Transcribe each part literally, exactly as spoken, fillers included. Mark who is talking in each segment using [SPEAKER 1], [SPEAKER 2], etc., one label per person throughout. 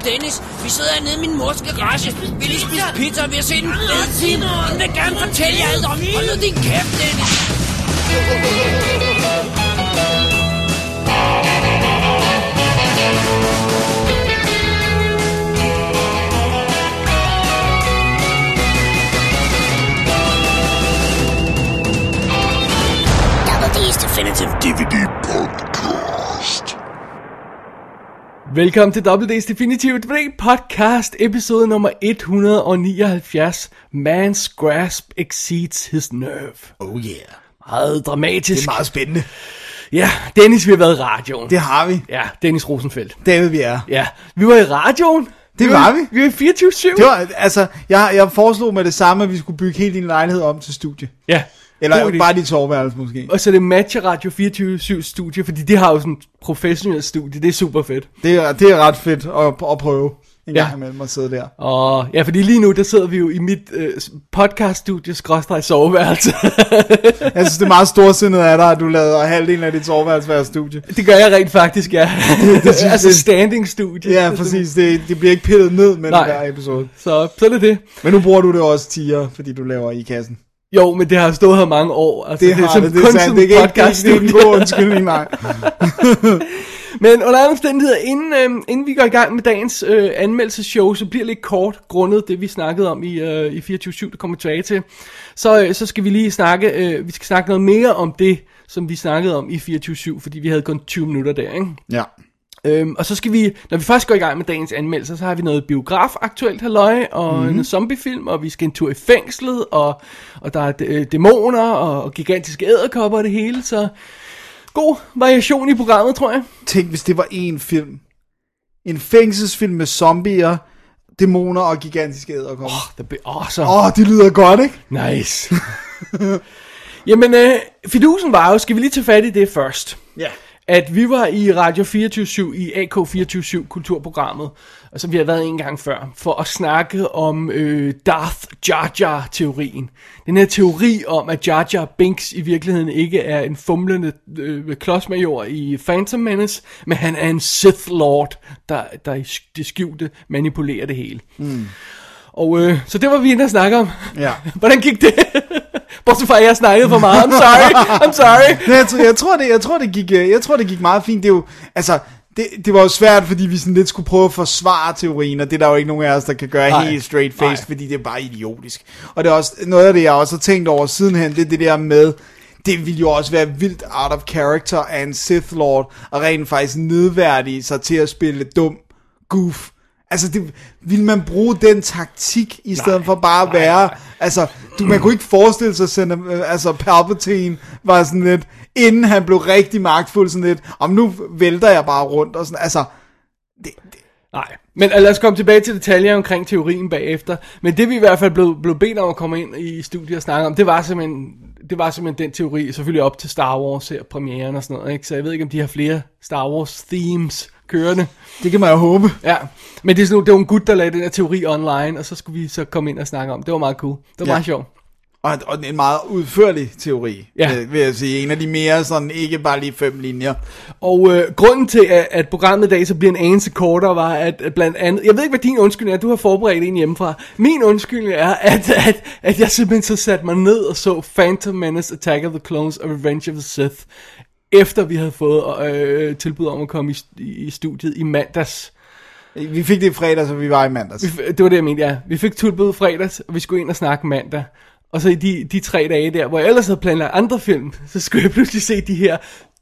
[SPEAKER 1] Dennis. Vi sidder hernede i min mors garage. Vi lige spise pizza, og vi har set en fed film. Hun vil gerne fortælle jer alt om. Hold nu din kæft, Dennis. Double D's Definitive D V D Podcast.
[SPEAKER 2] Velkommen til Double D's Definitive D V D Podcast, episode nummer et hundrede og nioghalvfjerds. Man's grasp exceeds his nerve.
[SPEAKER 3] Oh yeah.
[SPEAKER 2] Meget dramatisk.
[SPEAKER 3] Det er meget spændende.
[SPEAKER 2] Ja, Dennis, vi har været i radioen.
[SPEAKER 3] Det har vi.
[SPEAKER 2] Ja, Dennis Rosenfeldt.
[SPEAKER 3] David, vi er.
[SPEAKER 2] Ja, vi var i radioen.
[SPEAKER 3] Det var vi.
[SPEAKER 2] Vi var i fireogtyve syv.
[SPEAKER 3] Det var, altså, jeg, jeg foreslog med det samme, at vi skulle bygge hele din lejlighed om til studie.
[SPEAKER 2] Ja.
[SPEAKER 3] Eller bare dit soveværelse måske.
[SPEAKER 2] Og så det matcher Radio fireogtyve syv studie, fordi de har jo sådan et professionelt studie. Det er super fedt.
[SPEAKER 3] Det er, det er ret fedt at, at prøve en
[SPEAKER 2] ja.
[SPEAKER 3] gang imellem at sidde der.
[SPEAKER 2] Og ja, fordi lige nu, der sidder vi jo i mit øh, podcaststudie, skråstreg soveværelse.
[SPEAKER 3] Jeg synes, det er meget storsindet af dig, at du lader halvdelen af dit soveværelse være studie.
[SPEAKER 2] Det gør jeg rent faktisk, ja. Det, det, altså standing studie.
[SPEAKER 3] Ja, præcis. Det, det bliver ikke pillet ned med den der episode.
[SPEAKER 2] Så sådan er det.
[SPEAKER 3] Men nu bruger du det også tier, fordi du laver i kassen.
[SPEAKER 2] Jo, men det har stået her mange år. Altså,
[SPEAKER 3] det, det har det, det er sandt. Det er ikke, det er ikke en god undskyldning, nej.
[SPEAKER 2] Men under andre omstændigheder, inden, øh, inden vi går i gang med dagens øh, anmeldelsesshow, så bliver det lidt kort grundet det, vi snakkede om i, øh, i fireogtyve syv, det kommer vi tilbage til. Så, øh, så skal vi lige snakke, øh, vi skal snakke noget mere om det, som vi snakkede om i fireogtyve syv, fordi vi havde kun tyve minutter der, ikke?
[SPEAKER 3] Ja.
[SPEAKER 2] Øhm, og så skal vi, når vi først går i gang med dagens anmeldelse, så har vi noget biograf aktuelt halløj, og mm-hmm. en zombiefilm, og vi skal en tur i fængslet, og, og der er øh, dæmoner, og, og gigantiske edderkopper og det hele, så god variation i programmet, tror jeg.
[SPEAKER 3] Tænk, hvis det var en film. En fængselsfilm med zombier, dæmoner og gigantiske edderkopper.
[SPEAKER 2] Åh, oh, det bliver awesome.
[SPEAKER 3] Åh, oh, det lyder godt, ikke?
[SPEAKER 2] Nice. Jamen, øh, fidusen var jo, skal vi lige tage fat i det først?
[SPEAKER 3] Ja. Yeah.
[SPEAKER 2] At vi var i Radio fireogtyve syv, i A K fireogtyve syv kulturprogrammet, og som vi har været en gang før, for at snakke om øh, Darth Jar Jar teorien. Den her teori om, at Jar Jar Binks i virkeligheden ikke er en fumlende øh, klodsmajor i Phantom Menace, men han er en Sith Lord, der, der i det skjulte manipulerer det hele. Mm. Og øh, så det var vi inde at snakke om.
[SPEAKER 3] Ja.
[SPEAKER 2] Hvordan gik det? Bortset fra, at jeg snakkede for meget. I'm sorry. I'm sorry.
[SPEAKER 3] jeg, tror, jeg, tror, det, jeg, tror, det gik, jeg tror, det gik meget fint. Det, er jo, altså, det, det var jo svært, fordi vi sådan lidt skulle prøve at forsvare teorien, og det er der jo ikke nogen af os, der kan gøre nej, helt straight faced, fordi det er bare idiotisk. Og det er også noget af det, jeg også har tænkt over sidenhen, det er det der med, det ville jo også være vildt out of character af en Sith Lord, og rent faktisk nedværdige sig til at spille dum goof. Altså, det, vil man bruge den taktik, i stedet nej, for bare at være, nej, nej. altså, du, man kunne ikke forestille sig, at altså, Palpatine var sådan lidt, inden han blev rigtig magtfuld, sådan lidt, om nu vælter jeg bare rundt, og sådan, altså, det, det.
[SPEAKER 2] Nej, men lad os komme tilbage til detaljer omkring teorien bagefter, men det vi i hvert fald blev, blev bedt om at komme ind i studiet og snakke om, det var simpelthen, det var simpelthen den teori, selvfølgelig op til Star Wars her, premieren og sådan noget, ikke? Så jeg ved ikke, om de har flere Star Wars themes kørende.
[SPEAKER 3] Det kan man jo håbe.
[SPEAKER 2] Ja, men det er sådan, det var en gut, der lagde den her teori online, og så skulle vi så komme ind og snakke om. Det var meget cool. Det var ja. meget sjovt.
[SPEAKER 3] Og, og en meget udførlig teori,
[SPEAKER 2] ja.
[SPEAKER 3] vil jeg sige. En af de mere sådan, ikke bare lige fem linjer.
[SPEAKER 2] Og øh, grunden til, at, at programmet i dag så bliver en anelse kortere, var, at, at blandt andet, jeg ved ikke, hvad din undskyldning er, du har forberedt en hjemmefra. Min undskyldning er, at, at, at jeg simpelthen så satte mig ned og så Phantom Menace, Attack of the Clones og Revenge of the Sith, efter vi havde fået øh, tilbud om at komme i, i studiet i mandags.
[SPEAKER 3] Vi fik det i fredag, så vi var i mandags.
[SPEAKER 2] Vi, det var det, jeg mente, ja. Vi fik tilbud fredags, og vi skulle ind og snakke mandag. Og så i de, de tre dage der, hvor jeg ellers havde planlagt andre film, så skulle jeg pludselig se de her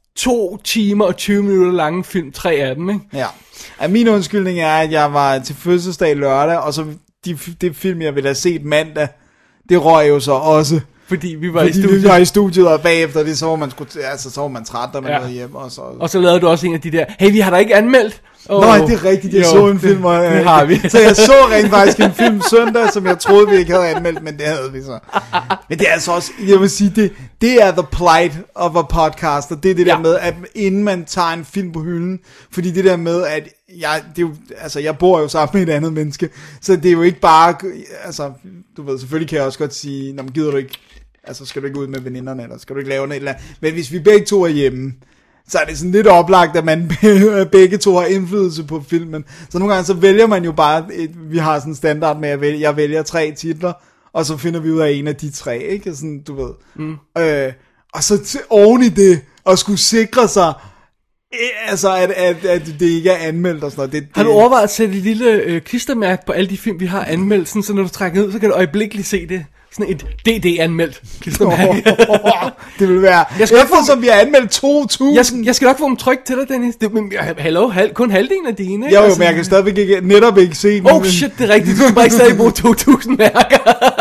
[SPEAKER 2] to timer og tyve minutter lange film, tre af dem, ikke?
[SPEAKER 3] Ja. Og min undskyldning er, at jeg var til fødselsdag lørdag, og så de, det film, jeg ville have set mandag, det røg jo så også.
[SPEAKER 2] Fordi vi var
[SPEAKER 3] Fordi
[SPEAKER 2] i studiet.
[SPEAKER 3] vi var i studiet, og bagefter det, så var man, skulle, altså, så var man træt, da man ja. nåede hjem. Og så...
[SPEAKER 2] og så lavede du også en af de der, hey, vi har da ikke anmeldt.
[SPEAKER 3] Oh, Nej, det er rigtigt, jeg jo, så en film, og,
[SPEAKER 2] det, det har vi.
[SPEAKER 3] Så jeg så rent faktisk en film søndag, som jeg troede, vi ikke havde anmeldt, men det havde vi så. Men det er altså også, jeg vil sige, det, det er the plight of a podcaster. Det er det ja. der med, at inden man tager en film på hylden, fordi det der med, at jeg, det er jo, altså, jeg bor jo sammen med et andet menneske, så det er jo ikke bare, altså, du ved, selvfølgelig kan jeg også godt sige, når man gider du ikke, altså skal du ikke ud med veninderne, eller skal du ikke lave noget eller andet. Men hvis vi begge to er hjemme, så er det sådan lidt oplagt, at man begge to har indflydelse på filmen. Så nogle gange så vælger man jo bare, et, vi har sådan en standard med, at vælge, jeg vælger tre titler, og så finder vi ud af en af de tre, ikke? Sådan, du ved. Mm. Øh, og så til, oven i det, at skulle sikre sig, altså, at, at, at det ikke er anmeldt og sådan noget. Det, det...
[SPEAKER 2] Har du overvejet at sætte et lille øh, klistermærke på alle de film, vi har anmeldt, sådan, så når du trækker ud, så kan du øjeblikkeligt se det. Sådan et D D-anmeldt klistermærke.
[SPEAKER 3] Oh, det vil være, jeg skal eftersom få... vi har anmeldt to tusind.
[SPEAKER 2] Jeg, jeg skal nok få dem trykt til dig, Dennis. Det, men, hallo, halv, kun halvdelen af dine,
[SPEAKER 3] ikke? Jo, jo, altså, men jeg kan stadigvæk ikke, netop ikke se den.
[SPEAKER 2] Oh men... shit, det er rigtigt. Du skal bare ikke stadig bruge to tusind mærker.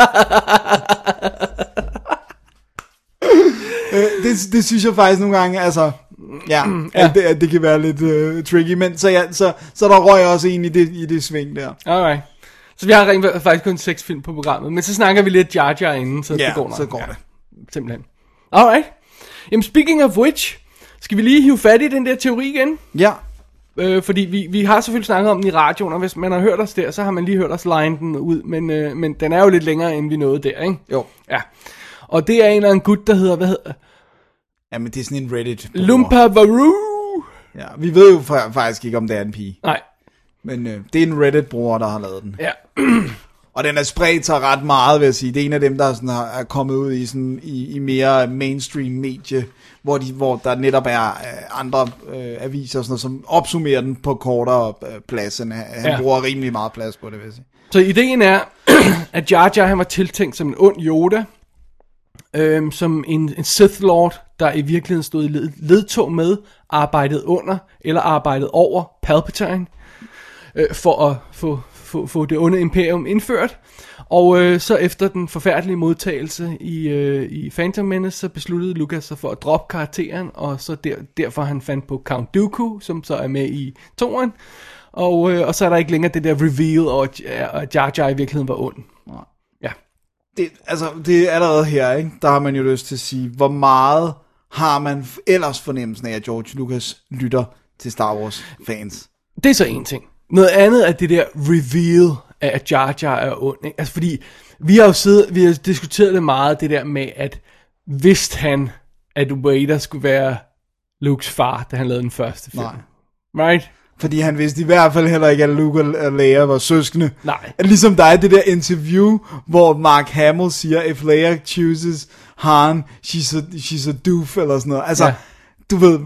[SPEAKER 3] det, det synes jeg faktisk nogle gange, altså... Ja, ja. At, det, at det kan være lidt uh, tricky, men så, ja, så, så der røg også en i det, i det sving der.
[SPEAKER 2] Alright. Så vi har rent faktisk kun seks film på programmet, men så snakker vi lidt Jar Jar inden, så
[SPEAKER 3] ja,
[SPEAKER 2] det går nok.
[SPEAKER 3] så går det.
[SPEAKER 2] Ja, simpelthen. Alright. Jamen speaking of which, skal vi lige hive fat i den der teori igen?
[SPEAKER 3] Ja.
[SPEAKER 2] Øh, fordi vi, vi har selvfølgelig snakket om den i radioen, og hvis man har hørt os der, så har man lige hørt os line den ud, men, øh, men den er jo lidt længere, end vi nåede der, ikke?
[SPEAKER 3] Jo.
[SPEAKER 2] Ja. Og det er en eller anden gut, der hedder, hvad hedder...
[SPEAKER 3] Jamen, det er sådan en Reddit.
[SPEAKER 2] Lumpa Varoo.
[SPEAKER 3] Ja, vi ved jo faktisk ikke, om det er en pige.
[SPEAKER 2] Nej.
[SPEAKER 3] Men øh, det er en Reddit-bruger, der har lavet den.
[SPEAKER 2] Ja.
[SPEAKER 3] Og den er spredt sig ret meget, vil jeg sige. Det er en af dem, der sådan har, er kommet ud i, sådan, i, i mere mainstream medie, hvor, de, hvor der netop er øh, andre øh, aviser, sådan noget, som opsummerer den på kortere øh, plads. Han, han ja. bruger rimelig meget plads på det, vil jeg sige.
[SPEAKER 2] Så ideen er, at Jar Jar han var tiltænkt som en ond Yoda, øhm, som en, en Sith Lord, der i virkeligheden stod i led, ledtog med, arbejdede under eller arbejdede over Palpatine, øh, for at få, få, få det onde imperium indført. Og øh, så efter den forfærdelige modtagelse i, øh, i Phantom Menace, så besluttede Lucas sig for at droppe karakteren, og så der, derfor han fandt på Count Dooku, som så er med i toeren. Og, øh, og så er der ikke længere det der reveal, og at Jar Jar i virkeligheden var ond. Ja.
[SPEAKER 3] Det, altså, det er allerede her, ikke? Der har man jo lyst til at sige, hvor meget har man ellers fornemmelsen af, at George Lucas lytter til Star Wars fans?
[SPEAKER 2] Det er så en ting. Noget andet er det der reveal af, at Jar Jar er ond. Ikke? Altså fordi, vi har jo siddet, vi har diskuteret det meget, det der med, at vidste han, at Vader skulle være Lukes far, da han lavede den første film.
[SPEAKER 3] Nej.
[SPEAKER 2] Right?
[SPEAKER 3] Fordi han vidste i hvert fald heller ikke, at Luke og Leia var søskende.
[SPEAKER 2] Nej.
[SPEAKER 3] Ligesom der er det der interview, hvor Mark Hamill siger, if Leia chooses Han, she's a, she's a doof, eller sådan noget. Altså, ja. Du ved...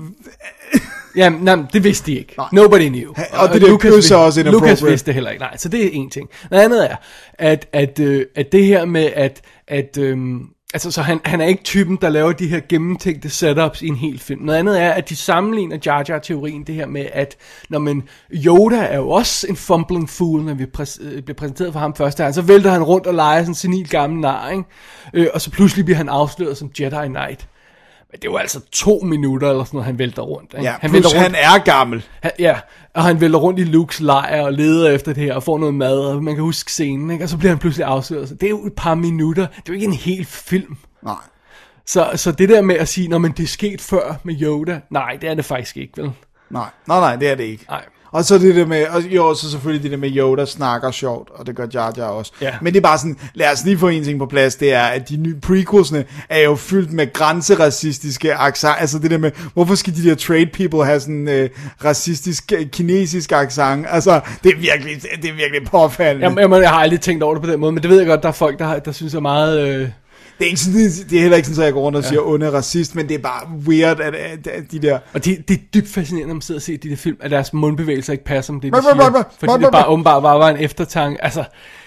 [SPEAKER 2] Jamen, nej, det vidste de ikke. Nej. Nobody knew.
[SPEAKER 3] Ha, og, og det der Lucas vidste, også
[SPEAKER 2] Lucas vidste det heller ikke. Nej, så det er en ting. Noget andet er, at, at, øh, at det her med, at... at øhm, altså, så han, han er ikke typen, der laver de her gennemtænkte setups i en hel film. Noget andet er, at de sammenligner Jar Jar-teorien, det her med, at når man, Yoda er jo også en fumbling fool, når vi præs, øh, bliver præsenteret for ham første gang, så vælter han rundt og leger sådan en senil gammel nar, ikke? Øh, og så pludselig bliver han afsløret som Jedi Knight. Men det er jo altså to minutter eller sådan noget, han vælter rundt. Ikke?
[SPEAKER 3] Ja,
[SPEAKER 2] han
[SPEAKER 3] plus
[SPEAKER 2] rundt,
[SPEAKER 3] han er gammel.
[SPEAKER 2] Han, ja, og han vælter rundt i Lukes lejr og leder efter det her og får noget mad, og man kan huske scenen, ikke? Og så bliver han pludselig afsløret. Så det er jo et par minutter. Det er jo ikke en hel film.
[SPEAKER 3] Nej.
[SPEAKER 2] Så, så det der med at sige, når man det er sket før med Yoda, nej, det er det faktisk ikke, vel?
[SPEAKER 3] Nej, nej, nej, det er det ikke.
[SPEAKER 2] Nej.
[SPEAKER 3] Og så det der med, og jo, så selvfølgelig det der med Yoda snakker sjovt, og det gør Jar Jar også.
[SPEAKER 2] Ja.
[SPEAKER 3] Men det er bare sådan, lad os lige få en ting på plads, det er, at de nye prequelsene er jo fyldt med grænseracistiske accent. Altså det der med, hvorfor skal de der trade people have sådan øh, racistisk, øh, kinesisk accent? Altså, det er virkelig, det er virkelig påfaldende.
[SPEAKER 2] Jamen, jeg, jeg har aldrig tænkt over det på den måde, men det ved jeg godt, der er folk, der, der synes er meget... Øh
[SPEAKER 3] Det er, ikke sådan, det er heller ikke sådan, at jeg går rundt og siger ja. onde racist, men det er bare weird, at, at, at de der...
[SPEAKER 2] Og det, det er dybt fascinerende, når man sidder og ser de der film, at deres mundbevægelser ikke passer med det, de siger. Fordi det bare åbenbart bare var en eftertanke. Altså,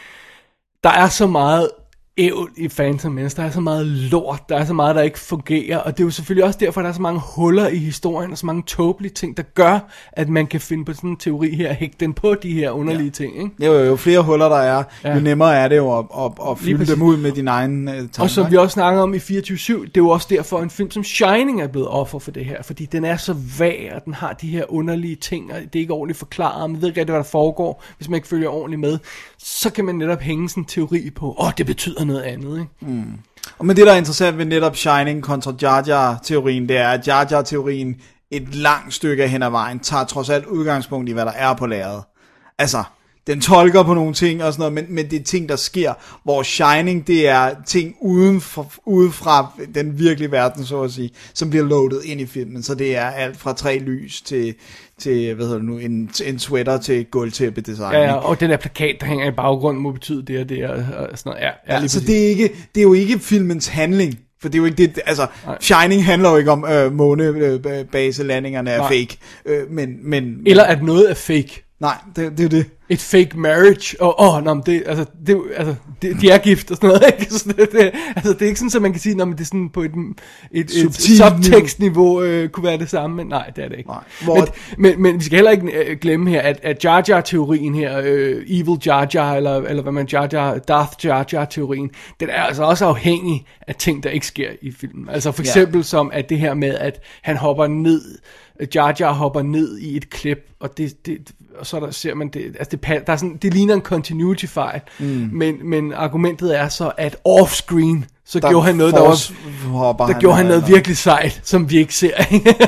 [SPEAKER 2] der er så meget ævl i Phantom Menace, der er så meget lort, der er så meget, der ikke fungerer, og det er jo selvfølgelig også derfor, at der er så mange huller i historien, og så mange tåbelige ting, der gør, at man kan finde på sådan en teori her, og hægte den på de her underlige ja. ting, ikke?
[SPEAKER 3] Jo, jo, jo flere huller der er, ja. jo nemmere er det jo at, at, at fylde dem ud med din egen uh, tanker.
[SPEAKER 2] Og som vi også snakker om i fireogtyve syv, det er jo også derfor, en film som Shining er blevet offer for det her, fordi den er så vag, og den har de her underlige ting, og det er ikke ordentligt forklaret, og man ved ikke rigtig, hvad der foregår, hvis man ikke følger ordentligt med, så kan man netop hænge sådan en teori på, åh, oh, det betyder noget andet, ikke?
[SPEAKER 3] Mm. Og men det, der er interessant ved netop Shining kontra Jar Jar-teorien, det er, at Jar Jar-teorien et langt stykke hen ad vejen tager trods alt udgangspunkt i, hvad der er på lageret. Altså, den tolker på nogle ting og sådan noget, men, men det er ting, der sker, hvor Shining, det er ting uden for, ude fra den virkelige verden, så at sige, som bliver loadet ind i filmen, så det er alt fra tre lys til, til hvad hedder det nu, en, en sweater til gulvtæppe-design.
[SPEAKER 2] Ja, ja, og den der plakat, der hænger i baggrunden, må betyde det og det og sådan noget. Ja, ja,
[SPEAKER 3] ja, så det er, ikke, det er jo ikke filmens handling. For det er jo ikke det, altså, Nej. Shining handler jo ikke om øh, månebaselandingerne er Nej. fake, øh, men, men...
[SPEAKER 2] Eller at noget er fake.
[SPEAKER 3] Nej, det, det er det.
[SPEAKER 2] Et fake marriage, og åh, oh, det, altså, det, altså, de, de er gift og sådan noget, ikke? Så det, det, altså, det er ikke sådan, at man kan sige, at det er sådan på et, et, et subtekstniveau øh, kunne være det samme, men nej, det er det ikke. Nej. Hvor... Men, men, men vi skal heller ikke øh, glemme her, at, at Jar Jar-teorien her, øh, Evil Jar Jar, eller, eller hvad man, Jar Jar, Darth Jar Jar-teorien, den er altså også afhængig af ting, der ikke sker i filmen. Altså for eksempel ja. som, at det her med, at han hopper ned, Jar Jar hopper ned i et klip, og det, det og så der ser man det, altså det, der er sådan, det ligner en continuity fejl, mm. men, men argumentet er så, at off-screen, så der gjorde han noget, der var, der han gjorde han noget virkelig sejt, som vi ikke ser.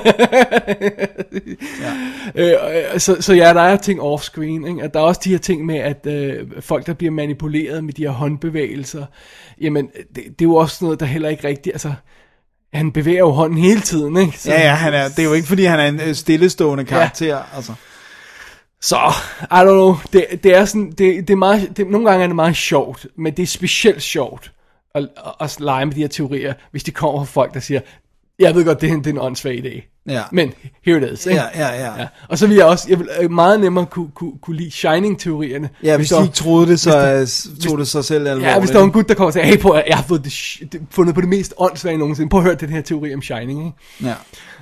[SPEAKER 2] ja. øh, så, så ja, der er ting off-screen, ikke? At der er også de her ting med, at øh, folk, der bliver manipuleret med de her håndbevægelser, jamen, det, det er jo også noget, der heller ikke rigtigt, altså, han bevæger jo hånden hele tiden, ikke? Så,
[SPEAKER 3] ja, ja, han er, det er jo ikke, fordi han er en stillestående karakter, ja. altså.
[SPEAKER 2] Så, I don't know, det, det er sådan, det, det er meget, det, nogle gange er det meget sjovt, men det er specielt sjovt at, at, at lege med de her teorier, hvis de kommer fra folk, der siger, jeg ved godt, det er en, det er en åndssvag idé.
[SPEAKER 3] Ja.
[SPEAKER 2] Men here it is, ikke?
[SPEAKER 3] Ja, ja, ja,
[SPEAKER 2] ja. Og så vil jeg også, jeg vil meget nemmere kunne, kunne, kunne lide Shining-teorierne.
[SPEAKER 3] Ja, hvis, hvis de ikke troede det, så der, tog det sig selv alvorligt.
[SPEAKER 2] Ja, hvis der var en gut, der kommer og siger, hey, på, jeg har fået det, det, fundet på det mest åndssvage nogensinde. Prøv at høre den her teori om Shining, ikke?
[SPEAKER 3] Ja.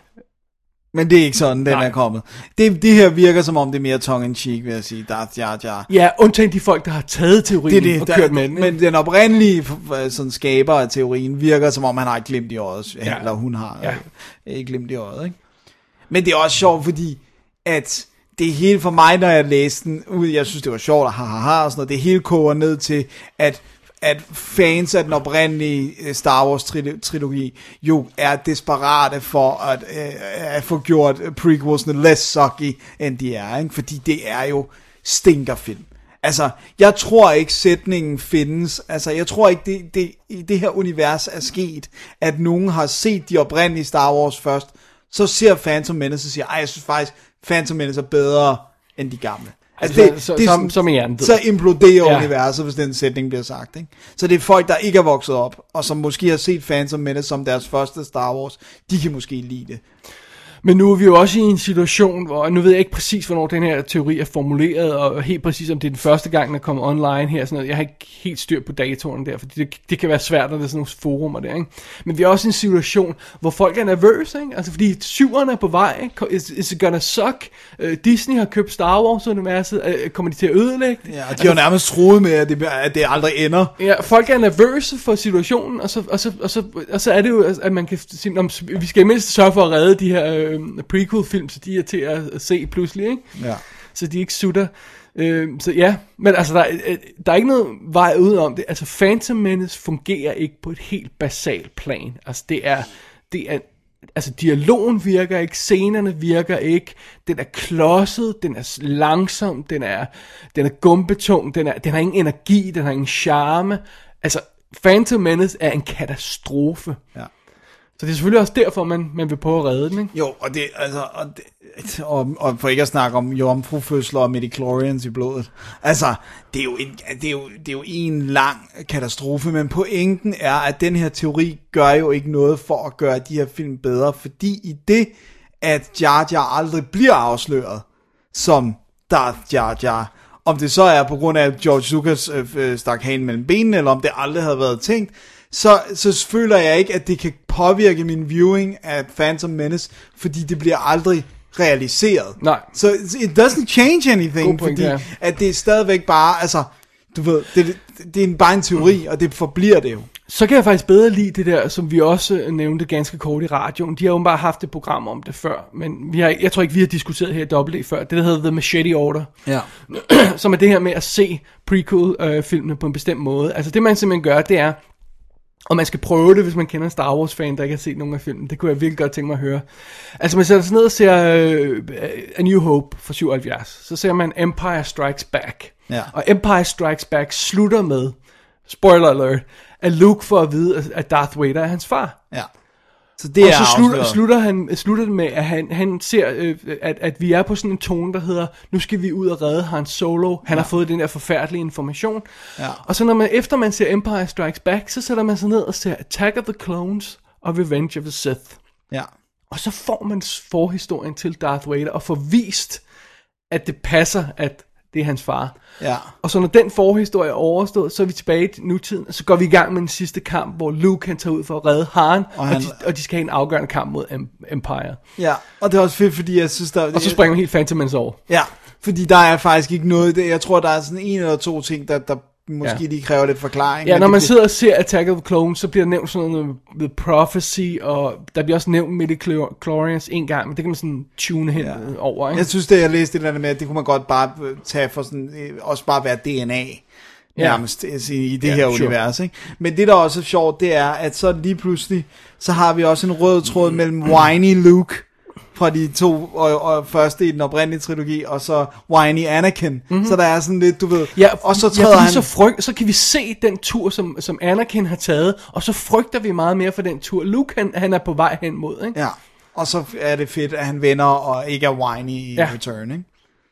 [SPEAKER 3] Men det er ikke sådan, den Nej. er kommet. Det, det her virker som om det er mere tongue-in-cheek, vil jeg sige. Darth Jar Jar.
[SPEAKER 2] Ja, undtagen de folk, der har taget teorien det, det, og der, kørt med den.
[SPEAKER 3] Men den oprindelige sådan, skaber af teorien virker som om, han har et glimt i øjet. Ja. Eller hun har ja. et glimt i øjet, ikke? Men det er også sjovt, fordi at det hele for mig, når jeg læste den ud, jeg synes det var sjovt, og hahaha og sådan noget, det hele koger ned til, at at fans af den oprindelige Star Wars trilogi jo er desperate for at, øh, at få gjort prequelsene less sucky, end de er, ikke? Fordi det er jo stinkerfilm. Altså, jeg tror ikke sætningen findes, altså jeg tror ikke det, det, i det her univers er sket, at nogen har set de oprindelige Star Wars først, så ser Phantom Menace og siger, ej jeg synes faktisk Phantom Menace er bedre end de gamle. Altså det,
[SPEAKER 2] så,
[SPEAKER 3] det,
[SPEAKER 2] som, som i hjernen.
[SPEAKER 3] Så imploderer ja. universet, hvis den sætning bliver sagt, ikke? Så det er folk, der ikke er vokset op, og som måske har set Phantom Menace som deres første Star Wars, de kan måske lide det.
[SPEAKER 2] Men nu er vi jo også i en situation, hvor, nu ved jeg ikke præcis, hvornår den her teori er formuleret, og helt præcis, om det er den første gang, den er kommet online her. Sådan noget. Jeg har ikke helt styr på datoren der, for det, det kan være svært, når der er sådan nogle forumer der, ikke? Men vi er også i en situation, hvor folk er nervøse, ikke? Altså fordi syveren er på vej, ikke? Is, is it gonna suck? Uh, Disney har købt Star Wars-universet, uh, kommer de til at ødelægge det?
[SPEAKER 3] Ja, og de altså, har jo nærmest troet med, at det, at det aldrig ender.
[SPEAKER 2] Ja, folk er nervøse for situationen, og så, og så, og så, og så er det jo, at man kan sige, vi skal mindst sørge for at redde de her prequel-film, så de er til at se pludselig, ikke?
[SPEAKER 3] Ja.
[SPEAKER 2] Så de ikke sutter. Øh, så ja, men altså, der, der er ikke noget vej ud om det. Altså, Phantom Menace fungerer ikke på et helt basalt plan. Altså, det er, det er, altså, dialogen virker ikke, scenerne virker ikke, den er klodset, den er langsom, den er, den er gumbetung, den, er, den har ingen energi, den har ingen charme. Altså, Phantom Menace er en katastrofe.
[SPEAKER 3] Ja.
[SPEAKER 2] Så det er selvfølgelig også derfor, man, man vil prøve at redde den, ikke?
[SPEAKER 3] Jo, og det, altså, og, det, og, og for ikke at snakke om jomfrufødsler og midichlorians i blodet. Altså, det er, jo en, det, er jo, det er jo en lang katastrofe, men pointen er, at den her teori gør jo ikke noget for at gøre de her film bedre, fordi i det, at Jar Jar aldrig bliver afsløret som Darth Jar Jar, om det så er på grund af, at George Lucas øh, stak hanen mellem benene, eller om det aldrig havde været tænkt, Så, så føler jeg ikke, at det kan påvirke min viewing af Phantom Menace, fordi det bliver aldrig realiseret.
[SPEAKER 2] Nej.
[SPEAKER 3] Så it doesn't change anything,
[SPEAKER 2] point,
[SPEAKER 3] fordi
[SPEAKER 2] ja.
[SPEAKER 3] at det er stadigvæk bare, altså, du ved, det, det, det er bare en teori, og det forbliver det jo.
[SPEAKER 2] Så kan jeg faktisk bedre lide det der, som vi også nævnte ganske kort i radioen. De har jo bare haft et program om det før, men vi har, jeg tror ikke, vi har diskuteret her i W D før. Det der hedder The Machete Order.
[SPEAKER 3] Ja.
[SPEAKER 2] Som er det her med at se prequel-filmene på en bestemt måde. Altså det man simpelthen gør, det er, og man skal prøve det, hvis man kender en Star Wars-fan, der ikke har set nogen af filmen. Det kunne jeg virkelig godt tænke mig at høre. Altså man sætter sig ned og ser uh, A New Hope fra syvoghalvfjerds. Så ser man Empire Strikes Back.
[SPEAKER 3] Ja.
[SPEAKER 2] Og Empire Strikes Back slutter med, spoiler alert, at Luke får at vide, at Darth Vader er hans far.
[SPEAKER 3] Ja. Så det
[SPEAKER 2] og
[SPEAKER 3] er
[SPEAKER 2] så slutter,
[SPEAKER 3] afsløret.
[SPEAKER 2] slutter, han, slutter det med, at han, han ser, øh, at, at vi er på sådan en tone, der hedder, nu skal vi ud og redde Han Solo. Han ja. har fået den der forfærdelige information.
[SPEAKER 3] Ja.
[SPEAKER 2] Og så når man, efter man ser Empire Strikes Back, så sætter man sig ned og ser Attack of the Clones og Revenge of the Sith.
[SPEAKER 3] Ja.
[SPEAKER 2] Og så får man forhistorien til Darth Vader og får vist, at det passer, at det er hans far.
[SPEAKER 3] Ja.
[SPEAKER 2] Og så når den forhistorie er overstået, så er vi tilbage til nutiden, og så går vi i gang med den sidste kamp, hvor Luke kan tage ud for at redde Han, og,
[SPEAKER 3] han,
[SPEAKER 2] og, de, og de skal have en afgørende kamp mod Empire.
[SPEAKER 3] Ja, og det er også fedt, fordi jeg synes, der...
[SPEAKER 2] Og så springer man helt Phantom Menace over.
[SPEAKER 3] Ja, fordi der er faktisk ikke noget... Jeg tror, der er sådan en eller to ting, der... der måske ja. de kræver lidt forklaring.
[SPEAKER 2] Ja, når man
[SPEAKER 3] det,
[SPEAKER 2] sidder og ser Attack of the Clones, så bliver der nævnt sådan noget med Prophecy, og der bliver også nævnt midichlorians en gang, men det kan man sådan tune hen ja. over, ikke?
[SPEAKER 3] Jeg synes, det jeg læste et eller andet med, at det kunne man godt bare tage for sådan, også bare være D N A, nærmest, ja. i det ja, her sure. univers, ikke? Men det, der også er sjovt, det er, at så lige pludselig, så har vi også en rød tråd mellem whiny Luke, fra de to og, og første i den oprindelige trilogi, og så whiny Anakin. Mm-hmm. Så der er sådan lidt, du ved...
[SPEAKER 2] Ja,
[SPEAKER 3] og så træder
[SPEAKER 2] ja,
[SPEAKER 3] han...
[SPEAKER 2] Så, fryg, så kan vi se den tur, som, som Anakin har taget, og så frygter vi meget mere for den tur. Luke, han, han er på vej hen mod, ikke?
[SPEAKER 3] Ja, og så er det fedt, at han vender og ikke er whiny i ja. Return, ikke?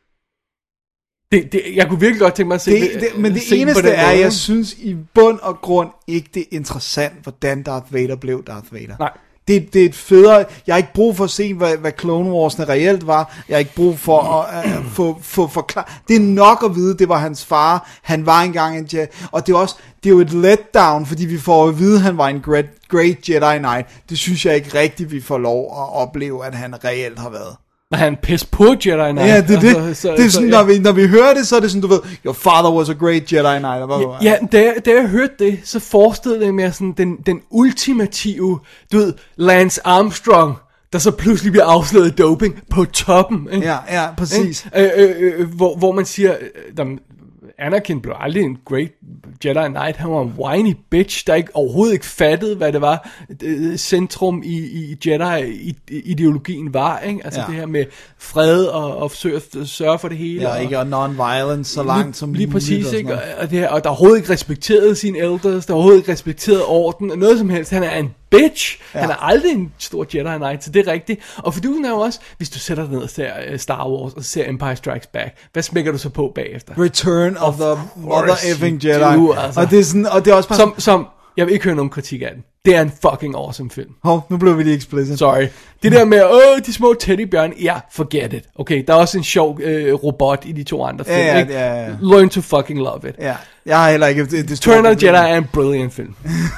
[SPEAKER 2] Det, det, jeg kunne virkelig godt tænke mig at se
[SPEAKER 3] det, det, Men det eneste er, at jeg synes i bund og grund ikke, det er interessant, hvordan Darth Vader blev Darth Vader.
[SPEAKER 2] Nej.
[SPEAKER 3] Det, det er et federe... Jeg har ikke brug for at se, hvad, hvad Clone Wars'ne reelt var. Jeg har ikke brug for at uh, få, få forklaret... Det er nok at vide, det var hans far. Han var engang en Jedi. Og det er også... Det er jo et letdown, fordi vi får at vide, at han var en great, great Jedi Knight. Det synes jeg ikke rigtigt, vi får lov at opleve, at han reelt har været.
[SPEAKER 2] Når han pis på Jedi Knight.
[SPEAKER 3] Ja, det er det. Altså, så, det er sådan, så, ja. når, vi, når vi hører det, så er det sådan, du ved, your father was a great Jedi Knight. Eller
[SPEAKER 2] ja, ja da, jeg, da jeg hørte det, så forestillede jeg mig sådan den, den ultimative, du ved, Lance Armstrong, der så pludselig bliver afsløret doping på toppen. Ikke?
[SPEAKER 3] Ja, ja, præcis.
[SPEAKER 2] Øh, øh, øh, hvor, hvor man siger, der, Anakin blev aldrig en great Jedi Knight. Han var en whiny bitch, der ikke overhovedet ikke fattede, hvad det var, centrum i, i Jedi-ideologien var, ikke? Altså ja. det her med fred og, og forsøge at sørge for det hele.
[SPEAKER 3] Ja, og, ikke og non-violence så langt
[SPEAKER 2] lige,
[SPEAKER 3] som
[SPEAKER 2] lige præcis,
[SPEAKER 3] og
[SPEAKER 2] ikke? Og, og, det her, og der overhovedet ikke respekterede sine elders, der overhovedet ikke respekterede orden, noget som helst. Han er en bitch. Ja. Han er aldrig en stor Jedi Knight, så det er rigtigt. Og for du er jo også, hvis du sætter dig ned og ser Star Wars og ser Empire Strikes Back, hvad smækker du så på bagefter?
[SPEAKER 3] Return of, of the mother effing Jedi.
[SPEAKER 2] Do, altså.
[SPEAKER 3] Og det er sådan, og det er også bare...
[SPEAKER 2] Som, som, jeg vil ikke høre nogen kritik af den. Det er en fucking awesome film.
[SPEAKER 3] Hov, nu blev vi lige explicit.
[SPEAKER 2] Sorry. Det der med, åh, de små teddybjørn, ja, forget it. Okay, der er også en sjov øh, robot i de to andre film,
[SPEAKER 3] ja,
[SPEAKER 2] ikke?
[SPEAKER 3] Ja, ja.
[SPEAKER 2] Learn to fucking love it.
[SPEAKER 3] Ja, jeg har heller ikke... Det, det
[SPEAKER 2] Return of the Jedi er en brilliant film.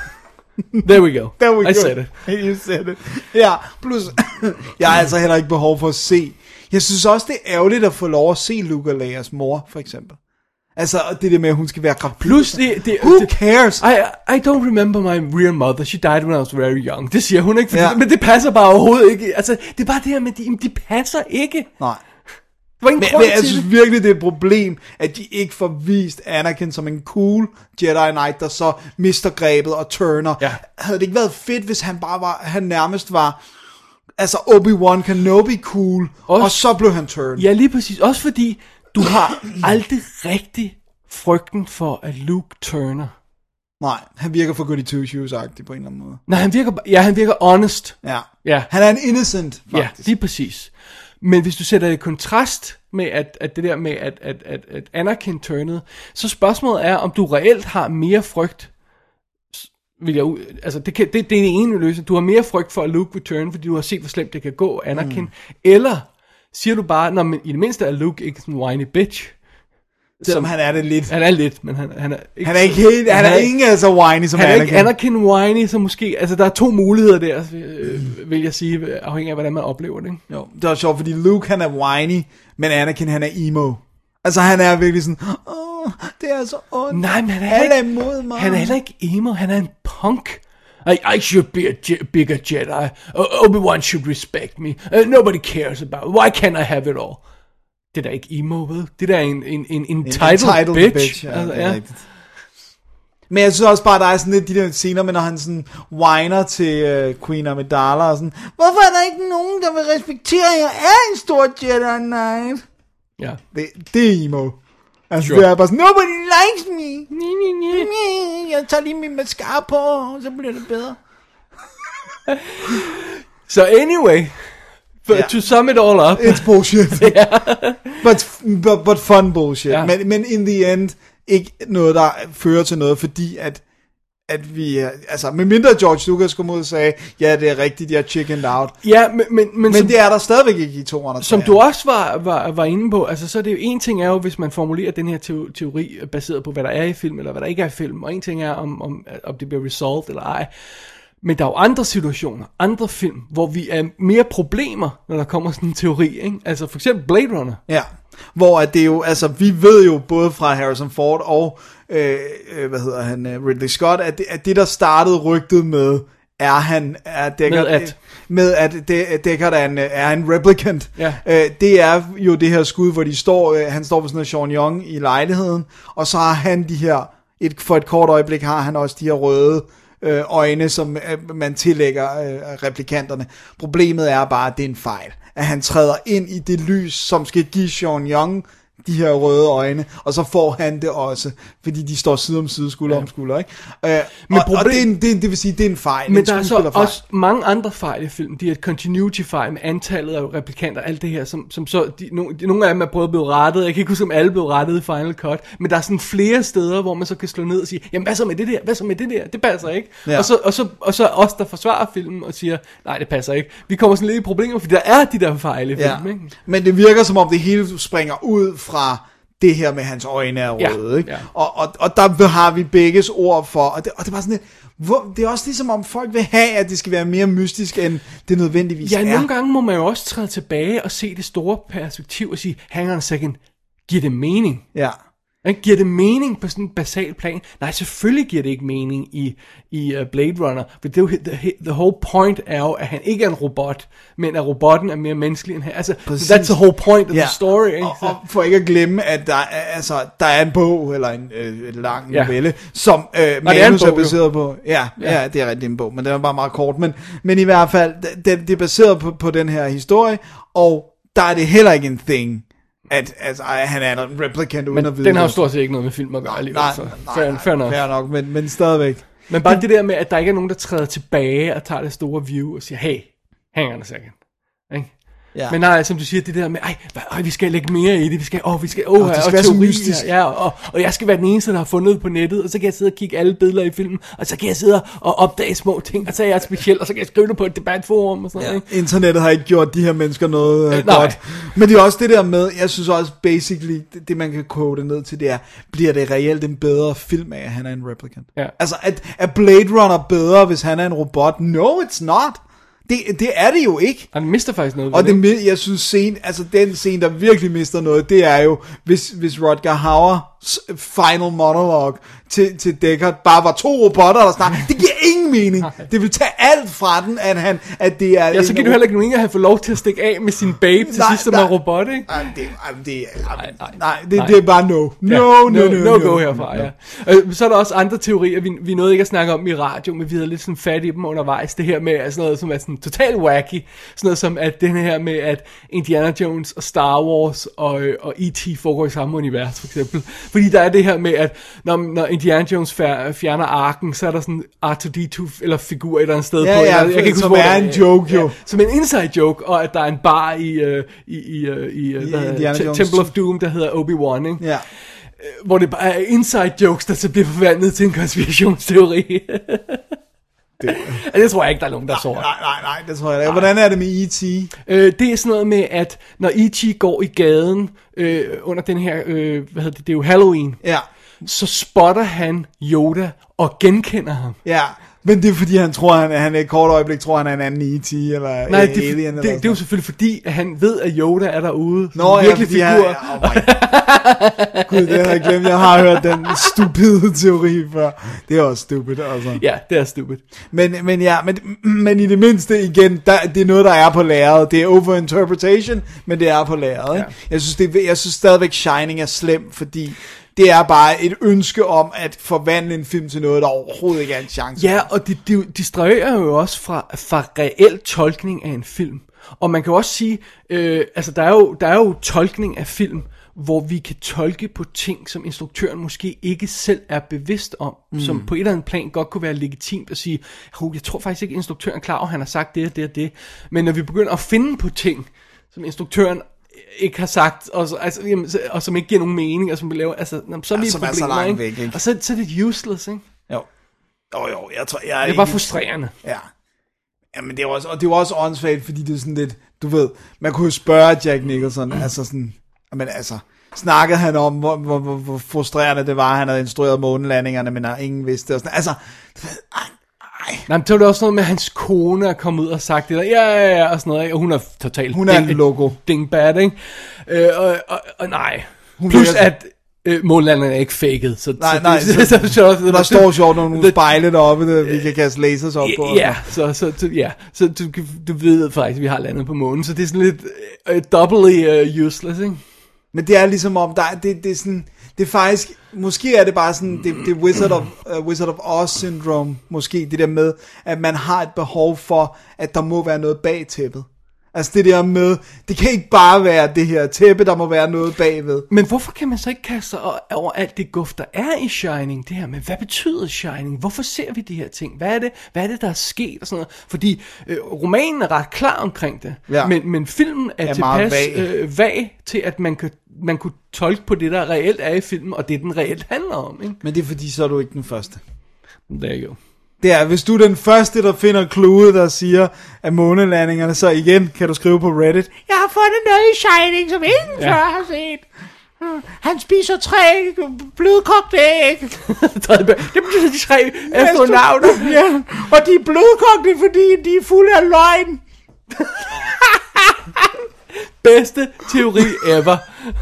[SPEAKER 2] There we go.
[SPEAKER 3] There we
[SPEAKER 2] I
[SPEAKER 3] go.
[SPEAKER 2] said it.
[SPEAKER 3] You said it. Ja, plus, jeg har altså heller ikke behov for at se. Jeg synes også, det er ærgerligt at få lov at se Luke og Leias mor, for eksempel. Altså, det der med, at hun skal være gravid.
[SPEAKER 2] Plus, det, det,
[SPEAKER 3] who
[SPEAKER 2] det,
[SPEAKER 3] cares?
[SPEAKER 2] I, I don't remember my real mother. She died when I was very young. Det siger hun ikke,
[SPEAKER 3] ja.
[SPEAKER 2] men det passer bare overhovedet ikke. Altså, det er bare det her med, de, de passer ikke.
[SPEAKER 3] Nej.
[SPEAKER 2] Men,
[SPEAKER 3] men jeg synes virkelig, det er et problem, at de ikke får vist Anakin som en cool Jedi Knight, der så mister grebet og turner.
[SPEAKER 2] Ja.
[SPEAKER 3] Havde det ikke været fedt, hvis han bare var, han nærmest var, altså Obi-Wan Kenobi cool, også, og så blev han turn.
[SPEAKER 2] Ja, lige præcis. Også fordi, du har aldrig rigtig frygten for, at Luke turner.
[SPEAKER 3] Nej, han virker for goody two shoes-agtig på en eller anden måde.
[SPEAKER 2] Nej, han virker, ja, han virker honest.
[SPEAKER 3] Ja.
[SPEAKER 2] Ja.
[SPEAKER 3] Han er en innocent, faktisk.
[SPEAKER 2] Ja, lige præcis. Men hvis du sætter det i kontrast med, at, at det der med, at, at, at, at Anakin turnede, så spørgsmålet er, om du reelt har mere frygt, vil jeg, altså det, kan, det, det er en ene løsning, du har mere frygt for, at Luke vil turne, fordi du har set, hvor slemt det kan gå, Anakin, mm. eller siger du bare, når man, i det mindste er Luke ikke sådan en whiny bitch,
[SPEAKER 3] som han er det lidt.
[SPEAKER 2] Han er lidt, men han, han er ikke...
[SPEAKER 3] Han er ikke helt, han, han er ikke så whiny som
[SPEAKER 2] han
[SPEAKER 3] Anakin.
[SPEAKER 2] Han er ikke Anakin whiny, så måske... Altså, der er to muligheder der, øh, vil jeg sige, afhængig af, hvordan man oplever det. Ikke?
[SPEAKER 3] Jo, det er sjovt, fordi Luke, han er whiny, men Anakin, han er emo. Altså, han er virkelig sådan... Åh, det er så ondt.
[SPEAKER 2] Nej, men han er,
[SPEAKER 3] han
[SPEAKER 2] ikke,
[SPEAKER 3] er imod mig.
[SPEAKER 2] Han er heller ikke emo, han er en punk. I, I should be a je- bigger Jedi. Uh, Obi-Wan should respect me. Uh, nobody cares about it. Why can't I have it all? Det er da ikke emo, ved? Det der er en, en, en, en entitled, entitled bitch. bitch.
[SPEAKER 3] Ja,
[SPEAKER 2] altså,
[SPEAKER 3] ja. Men jeg synes også bare, der er sådan lidt de der scener, med når han sådan whiner til uh, Queen Amidala og sådan, hvorfor er der ikke nogen, der vil respektere, at jeg er en stor Jedi Knight?
[SPEAKER 2] Ja.
[SPEAKER 3] Det, det er emo. Altså,
[SPEAKER 2] Sure.
[SPEAKER 3] det er bare sådan, nobody likes me. Jeg tager lige min mascara på, og så bliver det bedre.
[SPEAKER 2] Så anyway, for,
[SPEAKER 3] Yeah.
[SPEAKER 2] to sum it all up.
[SPEAKER 3] It's bullshit. but, but, but fun bullshit.
[SPEAKER 2] Ja.
[SPEAKER 3] Men, men in the end, ikke noget, der fører til noget, fordi at, at vi, altså, med mindre George Lucas kom ud og sagde, ja, det er rigtigt, jeg er chickened out.
[SPEAKER 2] Ja, men, men, men,
[SPEAKER 3] Men
[SPEAKER 2] som,
[SPEAKER 3] det er der stadigvæk ikke i to andre.
[SPEAKER 2] som du også var, var, var inde på, altså så er det jo en ting er jo, hvis man formulerer den her teo- teori baseret på, hvad der er i film, eller hvad der ikke er i film, og en ting er, om, om, om det bliver resolved eller ej. Men der er jo andre situationer, andre film, hvor vi er mere problemer, når der kommer sådan en teori, ikke? Altså for eksempel Blade Runner.
[SPEAKER 3] Ja, hvor at det jo, altså vi ved jo både fra Harrison Ford og, øh, øh, hvad hedder han, Ridley Scott, at det, at det der startede rygtet med, er han, er Deckard,
[SPEAKER 2] Med at?
[SPEAKER 3] med at De, Deckard er en, er en replicant.
[SPEAKER 2] Ja.
[SPEAKER 3] Øh, det er jo det her skud, hvor de står, øh, han står ved sådan noget Sean Young i lejligheden, og så har han de her, et, for et kort øjeblik har han også de her røde øh, øjne, som øh, man tillægger øh, replikanterne. Problemet er bare, at det er en fejl. At han træder ind i det lys, som skal give Sean Young de her røde øjne, og så får han det også, fordi de står side om side, skulder ja. om skulder, ikke? Øh,
[SPEAKER 2] Men
[SPEAKER 3] og,
[SPEAKER 2] problem...
[SPEAKER 3] og det, er en, det, er en, det vil sige, det er en fejl.
[SPEAKER 2] Men
[SPEAKER 3] en
[SPEAKER 2] der er så også mange andre fejl i filmen. De er et continuity-fejl med antallet af replikanter, alt det her, som, som så, de, no, de, nogle af dem er prøvet at blive rettet. Jeg kan ikke huske, om alle blev rettet i Final Cut, men der er sådan flere steder, hvor man så kan slå ned og sige, jamen hvad så med det der, hvad så med det der, det passer ikke. Ja. Og, så, og, så, og så os, der forsvarer filmen og siger, nej, det passer ikke. Vi kommer sådan lidt i problemer, fordi der er de der fejl i
[SPEAKER 3] ja.
[SPEAKER 2] filmen, ikke?
[SPEAKER 3] Men det virker som om, det hele springer ud fra det her med hans øjne er røde,
[SPEAKER 2] ja,
[SPEAKER 3] ikke?
[SPEAKER 2] Ja.
[SPEAKER 3] Og, og, og der har vi begges ord for, og det, og det er bare sådan lidt, hvor, det er også ligesom om folk vil have, at det skal være mere mystisk, end det nødvendigvis
[SPEAKER 2] ja,
[SPEAKER 3] er.
[SPEAKER 2] Ja, nogle gange må man jo også træde tilbage og se det store perspektiv og sige, hang on a second, giver det mening?
[SPEAKER 3] Ja.
[SPEAKER 2] Ikke? Giver det mening på sådan en basal plan? Nej, selvfølgelig giver det ikke mening i, i uh, Blade Runner. For det er jo, the, the whole point er jo, at han ikke er en robot, men at robotten er mere menneskelig end han. Altså, so that's the whole point of ja. the story. Ikke?
[SPEAKER 3] Og, og for ikke at glemme, at der er, altså, der er en bog, eller en øh, lang novelle, ja. som øh, manus er, er baseret på. Ja, ja. ja, det er rigtig en bog, men den er bare meget kort. Men, men i hvert fald, det, det er baseret på, på den her historie, og der er det heller ikke en thing, at altså, han er en replicant uden
[SPEAKER 2] men
[SPEAKER 3] at vide.
[SPEAKER 2] Den har jo stort set ikke noget med film at gøre alligevel.
[SPEAKER 3] Nej,
[SPEAKER 2] så.
[SPEAKER 3] nej,
[SPEAKER 2] Fair,
[SPEAKER 3] nej,
[SPEAKER 2] fair nok.
[SPEAKER 3] Fair nok, men, men stadigvæk.
[SPEAKER 2] Men bare det der med, at der ikke er nogen, der træder tilbage og tager det store view og siger, hey, hang on a second. Ikke?
[SPEAKER 3] Ja.
[SPEAKER 2] Men nej, som du siger, det der med, ej, ej vi skal lægge mere i det, vi skal, åh, vi skal, åh,
[SPEAKER 3] oh, det skal
[SPEAKER 2] og
[SPEAKER 3] være så
[SPEAKER 2] teorier,
[SPEAKER 3] mystisk.
[SPEAKER 2] ja, og, og jeg skal være den eneste, der har fundet det på nettet, og så kan jeg sidde og kigge alle billeder i filmen, og så kan jeg sidde og opdage små ting, og så er jeg speciel, og så kan jeg skrive det på et debatforum og sådan
[SPEAKER 3] ja.
[SPEAKER 2] noget, ikke?
[SPEAKER 3] Internettet har ikke gjort de her mennesker noget uh,
[SPEAKER 2] øh,
[SPEAKER 3] godt. Men det er også det der med, jeg synes også basically, det, det man kan koge det ned til, det er, bliver det reelt en bedre film af, at han er en replicant?
[SPEAKER 2] Ja.
[SPEAKER 3] Altså, at, er Blade Runner bedre, hvis han er en robot? No, it's not. Det, det er det jo ikke.
[SPEAKER 2] Han mister faktisk noget.
[SPEAKER 3] Og det, jeg synes, scene, altså den scene, der virkelig mister noget, det er jo, hvis, hvis Rutger Hauers final monologue til, til Deckard bare var to robotter, der snakker. Det giver ingen mening. Det vil tage alt fra den, at, han, at det er...
[SPEAKER 2] Ja, så giver du heller ikke nogen, at han får lov til at stikke af med sin babe til sidst, som er robot, ikke?
[SPEAKER 3] Nej, det, det,
[SPEAKER 2] nej, nej,
[SPEAKER 3] nej, det, det er bare no. No,
[SPEAKER 2] ja,
[SPEAKER 3] no, no,
[SPEAKER 2] no,
[SPEAKER 3] no,
[SPEAKER 2] no,
[SPEAKER 3] no
[SPEAKER 2] go herfra, no. Ja. Øh, så er der også andre teorier, vi, vi nåede ikke at snakke om i radio, men vi havde lidt sådan fat i dem undervejs. Det her med sådan noget, som er sådan totalt wacky. Sådan noget som, at den her med, at Indiana Jones og Star Wars og, og E T foregår i samme univers, for eksempel. Fordi der er det her med, at når, når Indiana Jones fjerner arken, så er der sådan R to D to eller figur et eller andet sted
[SPEAKER 3] ja,
[SPEAKER 2] på.
[SPEAKER 3] Ja,
[SPEAKER 2] jeg, jeg kan ikke
[SPEAKER 3] som
[SPEAKER 2] huske,
[SPEAKER 3] er en joke, jo.
[SPEAKER 2] Ja, som en inside joke, og at der er en bar i, uh, i, i, uh, i, uh, I uh, Temple of Doom, der hedder Obi-Wan, ikke?
[SPEAKER 3] Ja.
[SPEAKER 2] Hvor det bare er inside jokes, der så bliver forvandlet til en konspirationsteori. Det, det tror jeg ikke, der er nogen, der så.
[SPEAKER 3] Nej, nej, nej, det tror jeg ikke. Hvordan er det med E T?
[SPEAKER 2] Øh, det er sådan noget med, at når E T går i gaden øh, under den her, øh, hvad hedder det, det er jo Halloween,
[SPEAKER 3] ja.
[SPEAKER 2] så spotter han Yoda og genkender ham.
[SPEAKER 3] Ja, men det er fordi, han tror, han, han er et kort øjeblik, tror han er en anden E T eller
[SPEAKER 2] Nej, det,
[SPEAKER 3] alien.
[SPEAKER 2] Det,
[SPEAKER 3] eller
[SPEAKER 2] det, det er jo selvfølgelig fordi, at han ved, at Yoda er derude.
[SPEAKER 3] Nå, ja,
[SPEAKER 2] virkelig
[SPEAKER 3] fordi
[SPEAKER 2] figur.
[SPEAKER 3] Han, oh my. Gud, det har jeg glemt. Jeg har hørt den stupide teori før. Det er også stupid, altså.
[SPEAKER 2] Ja, det er stupid.
[SPEAKER 3] Men, men ja, men, men i det mindste igen, der, det er noget, der er på lærredet. Det er overinterpretation, men det er på lærredet. Ja. Jeg synes, det, jeg synes stadigvæk, Shining er slem, fordi det er bare et ønske om at forvandle en film til noget, der overhovedet ikke er en chance.
[SPEAKER 2] Ja, og de, de distraherer jo også fra, fra reel tolkning af en film. Og man kan også sige, øh, altså der er, jo, der er jo tolkning af film, hvor vi kan tolke på ting, som instruktøren måske ikke selv er bevidst om, mm. som på et eller andet plan godt kunne være legitimt at sige, jeg tror faktisk ikke, at instruktøren er klar over, at han har sagt det og det og det, men når vi begynder at finde på ting, som instruktøren ikke har sagt, og, så, altså, jamen, og som ikke giver nogen mening, og som vi laver, altså, så er vi ja,
[SPEAKER 3] problemer, så langt væk,
[SPEAKER 2] ikke? Og så, så er det useless, ikke?
[SPEAKER 3] Jo. Jo, jo, jeg tror, jeg er
[SPEAKER 2] det er bare frustrerende.
[SPEAKER 3] Ja. Jamen, det er også, og det er også åndssvagt, fordi det er sådan lidt, du ved, man kunne jo spørge Jack Nicholson, altså sådan, men altså, snakkede han om, hvor, hvor, hvor, hvor frustrerende det var, han havde instrueret månelandingerne, men der ingen vidste det, og sådan, altså, ej, ej.
[SPEAKER 2] Nej, men det var det også noget med, at hans kone er kommet ud og sagt det der, ja, ja, ja, og sådan noget, ikke? Og hun er totalt
[SPEAKER 3] hun er ding, logo.
[SPEAKER 2] Dingbat, ikke? Øh, og, og, og nej, hun plus bliver... at øh, månelandingerne er ikke faked, så,
[SPEAKER 3] nej,
[SPEAKER 2] så,
[SPEAKER 3] nej,
[SPEAKER 2] det,
[SPEAKER 3] så,
[SPEAKER 2] så, så, så, så
[SPEAKER 3] der står sjovt nogle spejle deroppe, der vi kan kaste lasers op på.
[SPEAKER 2] Ja, så, så, så, ja, så du, du ved faktisk, at vi har landet på månen, så det er sådan lidt uh, doubly uh, useless, ikke?
[SPEAKER 3] Men det er ligesom om, der, det, det er sådan, det er faktisk, måske er det bare sådan, det, det Wizard of, uh, Wizard of Oz syndrome, måske det der med, at man har et behov for, at der må være noget bag tæppet. Altså det der med, det kan ikke bare være det her tæppe, der må være noget bagved.
[SPEAKER 2] Men hvorfor kan man så ikke kaste sig over alt det guf, der er i Shining? Det her med, hvad betyder Shining? Hvorfor ser vi de her ting? Hvad er det, hvad er det der er sket? Og sådan noget? Fordi øh, romanen er ret klar omkring det,
[SPEAKER 3] ja.
[SPEAKER 2] men, men filmen er, er tilpas vag. Øh, vag til, at man kan man kunne tolke på det, der reelt er i filmen, og det den reelt handler om. Ikke?
[SPEAKER 3] Men det er fordi, så er du ikke den første.
[SPEAKER 2] Det er jo.
[SPEAKER 3] Det er, hvis du er den første, der finder clueet, der siger, at månelandingerne, så igen kan du skrive på Reddit, jeg har fundet noget i Shining, som ingen ja. før har set. Han spiser tre blødkogte æg.
[SPEAKER 2] Det betyder de tre astronauter.
[SPEAKER 3] Ja, og de er blødkogte, fordi de er fulde af løgn.
[SPEAKER 2] Bedste teori ever.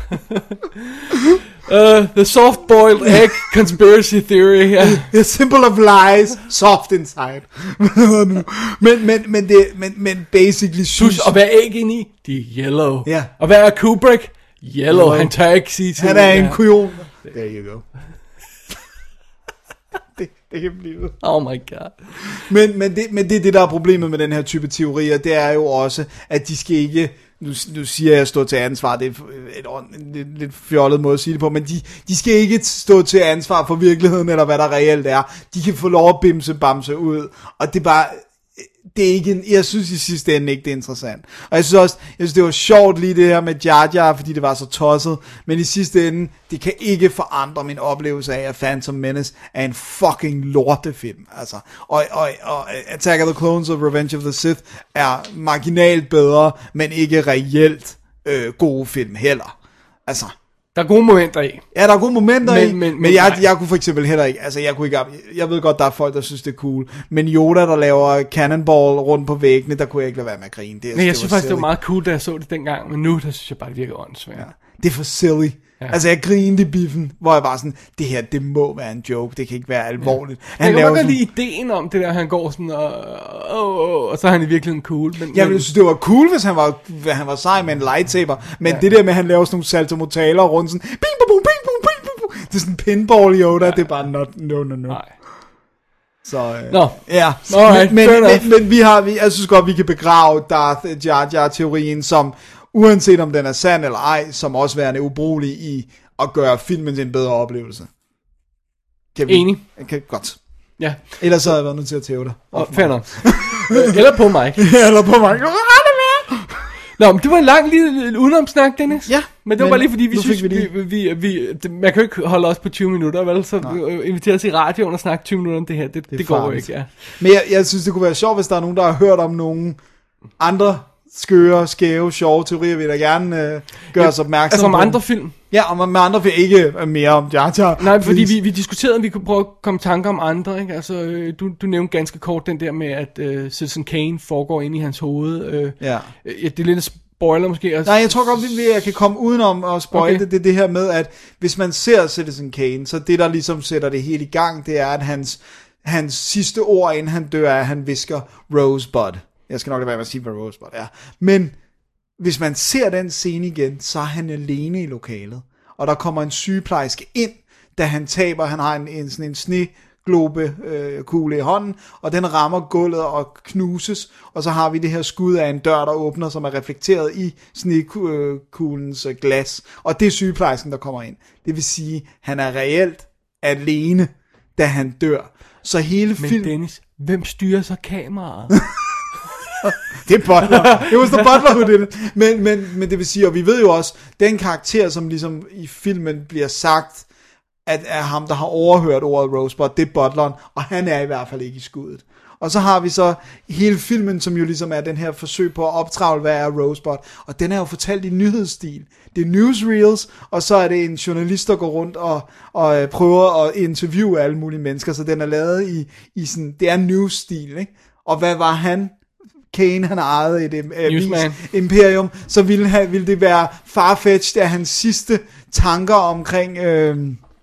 [SPEAKER 2] Uh, the soft-boiled egg conspiracy theory her. Yeah.
[SPEAKER 3] A symbol of lies, soft inside. men, men, men, det, men, men basically...
[SPEAKER 2] Synes, og hvad er æg ind i? De er yellow.
[SPEAKER 3] Ja.
[SPEAKER 2] Og hvad er Kubrick? Yellow. yellow. Han tager ikke sige til
[SPEAKER 3] han er en kujon. There you go. det, det kan blive det.
[SPEAKER 2] Oh my god.
[SPEAKER 3] Men, men, det, men det er det, der er problemet med den her type teorier. Det er jo også, at de skal ikke... Nu, nu siger jeg, at jeg står til ansvar, det er et, en lidt, lidt fjollet måde at sige det på, men de, de skal ikke stå til ansvar for virkeligheden, eller hvad der reelt er. De kan få lov at bimse bamse ud, og det er bare, det er ikke en, jeg synes i sidste ende ikke, det er interessant. Og jeg synes også, jeg synes det var sjovt lige det her med Jar Jar, fordi det var så tosset, men i sidste ende, det kan ikke forandre min oplevelse af, at Phantom Menace er en fucking lortefilm, altså. Og, og, og Attack of the Clones og Revenge of the Sith er marginalt bedre, men ikke reelt øh, gode film heller. Altså.
[SPEAKER 2] Der er gode momenter i.
[SPEAKER 3] Ja, der er gode momenter
[SPEAKER 2] men,
[SPEAKER 3] i,
[SPEAKER 2] men,
[SPEAKER 3] men, men jeg, jeg kunne for eksempel heller ikke, altså jeg kunne ikke, jeg ved godt, der er folk, der synes, det er cool, men Yoda, der laver cannonball rundt på væggene, der kunne jeg ikke lade være med at grine. Det,
[SPEAKER 2] men jeg
[SPEAKER 3] det
[SPEAKER 2] synes faktisk, silly. Det var meget cool, da jeg så det dengang, men nu, der synes jeg bare, det virker åndssvagt. Ja,
[SPEAKER 3] det er for silly. Ja. Altså jeg grinede i biffen, hvor jeg bare sådan, det her, det må være en joke, det kan ikke være alvorligt.
[SPEAKER 2] Ja. Han jeg kan godt lide ideen om det der, han går sådan, og, og, og, og så er han i virkeligheden cool. Men,
[SPEAKER 3] jeg men... synes, det var cool, hvis han var, han var sej med en lightsaber, men ja. Det der med, at han laver sådan nogle saltomortaler rundt, sådan, bing, bing, bing, bing, bing, bing, det er sådan en pinball Yoda, ja. Det er bare not, no, no, no.
[SPEAKER 2] Nej.
[SPEAKER 3] Så, øh,
[SPEAKER 2] no.
[SPEAKER 3] ja,
[SPEAKER 2] Alright,
[SPEAKER 3] men, men, men, men vi har, vi, jeg synes godt, vi kan begrave Darth Jar Jar-teorien som, uanset om den er sand eller ej, som også værende ubrugelig i at gøre filmen til en bedre oplevelse. Kan vi,
[SPEAKER 2] enig.
[SPEAKER 3] Kan, godt.
[SPEAKER 2] Ja.
[SPEAKER 3] Ellers så havde jeg været nødt til at tæve dig.
[SPEAKER 2] Oh, fair nok. Eller på mig.
[SPEAKER 3] Eller på mig.
[SPEAKER 2] Nå, men det var en lang lille udenomsnak, Dennis.
[SPEAKER 3] Ja.
[SPEAKER 2] Men det var bare lige fordi, vi synes,
[SPEAKER 3] vi,
[SPEAKER 2] vi, vi, vi, det, man kan jo ikke holde os på tyve minutter, vel? Så inviterer os i radioen og snakke tyve minutter om det her. Det, det, det går jo ikke, ja.
[SPEAKER 3] Men jeg, jeg synes, det kunne være sjovt, hvis der er nogen, der har hørt om nogen andre skøre, skæve, sjove teorier, vil jeg gerne øh, gøre os opmærksom
[SPEAKER 2] altså
[SPEAKER 3] på.
[SPEAKER 2] Altså om andre film?
[SPEAKER 3] Ja, om med andre film, ikke mere om Jar Jar.
[SPEAKER 2] Nej, fordi vi, vi diskuterede, om vi kunne prøve at komme i tanker om andre, ikke? Altså, øh, du, du nævnte ganske kort den der med, at øh, Citizen Kane foregår inde i hans hoved. Øh,
[SPEAKER 3] ja.
[SPEAKER 2] Øh, det er lidt en spoiler måske. Altså.
[SPEAKER 3] Nej, jeg tror godt, at jeg kan komme udenom at spoile okay. det. Det er det her med, at hvis man ser Citizen Kane, så det, der ligesom sætter det helt i gang, det er, at hans, hans sidste ord, inden han dør, er, at han visker Rosebud. Jeg skal nok lade være med at sige, hvad Rosebud er. Men hvis man ser den scene igen, så er han alene i lokalet. Og der kommer en sygeplejerske ind, da han taber, han har en, en, sådan en sne globe øh, kugle i hånden, og den rammer gulvet og knuses, og så har vi det her skud af en dør, der åbner, som er reflekteret i snekuglens øh, glas, og det er sygeplejersken, der kommer ind. Det vil sige, han er reelt alene, da han dør. Så hele
[SPEAKER 2] Men
[SPEAKER 3] film...
[SPEAKER 2] Dennis, hvem styrer så kameraet?
[SPEAKER 3] Det er Butler. Det var så Butler, who did it. Men, men, men det vil sige, og vi ved jo også, den karakter, som ligesom i filmen bliver sagt, at er ham, der har overhørt ordet Rosebud, det er Butleren, og han er i hvert fald ikke i skuddet. Og så har vi så hele filmen, som jo ligesom er den her forsøg på at optravle, hvad er Rosebud, og den er jo fortalt i nyhedsstil. Det er newsreels, og så er det en journalist, der går rundt og, og prøver at interviewe alle mulige mennesker, så den er lavet i, i sådan, det er news-stil, ikke? Og hvad var han? Kane, han ejede et uh, imperium, så ville, han, ville det være farfetched af hans sidste tanker omkring, øh,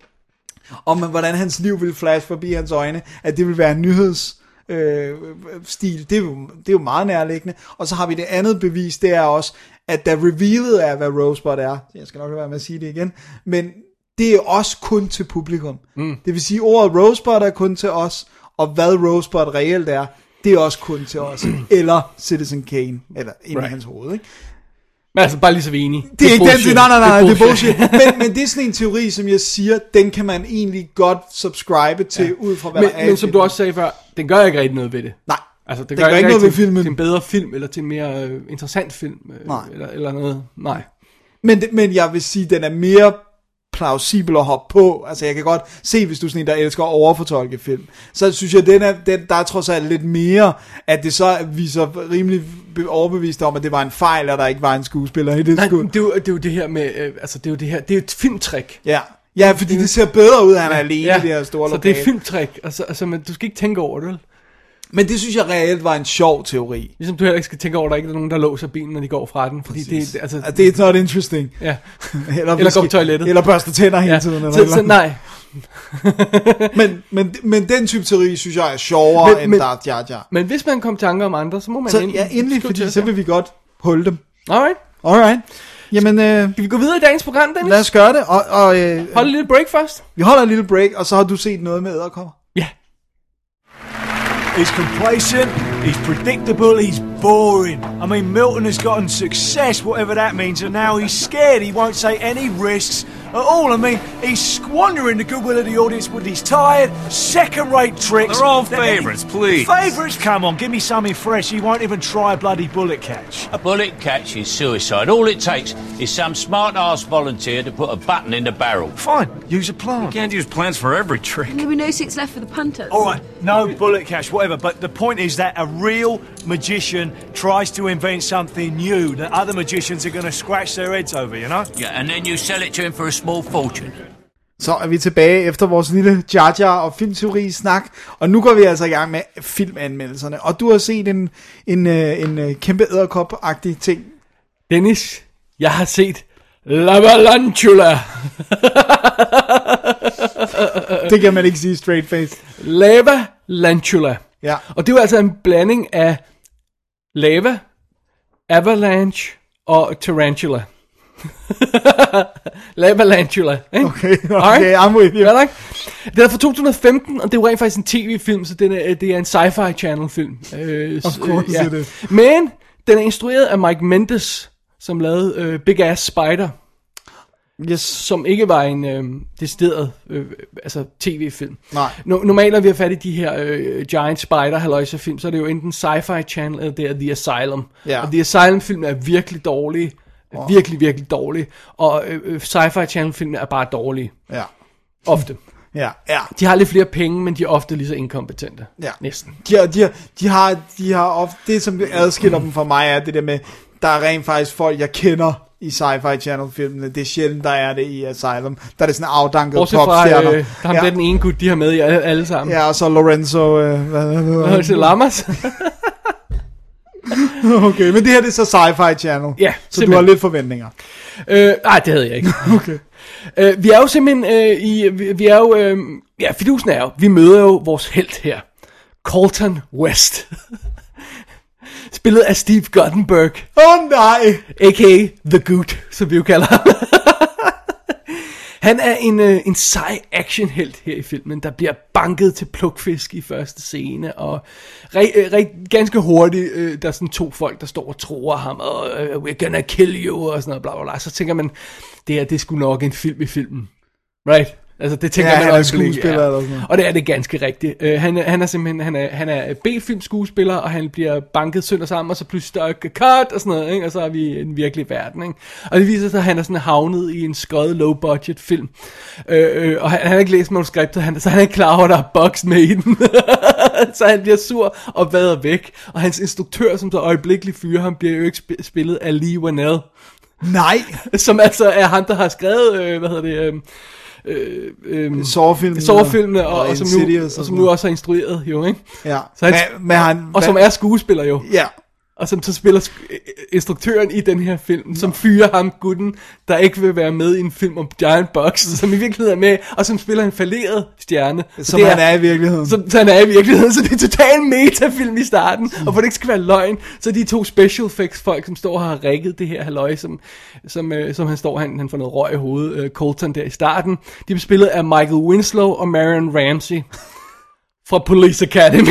[SPEAKER 3] om hvordan hans liv ville flash forbi hans øjne, at det ville være en nyheds øh, stil. Det er, jo, det er jo meget nærliggende. Og så har vi det andet bevis, det er også, at da revealet er, hvad Rosebud er, jeg skal nok lade være med at sige det igen, men det er også kun til publikum. Mm. Det vil sige, ordet Rosebud er kun til os, og hvad Rosebud reelt er, det er også kun til os. Eller Citizen Kane, eller ind right. i hans hoved, ikke?
[SPEAKER 2] Men altså, bare lige så vi er enige.
[SPEAKER 3] Det er, det er ikke bullshit. Den, nej, nej, nej, det er, det er bullshit. men, men det er sådan en teori, som jeg siger, den kan man egentlig godt subscribe til, ja. ud fra hvad
[SPEAKER 2] men,
[SPEAKER 3] der er.
[SPEAKER 2] Men som du også sagde før, den gør ikke rigtig noget ved det.
[SPEAKER 3] Nej,
[SPEAKER 2] altså, det
[SPEAKER 3] den
[SPEAKER 2] gør,
[SPEAKER 3] gør ikke
[SPEAKER 2] ikke
[SPEAKER 3] noget ved
[SPEAKER 2] til,
[SPEAKER 3] filmen.
[SPEAKER 2] til en bedre film, eller til en mere øh, interessant film, øh,
[SPEAKER 3] nej.
[SPEAKER 2] Eller, eller noget. Nej.
[SPEAKER 3] Men, men jeg vil sige, den er mere plausibel at hoppe på. Altså jeg kan godt se, hvis du er sådan en, der elsker at overfortolke film, så synes jeg, den er, den, der er trods alt lidt mere, at det så viser rimelig overbevist om, at det var en fejl, at der ikke var en skuespiller i det
[SPEAKER 2] Nej,
[SPEAKER 3] skud.
[SPEAKER 2] det er, jo, det er jo det her med, øh, altså det er jo det her, det er jo et filmtrick.
[SPEAKER 3] Ja, ja, fordi det, det ser bedre ud, at han er alene ja, i det her store
[SPEAKER 2] så
[SPEAKER 3] lokale.
[SPEAKER 2] det er filmtrick, altså, altså men du skal ikke tænke over det.
[SPEAKER 3] Men det synes jeg reelt var en sjov teori.
[SPEAKER 2] Ligesom du heller ikke skal tænke over, at der ikke er nogen, der låser bilen, når de går fra den. Fordi
[SPEAKER 3] Præcis.
[SPEAKER 2] det, altså,
[SPEAKER 3] det er not interesting.
[SPEAKER 2] Ja.
[SPEAKER 3] eller,
[SPEAKER 2] eller gå på toilettet.
[SPEAKER 3] Eller børste tænder hele ja. tiden. Eller
[SPEAKER 2] så, eller. Så nej.
[SPEAKER 3] men, men, men den type teori, synes jeg, er sjovere men, end men, Darth Jar Jar.
[SPEAKER 2] Men hvis man kommer tanker om andre, så må man...
[SPEAKER 3] Så ind, ja, endelig, fordi så vil vi godt holde dem.
[SPEAKER 2] Alright.
[SPEAKER 3] Alright. Jamen, øh,
[SPEAKER 2] kan vi gå videre i dagens program, Dennis?
[SPEAKER 3] Lad os gøre det. Og, og, øh,
[SPEAKER 2] Hold et lille break først.
[SPEAKER 3] Vi holder et lille break, og så har du set noget med edderkopper.
[SPEAKER 2] Ja.
[SPEAKER 4] He's complacent, he's predictable, he's boring. I mean, Milton has gotten success, whatever that means, and now he's scared he won't take any risks at all. I mean, he's squandering the goodwill of the audience with these tired, second-rate tricks.
[SPEAKER 5] They're all favourites, please.
[SPEAKER 4] Favourites? Come on, give me something fresh. He won't even try a bloody bullet catch.
[SPEAKER 5] A bullet catch is suicide. All it takes is some smart-ass volunteer to put a button in the barrel.
[SPEAKER 4] Fine, use a plant.
[SPEAKER 6] You can't use plants for every trick.
[SPEAKER 7] There'll be no seats left for the punters.
[SPEAKER 4] All right, no bullet catch, whatever. But the point is that a real magician tries to invent something new that other magicians are going to scratch their heads over, you know?
[SPEAKER 5] Yeah, and then you sell it to him for a small fortune.
[SPEAKER 3] Så er vi tilbage efter vores lille Jar Jar og filmteori-snak, og nu går vi altså i gang med filmanmeldelserne. Og du har set en, en, en, en kæmpe edderkop-agtig ting.
[SPEAKER 2] Dennis, jeg har set Lavalantula.
[SPEAKER 3] Det kan man ikke sige straight face.
[SPEAKER 2] Lavalantula.
[SPEAKER 3] Ja.
[SPEAKER 2] Og det er jo altså en blanding af lava, avalanche og tarantula. Lavalantula.
[SPEAKER 3] Okay, okay, I'm with you.
[SPEAKER 2] Ja, den er fra to tusind og femten, og det er jo rent faktisk en tv-film, så den er, det er en sci-fi channel film. Øh,
[SPEAKER 3] of course
[SPEAKER 2] ja.
[SPEAKER 3] it is.
[SPEAKER 2] Men den er instrueret af Mike Mendes, som lavede øh, Big Ass Spider.
[SPEAKER 3] Yes.
[SPEAKER 2] Som ikke var en øh, decideret øh, altså tv-film.
[SPEAKER 3] Nej.
[SPEAKER 2] No, normalt når vi har fat i de her øh, Giant Spider halløjse film, så er det jo enten Sci-Fi Channel eller det er The Asylum.
[SPEAKER 3] Ja.
[SPEAKER 2] Og The Asylum film er virkelig dårlige. Oh. Virkelig, virkelig dårlige. Og øh, Sci-Fi Channel film er bare dårlige.
[SPEAKER 3] Ja.
[SPEAKER 2] Ofte.
[SPEAKER 3] Ja, ja.
[SPEAKER 2] De har lidt flere penge, men de er ofte lige så inkompetente.
[SPEAKER 3] Ja.
[SPEAKER 2] Næsten.
[SPEAKER 3] De har, de har, de har, de har ofte, det som adskiller dem fra mig er det der med, der er rent faktisk folk, jeg kender i Sci-Fi Channel-filmene. Det er sjældent, der er det i Asylum. Der er det sådan afdanket popstjerner.
[SPEAKER 2] Øh, der er ja. den ene gut, de har med i alle, alle sammen.
[SPEAKER 3] Ja, og så Lorenzo... Øh, hvad hedder
[SPEAKER 2] han? Lamas.
[SPEAKER 3] Okay, men det her det er så Sci-Fi Channel.
[SPEAKER 2] Ja,
[SPEAKER 3] så
[SPEAKER 2] simpelthen.
[SPEAKER 3] du har lidt forventninger.
[SPEAKER 2] Øh, nej, det havde jeg ikke.
[SPEAKER 3] Okay.
[SPEAKER 2] Øh, vi er jo simpelthen øh, i... Vi, vi er jo... Øh, ja, fidusen er jo... Vi møder jo vores helt her. Colton West. Spillet af Steve Guttenberg.
[SPEAKER 3] Åh oh, nej!
[SPEAKER 2] A K A The Goot, som vi jo kalder ham. Han er en, øh, en sej actionhelt her i filmen, der bliver banket til plukfisk i første scene, og re, øh, re, ganske hurtigt, øh, der er sådan to folk, der står og tror ham, og uh, we're gonna kill you, og sådan noget, bla bla bla. Så tænker man, det her, det er sgu nok en film i filmen, right? Altså det tænker
[SPEAKER 3] ja,
[SPEAKER 2] man
[SPEAKER 3] han
[SPEAKER 2] også
[SPEAKER 3] er skuespiller
[SPEAKER 2] ja.
[SPEAKER 3] eller sådan noget.
[SPEAKER 2] Og det er det ganske rigtigt. Uh, han, han er simpelthen han er, han er B-film skuespiller, og han bliver banket sønder sammen, og så pludselig der er cut og sådan noget, ikke? Og så er vi i en virkelig verden, ikke? Og det viser sig, at han er sådan havnet i en skød low-budget film. Uh, uh, og han, han har ikke læst manuskriptet, han, så han er ikke klar over, at der er bugs med i den. Så han bliver sur og vader væk. Og hans instruktør, som så øjeblikkeligt fyrer ham, bliver jo ikke spillet af Lee Whannell.
[SPEAKER 3] Nej!
[SPEAKER 2] Som altså er ham, der har skrevet, øh, hvad hedder det... Øh, Øh, øh,
[SPEAKER 3] Saw-filmene,
[SPEAKER 2] Saw-filmene og, og, og, som nu,
[SPEAKER 3] og,
[SPEAKER 2] og som nu også er instrueret jo, ikke?
[SPEAKER 3] Ja.
[SPEAKER 2] Så han,
[SPEAKER 3] men, men han,
[SPEAKER 2] og som er skuespiller jo.
[SPEAKER 3] Ja.
[SPEAKER 2] Og som så spiller sk- instruktøren i den her film, som fyrer ham gutten, der ikke vil være med i en film om Giant Bugs, som i virkeligheden er med, og som spiller en falderet stjerne.
[SPEAKER 3] Som han er, er i virkeligheden.
[SPEAKER 2] Som, så han er i virkeligheden, så det er totalt metafilm i starten, mm. og for det ikke skal være løgn, så de to special effects folk, som står og har rigget det her halløj, som, som, øh, som han står, han, han får noget røg i hovedet, øh, Colton der i starten, de bliver spillet af Michael Winslow og Marion Ramsey fra Police Academy.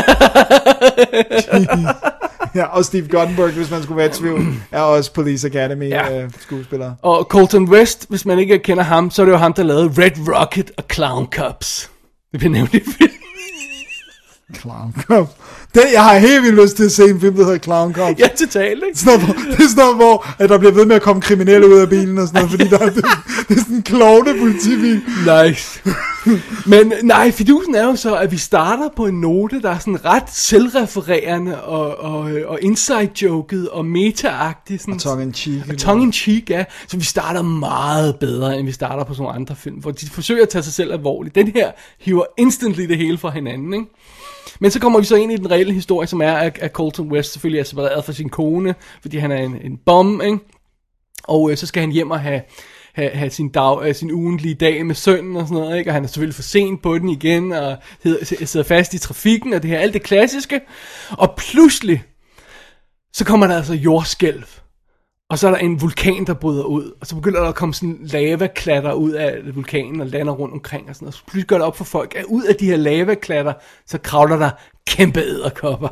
[SPEAKER 3] Ja, og Steve Guttenberg, hvis man skulle være i tvivl, er også Police Academy ja. øh, skuespiller.
[SPEAKER 2] Og Colton West, hvis man ikke kender ham, så er det jo ham, der lavede Red Rocket og Clown Cops. Det bliver nævnt i filmen.
[SPEAKER 3] Clown Cops. Det, jeg har helt vildt lyst til at se en film, der hedder Clown Cops.
[SPEAKER 2] Ja, totalt, ikke?
[SPEAKER 3] Sådan noget, det er sådan noget, hvor at der bliver ved med at komme kriminelle ud af bilen og sådan noget, fordi der er, det, det er sådan en klovne politibil.
[SPEAKER 2] Nice. Men nej, fidusen er jo så, at vi starter på en note, der er sådan ret selvrefererende og, og, og inside-joket og meta-agtig. Sådan,
[SPEAKER 3] og tongue-in-cheek.
[SPEAKER 2] Og tongue-in-cheek, ja. Så vi starter meget bedre, end vi starter på sådan nogle andre film, hvor de forsøger at tage sig selv alvorligt. Den her hiver instantly det hele fra hinanden, ikke? Men så kommer vi så ind i den reelle historie, som er, at Colton West selvfølgelig er separeret fra sin kone, fordi han er en, en bum, ikke? Og øh, så skal han hjem og have, have, have sin, dag, øh, sin ugentlige dag med sønnen og sådan noget, ikke? Og han er selvfølgelig for sent på den igen, og hedder, sidder fast i trafikken, og det her, alt det klassiske. Og pludselig, så kommer der altså jordskælv. Og så er der en vulkan, der bryder ud, og så begynder der at komme sådan lavaklatter ud af vulkanen og lander rundt omkring og sådan noget. Så pludselig gør det op for folk, at ud af de her lavaklatter, så kravler der kæmpe edderkopper.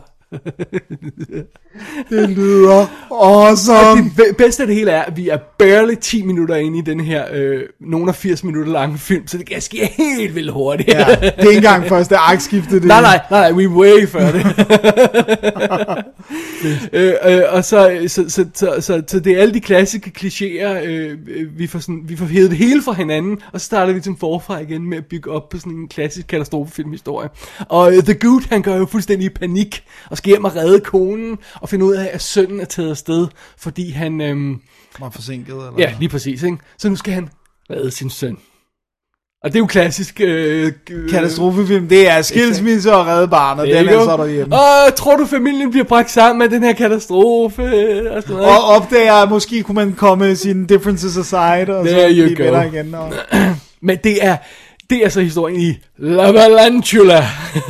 [SPEAKER 3] Det lyder awesome.
[SPEAKER 2] Og det bedste af det hele er, at vi er barely ti minutter inde i den her, øh, nogle af firs minutter lange film, så det kan ske helt vildt hurtigt.
[SPEAKER 3] Ja, det er ikke engang første arkskifte. Det
[SPEAKER 2] nej, nej, nej, we way før det. øh, øh, og så, så, så, så, så, så det er alle de klassiske klichéer, øh, vi, får sådan, vi får hævet det hele fra hinanden, og så starter vi til forfra igen med at bygge op på sådan en klassisk katastrofefilmhistorie. Og uh, The Good, han gør jo fuldstændig i panik, og skal hjem og redde konen, og finde ud af, at sønnen er taget afsted, fordi han... Øhm,
[SPEAKER 3] var forsinket, eller?
[SPEAKER 2] Ja, lige præcis, ikke? Så nu skal han redde sin søn. Og det er jo klassisk... Øh,
[SPEAKER 3] katastrofefilm, det er skilsmisse og redde barnet, det er så derhjemme.
[SPEAKER 2] Og tror du, familien bliver bragt sammen med den her katastrofe? Og, sådan noget,
[SPEAKER 3] og opdager, at måske kunne man komme sine differences aside, og
[SPEAKER 2] there
[SPEAKER 3] så blive venner igen. Og...
[SPEAKER 2] Men det er, det er så historien i Lavalantula.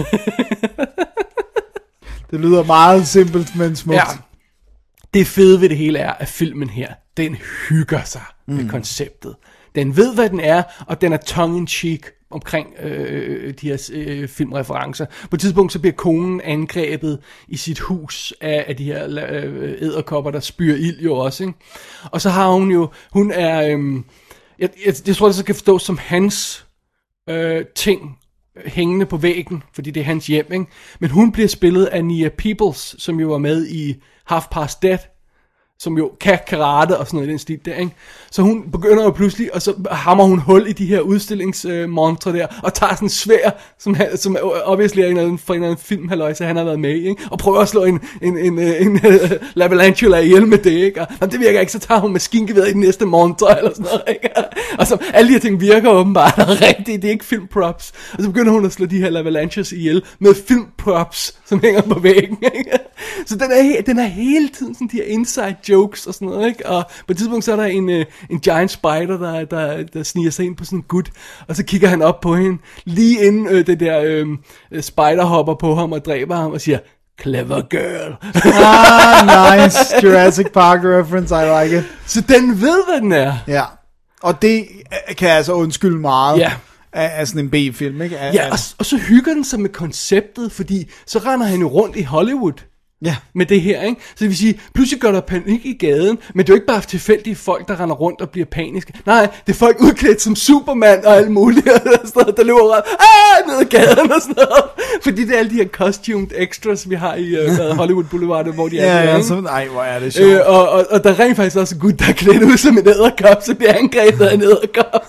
[SPEAKER 3] Det lyder meget simpelt, men smukt. Ja.
[SPEAKER 2] Det fede ved det hele er, at filmen her, den hygger sig mm. med konceptet. Den ved, hvad den er, og den er tongue-in-cheek omkring øh, de her øh, filmreferencer. På et tidspunkt, så bliver konen angrebet i sit hus af, af de her øh, edderkopper, der spyr ild jo også, ikke? Og så har hun jo, hun er, øh, jeg, jeg, jeg tror, det så kan forstås som hans øh, ting, hængende på væggen, fordi det er hans hjem, ikke? Men hun bliver spillet af Nia Peoples, som jo var med i Half Past Dead, som jo kan karate og sådan noget i den stil der, ikke? Så hun begynder jo pludselig, og så hammer hun hul i de her udstillingsmontre der, og tager sådan en svær, som, som obviously er en af fra en eller anden filmhalløjse, han har været med i, ikke? Og prøver at slå en, en, en, en, en uh, Lavalantula ihjel med det, ikke? Og det virker ikke, så tager hun maskingeværet i den næste montre, eller sådan noget, ikke? Og så alle de her ting virker åbenbart rigtigt, det er ikke filmprops. Og så begynder hun at slå de her Lavalanchas ihjel med filmprops, som hænger på væggen, ikke? Så den er, den er hele tiden sådan de her inside jokes og sådan noget, ikke? Og på et tidspunkt så er der en, uh, en giant spider, der, der, der sniger sig ind på sådan en gut, og så kigger han op på hende, lige inden uh, det der uh, spider hopper på ham og dræber ham og siger, clever girl.
[SPEAKER 3] Ah, nice. Jurassic Park reference, I like it.
[SPEAKER 2] Så den ved, hvad den er.
[SPEAKER 3] Ja. Og det kan altså undskylde meget.
[SPEAKER 2] Ja.
[SPEAKER 3] Af, af sådan en B-film, ikke? Af,
[SPEAKER 2] Ja, og, og så hygger den sig med konceptet, fordi så render han jo rundt i Hollywood.
[SPEAKER 3] Ja.
[SPEAKER 2] Med det her, ikke? Så det vil sige, pludselig gør der panik i gaden, men det er jo ikke bare tilfældige folk, der render rundt og bliver paniske. Nej, det er folk udklædt som Superman og alt muligt, og sådan noget, der løber rundt, ah, ned ad gaden og sådan noget. Fordi det er alle de her costumed extras, vi har i uh, Hollywood Boulevard, hvor de er.
[SPEAKER 3] Ja,
[SPEAKER 2] der,
[SPEAKER 3] ja,
[SPEAKER 2] ikke?
[SPEAKER 3] så, nej, hvor er det sjovt.
[SPEAKER 2] Øh, og, og, og der er rent faktisk også en gut, der er klædt ud som en edderkop, så bliver angrebet af en edderkop.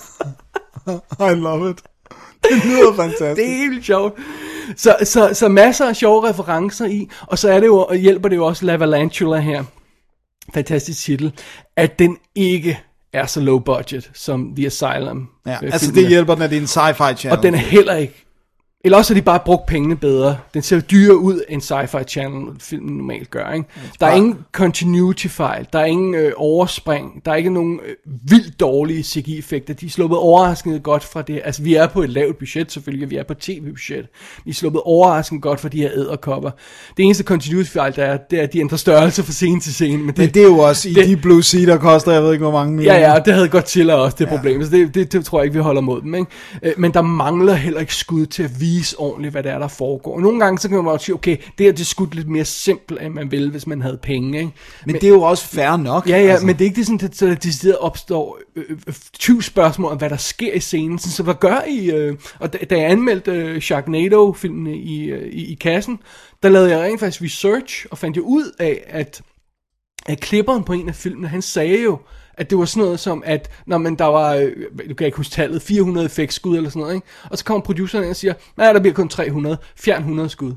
[SPEAKER 3] I love it. Det lyder fantastisk.
[SPEAKER 2] Det er helt sjovt. Så, så, så masser af sjove referencer i, og så er det jo, og hjælper det jo også Lavalantula her, fantastisk titel, at den ikke er så low budget som The Asylum.
[SPEAKER 3] Ja,
[SPEAKER 2] øh,
[SPEAKER 3] altså
[SPEAKER 2] filmen
[SPEAKER 3] det hjælper den, at det er en sci-fi channel.
[SPEAKER 2] Og den er heller ikke, eller også har de bare brugt pengene bedre. Den ser dyrere ud end sci-fi channel filmen normalt gør, ikke? Der er ingen continuity fejl, der er ingen øh, overspring, der er ikke nogen øh, vildt dårlige C G I-effekter. De er sluppet overraskende godt fra det. Altså vi er på et lavt budget selvfølgelig, vi er på tv-budget. Vi er sluppet overraskende godt fra de her edderkopper. Det eneste continuity fejl der er, det er, at de ændrer størrelse fra scene til scene. Men det,
[SPEAKER 3] Men det er jo også i
[SPEAKER 2] det,
[SPEAKER 3] de Blue Sea, der koster, jeg ved ikke hvor mange millioner.
[SPEAKER 2] Ja, ja, det havde Godzilla også, det ja. problem. Så det, det, det tror jeg ikke, vi holder mod dem, ikke? Men der mangler heller ikke skud til at vise ordentligt, hvad det er, der foregår. Nogle gange, så kan man bare sige, okay, det er det skudt lidt mere simpelt, end man ville, hvis man havde penge, ikke?
[SPEAKER 3] Men, men det er jo også fair nok.
[SPEAKER 2] Ja, ja, altså. Men det er ikke det sådan, at der decideret opstår øh, tyve spørgsmål om, hvad der sker i scenen. Så hvad gør I? Øh, og da, da jeg anmeldte øh, Sharknado-filmene i, øh, i, i kassen, der lavede jeg rent faktisk research, og fandt jo ud af, at, at klipperen på en af filmene, han sagde jo, at det var sådan noget som, at når man der var, øh, du kan ikke huske tallet, fire hundrede effektskud eller sådan noget, ikke? Og så kommer produceren ind og siger, nej, der bliver kun tre hundrede, fjern hundrede skud.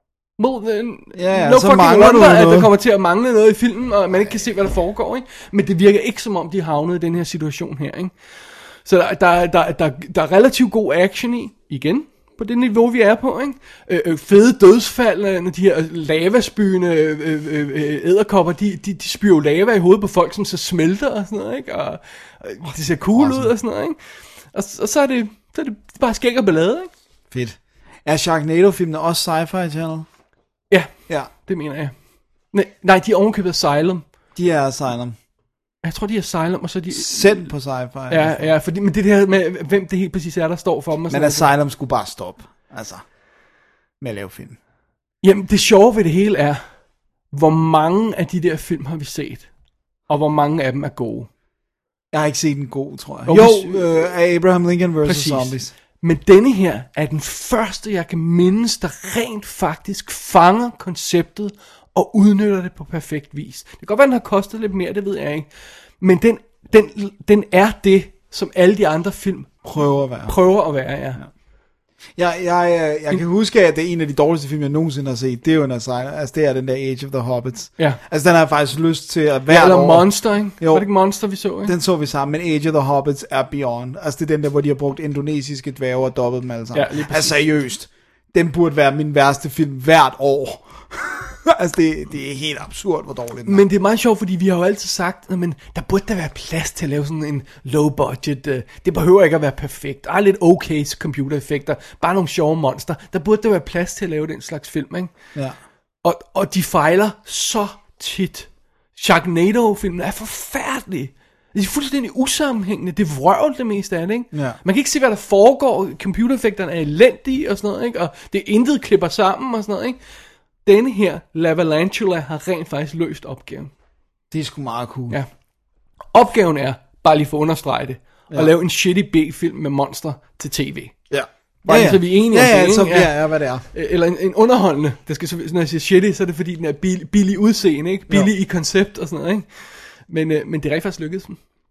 [SPEAKER 2] Mod, øh,
[SPEAKER 3] ja, ja,
[SPEAKER 2] no
[SPEAKER 3] så mangler du
[SPEAKER 2] wonder, at
[SPEAKER 3] noget.
[SPEAKER 2] der kommer til at mangle noget i filmen, og man ikke kan se, hvad der foregår, ikke? Men det virker ikke som om, de havnede i den her situation her, ikke? Så der, der, der, der, der er relativt god action i, igen, på det niveau, vi er på, ikke? Øh, øh, fede dødsfald, når de her lavaspyende øh, øh, øh, edderkopper, de, de, de spyrer lava i hovedet på folk, som så smelter og sådan noget, ikke? Og, og det ser cool awesome. ud og sådan noget, ikke? Og, og så, er det, så er det bare skæg og ballade, ikke?
[SPEAKER 3] Fedt. Er Sharknado-filmene også sci-fi channel?
[SPEAKER 2] Ja,
[SPEAKER 3] ja,
[SPEAKER 2] det mener jeg. Nej, nej, de er ovenkøbet Asylum.
[SPEAKER 3] De er Asylum.
[SPEAKER 2] Jeg tror, de er Asylum, og så er de...
[SPEAKER 3] Sendt på sci-fi.
[SPEAKER 2] Ja, ja, fordi, men det der med, hvem det helt præcis er, der står for dem. Og
[SPEAKER 3] men Asylum skulle bare stoppe, altså, med at lave film.
[SPEAKER 2] Jamen, det sjove ved det hele er, hvor mange af de der film har vi set, og hvor mange af dem er gode.
[SPEAKER 3] Jeg har ikke set en god, tror jeg.
[SPEAKER 2] Og
[SPEAKER 3] jo,
[SPEAKER 2] hvis,
[SPEAKER 3] øh, Abraham Lincoln versus.
[SPEAKER 2] Præcis.
[SPEAKER 3] Zombies.
[SPEAKER 2] Men denne her er den første, jeg kan mindes, der rent faktisk fanger konceptet og udnytter det på perfekt vis. Det kan godt være, den har kostet lidt mere, det ved jeg ikke. Men den, den, den er det, som alle de andre film
[SPEAKER 3] prøver at være.
[SPEAKER 2] Prøver at være, ja. ja.
[SPEAKER 3] Jeg, jeg, jeg kan huske, at det er en af de dårligste film, jeg nogensinde har set. Det er jo en Asylum. Altså, det er den der Age of the Hobbits.
[SPEAKER 2] Ja.
[SPEAKER 3] Altså, den har jeg faktisk lyst til at være.
[SPEAKER 2] Ja, eller Monster, ikke?
[SPEAKER 3] Jo.
[SPEAKER 2] Var det ikke Monster, vi så, ikke?
[SPEAKER 3] Den så vi sammen, men Age of the Hobbits er beyond. Altså, det er den der, hvor de har brugt indonesiske dværge og dobbelt dem alle sammen.
[SPEAKER 2] Ja,
[SPEAKER 3] altså, seriøst. Den burde være min værste film hvert år. Altså, det, det er helt absurd, hvor dårligt den er.
[SPEAKER 2] Men det er meget sjovt, fordi vi har jo altid sagt, at der burde der være plads til at lave sådan en low budget. Uh, det behøver ikke at være perfekt. Der er lidt okay computereffekter. Bare nogle sjove monster. Der burde der være plads til at lave den slags film, ikke?
[SPEAKER 3] Ja.
[SPEAKER 2] Og, og de fejler så tit. Sharknado-filmen er forfærdelig. Det er fuldstændig usammenhængende. Det er vrøvl det meste af det, ikke?
[SPEAKER 3] Ja.
[SPEAKER 2] Man kan ikke se, hvad der foregår. Computereffekterne er elendige og sådan noget, ikke? Og det intet klipper sammen og sådan noget, ikke? Denne her, Lavalantula, har rent faktisk løst opgaven.
[SPEAKER 3] Det er sgu meget cool.
[SPEAKER 2] Ja. Opgaven er, bare lige for at understrege det, ja. At lave en shitty B-film med monster til tv.
[SPEAKER 3] Ja.
[SPEAKER 2] Bare
[SPEAKER 3] ja, ja.
[SPEAKER 2] så vi er enige
[SPEAKER 3] ja,
[SPEAKER 2] om
[SPEAKER 3] ja,
[SPEAKER 2] det,
[SPEAKER 3] så,
[SPEAKER 2] ikke?
[SPEAKER 3] Ja, ja, hvad det er.
[SPEAKER 2] Eller en, en underholdende. Det skal, når jeg siger shitty, så er det fordi, den er billig, billig udseende, ikke? Billig ja. I koncept og sådan noget, ikke? Men, øh, men det er rigtig faktisk lykkedes.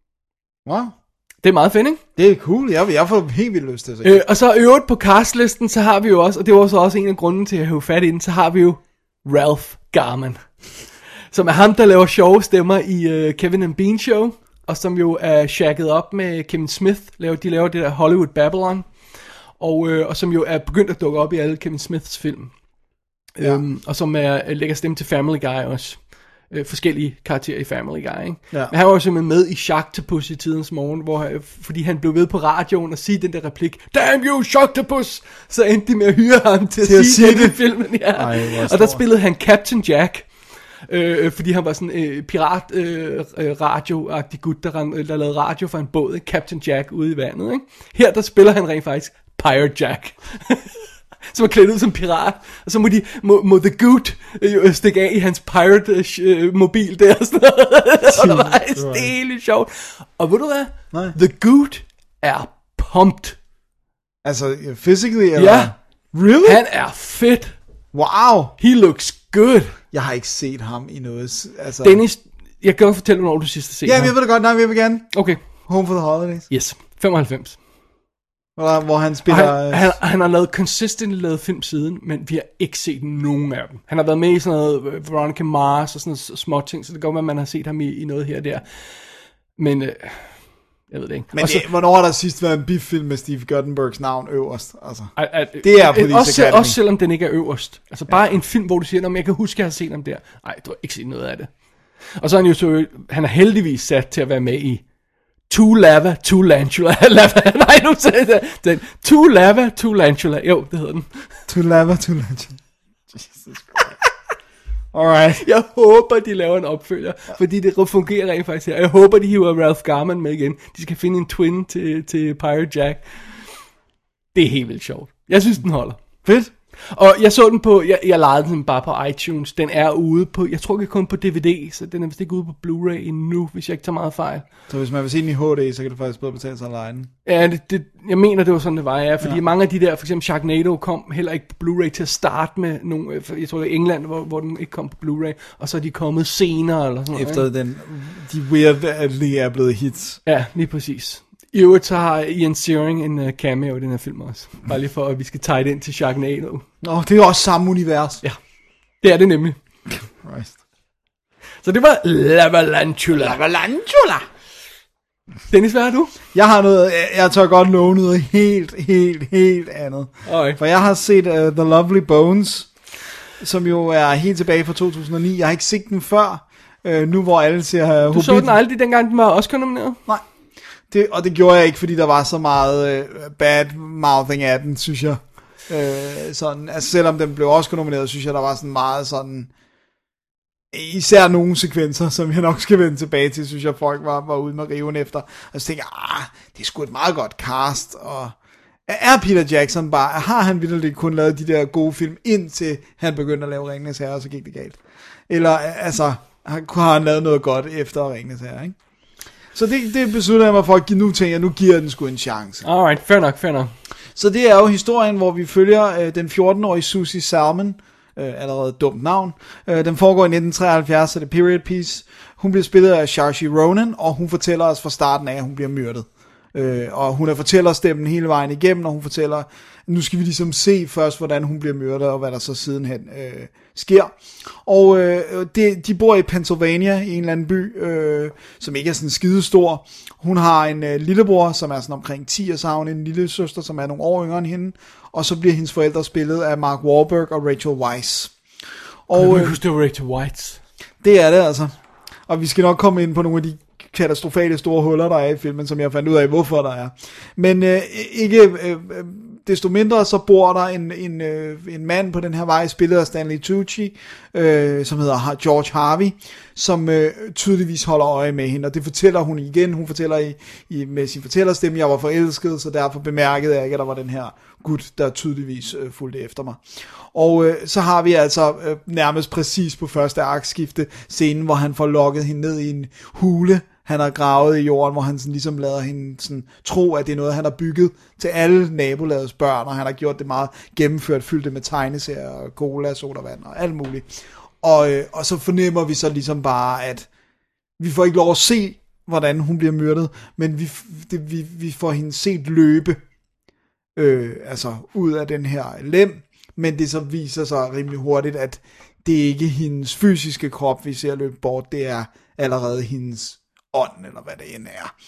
[SPEAKER 3] Wow.
[SPEAKER 2] Det er meget fedt, ikke?
[SPEAKER 3] Det er cool. Jeg, jeg får helt vildt lyst til at se.
[SPEAKER 2] Øh, og så øvrigt på castlisten, så har vi jo også, og det var så også en af grunden til at have fat i den, så har vi jo Ralph Garman, som er ham, der laver sjove stemmer i uh, Kevin and Bean Show, og som jo er shacket op med Kevin Smith. Laver, de laver det der Hollywood Babylon, og, øh, og som jo er begyndt at dukke op i alle Kevin Smiths film. Ja. Øhm, og som er, lægger stemme til Family Guy også. Øh, forskellige karakterer i Family Guy, ikke? Ja. Men han var jo simpelthen med i Sharktopus i tidens morgen, hvor han, fordi han blev ved på radioen og sige den der replik, Damn you, Sharktopus! Så endte de med at hyre ham til, til at sige det i filmen, ja. Ej, og der spillede han Captain Jack. øh, fordi han var sådan en øh, pirat øh, radio-agtig gut, der, der lavede radio for en båd, ikke? Captain Jack ude i vandet. Ikke? Her der spiller han rent faktisk Pirate Jack. Som er klædt ud som pirat, og så må, de, må, må The Goot øh, stikke af i hans pirate-mobil øh, der, og sådan noget. Og det var stille sjovt. Og ved du hvad?
[SPEAKER 3] Nej.
[SPEAKER 2] The Goot er pumped.
[SPEAKER 3] Altså, physically, eller?
[SPEAKER 2] Ja.
[SPEAKER 3] Really?
[SPEAKER 2] Han er fedt.
[SPEAKER 3] Wow.
[SPEAKER 2] He looks good.
[SPEAKER 3] Jeg har ikke set ham i noget, altså...
[SPEAKER 2] Dennis, jeg kan godt fortælle, hvornår du sidst har set
[SPEAKER 3] ja,
[SPEAKER 2] ham.
[SPEAKER 3] jeg ved det godt. Nej, jeg vil gerne.
[SPEAKER 2] Okay.
[SPEAKER 3] Home for the Holidays.
[SPEAKER 2] Yes, femoghalvfems.
[SPEAKER 3] Hvor, hvor han spiller...
[SPEAKER 2] Han, han, han har lavet consistently lavet film siden, men vi har ikke set nogen af dem. Han har været med i sådan noget Veronica Mars og sådan noget små ting, så det går, at man har set ham i, i noget her og der. Men øh, jeg ved det ikke.
[SPEAKER 3] Men
[SPEAKER 2] Også,
[SPEAKER 3] det, hvornår har der sidst været en biff-film med Steve Guttenbergs navn øverst? Altså,
[SPEAKER 2] at, at,
[SPEAKER 3] det er Police
[SPEAKER 2] også,
[SPEAKER 3] Academy.
[SPEAKER 2] også selvom den ikke er øverst. Altså bare ja. En film, hvor du siger, at jeg kan huske, at jeg har set ham der. Nej, du har ikke set noget af det. Og så er han jo så, han er heldigvis sat til at være med i Two Lava, Two Lantula. Lava. Nej, nu sagde jeg den. Two Lava, Two Lantula. Jo, det hedder den.
[SPEAKER 3] Two Lava, Two Lantula. Jesus Christ. Alright.
[SPEAKER 2] Jeg håber, de laver en opfølger, fordi det fungerer rent faktisk her. Jeg håber, de hiver Ralph Garman med igen. De skal finde en twin til, til Pirate Jack. Det er helt vildt sjovt. Jeg synes, den holder.
[SPEAKER 3] Fedt.
[SPEAKER 2] Og jeg så den på, jeg, jeg lejede den bare på iTunes. Den er ude på, jeg tror ikke kun på D V D, så den er vist ikke ude på Blu-ray endnu, hvis jeg ikke tager meget fejl.
[SPEAKER 3] Så hvis man vil se den i H D, så kan det faktisk bedre betale sig at lege den.
[SPEAKER 2] Ja, det, det, jeg mener, det var sådan, det var, ja. Fordi ja. Mange af de der, for eksempel Sharknado, kom heller ikke på Blu-ray til at starte med. Nogle, jeg tror, det var England, hvor, hvor den ikke kom på Blu-ray. Og så er de kommet senere, eller sådan noget.
[SPEAKER 3] Efter ja. den, de weirdly er blevet hits.
[SPEAKER 2] Ja, lige præcis. I øvrigt så har Ian Ziering en uh, cameo i den her film også. Bare lige for, at vi skal tie det ind til Sharknado.
[SPEAKER 3] Nå, det er også samme univers.
[SPEAKER 2] Ja, det er det nemlig.
[SPEAKER 3] Christ.
[SPEAKER 2] Så det var Lavalantula.
[SPEAKER 3] Lavalantula.
[SPEAKER 2] Dennis, hvad har du?
[SPEAKER 3] Jeg har noget, jeg, jeg tør godt love noget helt, helt, helt andet.
[SPEAKER 2] Okay.
[SPEAKER 3] For jeg har set uh, The Lovely Bones, som jo er helt tilbage fra to tusind og ni. Jeg har ikke set den før, uh, nu hvor alle ser uh,
[SPEAKER 2] Du
[SPEAKER 3] Hobbit.
[SPEAKER 2] så den aldrig, dengang den var Oscar-nomineret?
[SPEAKER 3] Nej. Det, og det gjorde jeg ikke, fordi der var så meget øh, bad mouthing af den, synes jeg. Øh, sådan, altså selvom den blev også nomineret, synes jeg, der var sådan meget sådan... Især nogle sekvenser, som jeg nok skal vende tilbage til, synes jeg, folk var, var ude med riven efter. Og så tænkte jeg, ah, det er sgu et meget godt cast, og... Er Peter Jackson bare... Har han virkelig kun lavet de der gode film, indtil han begyndte at lave Ringenes Herre, og så gik det galt? Eller, altså, har han lavet noget godt efter Ringenes Herre, ikke? Så det, det beslutter jeg mig for at give nu til, at nu giver den sgu en chance.
[SPEAKER 2] Alright, fair nok, fair nok.
[SPEAKER 3] Så det er jo historien, hvor vi følger øh, den fjorten-årige Susie Salmon, øh, allerede et dumt navn. Øh, den foregår i nitten treoghalvfjerds, så det er period piece. Hun bliver spillet af Saoirse Ronan, og hun fortæller os fra starten af, at hun bliver myrdet. Øh, og hun er fortællerstemmen hele vejen igennem, og hun fortæller, nu skal vi ligesom se først, hvordan hun bliver myrdet, og hvad der så sidenhen øh, sker. Og øh, de, de bor i Pennsylvania, i en eller anden by, øh, som ikke er sådan skidestor. Hun har en øh, lillebror, som er sådan omkring ti, og så har hun en lille søster, som er nogle år yngre end hende. Og så bliver hendes forældre spillet af Mark Wahlberg og Rachel Weisz.
[SPEAKER 2] Og øh, det var Rachel Weisz.
[SPEAKER 3] Det er det altså. Og vi skal nok komme ind på nogle af de katastrofale store huller, der er i filmen, som jeg fandt ud af, hvorfor der er. Men øh, ikke øh, desto mindre, så bor der en, en, øh, en mand på den her vej, spillet af Stanley Tucci, øh, som hedder George Harvey, som øh, tydeligvis holder øje med hende, og det fortæller hun igen. Hun fortæller i, i, med sin fortællerstemme, jeg var forelsket, så derfor bemærkede jeg ikke, at der var den her gut, der tydeligvis øh, fulgte efter mig. Og øh, så har vi altså øh, nærmest præcis på første arkskifte scenen, hvor han får lokket hende ned i en hule, han har gravet i jorden, hvor han sådan ligesom lader hende sådan tro, at det er noget, han har bygget til alle nabolagets børn, og han har gjort det meget gennemført, fyldt det med tegneserier, og cola, sodavand og alt muligt. Og, øh, og så fornemmer vi så ligesom bare, at vi får ikke lov at se, hvordan hun bliver myrdet, men vi, det, vi, vi får hende set løbe, øh, altså ud af den her lem, men det så viser sig rimelig hurtigt, at det er ikke hendes fysiske krop, vi ser løbe bort, det er allerede hendes ånd, eller hvad det end er.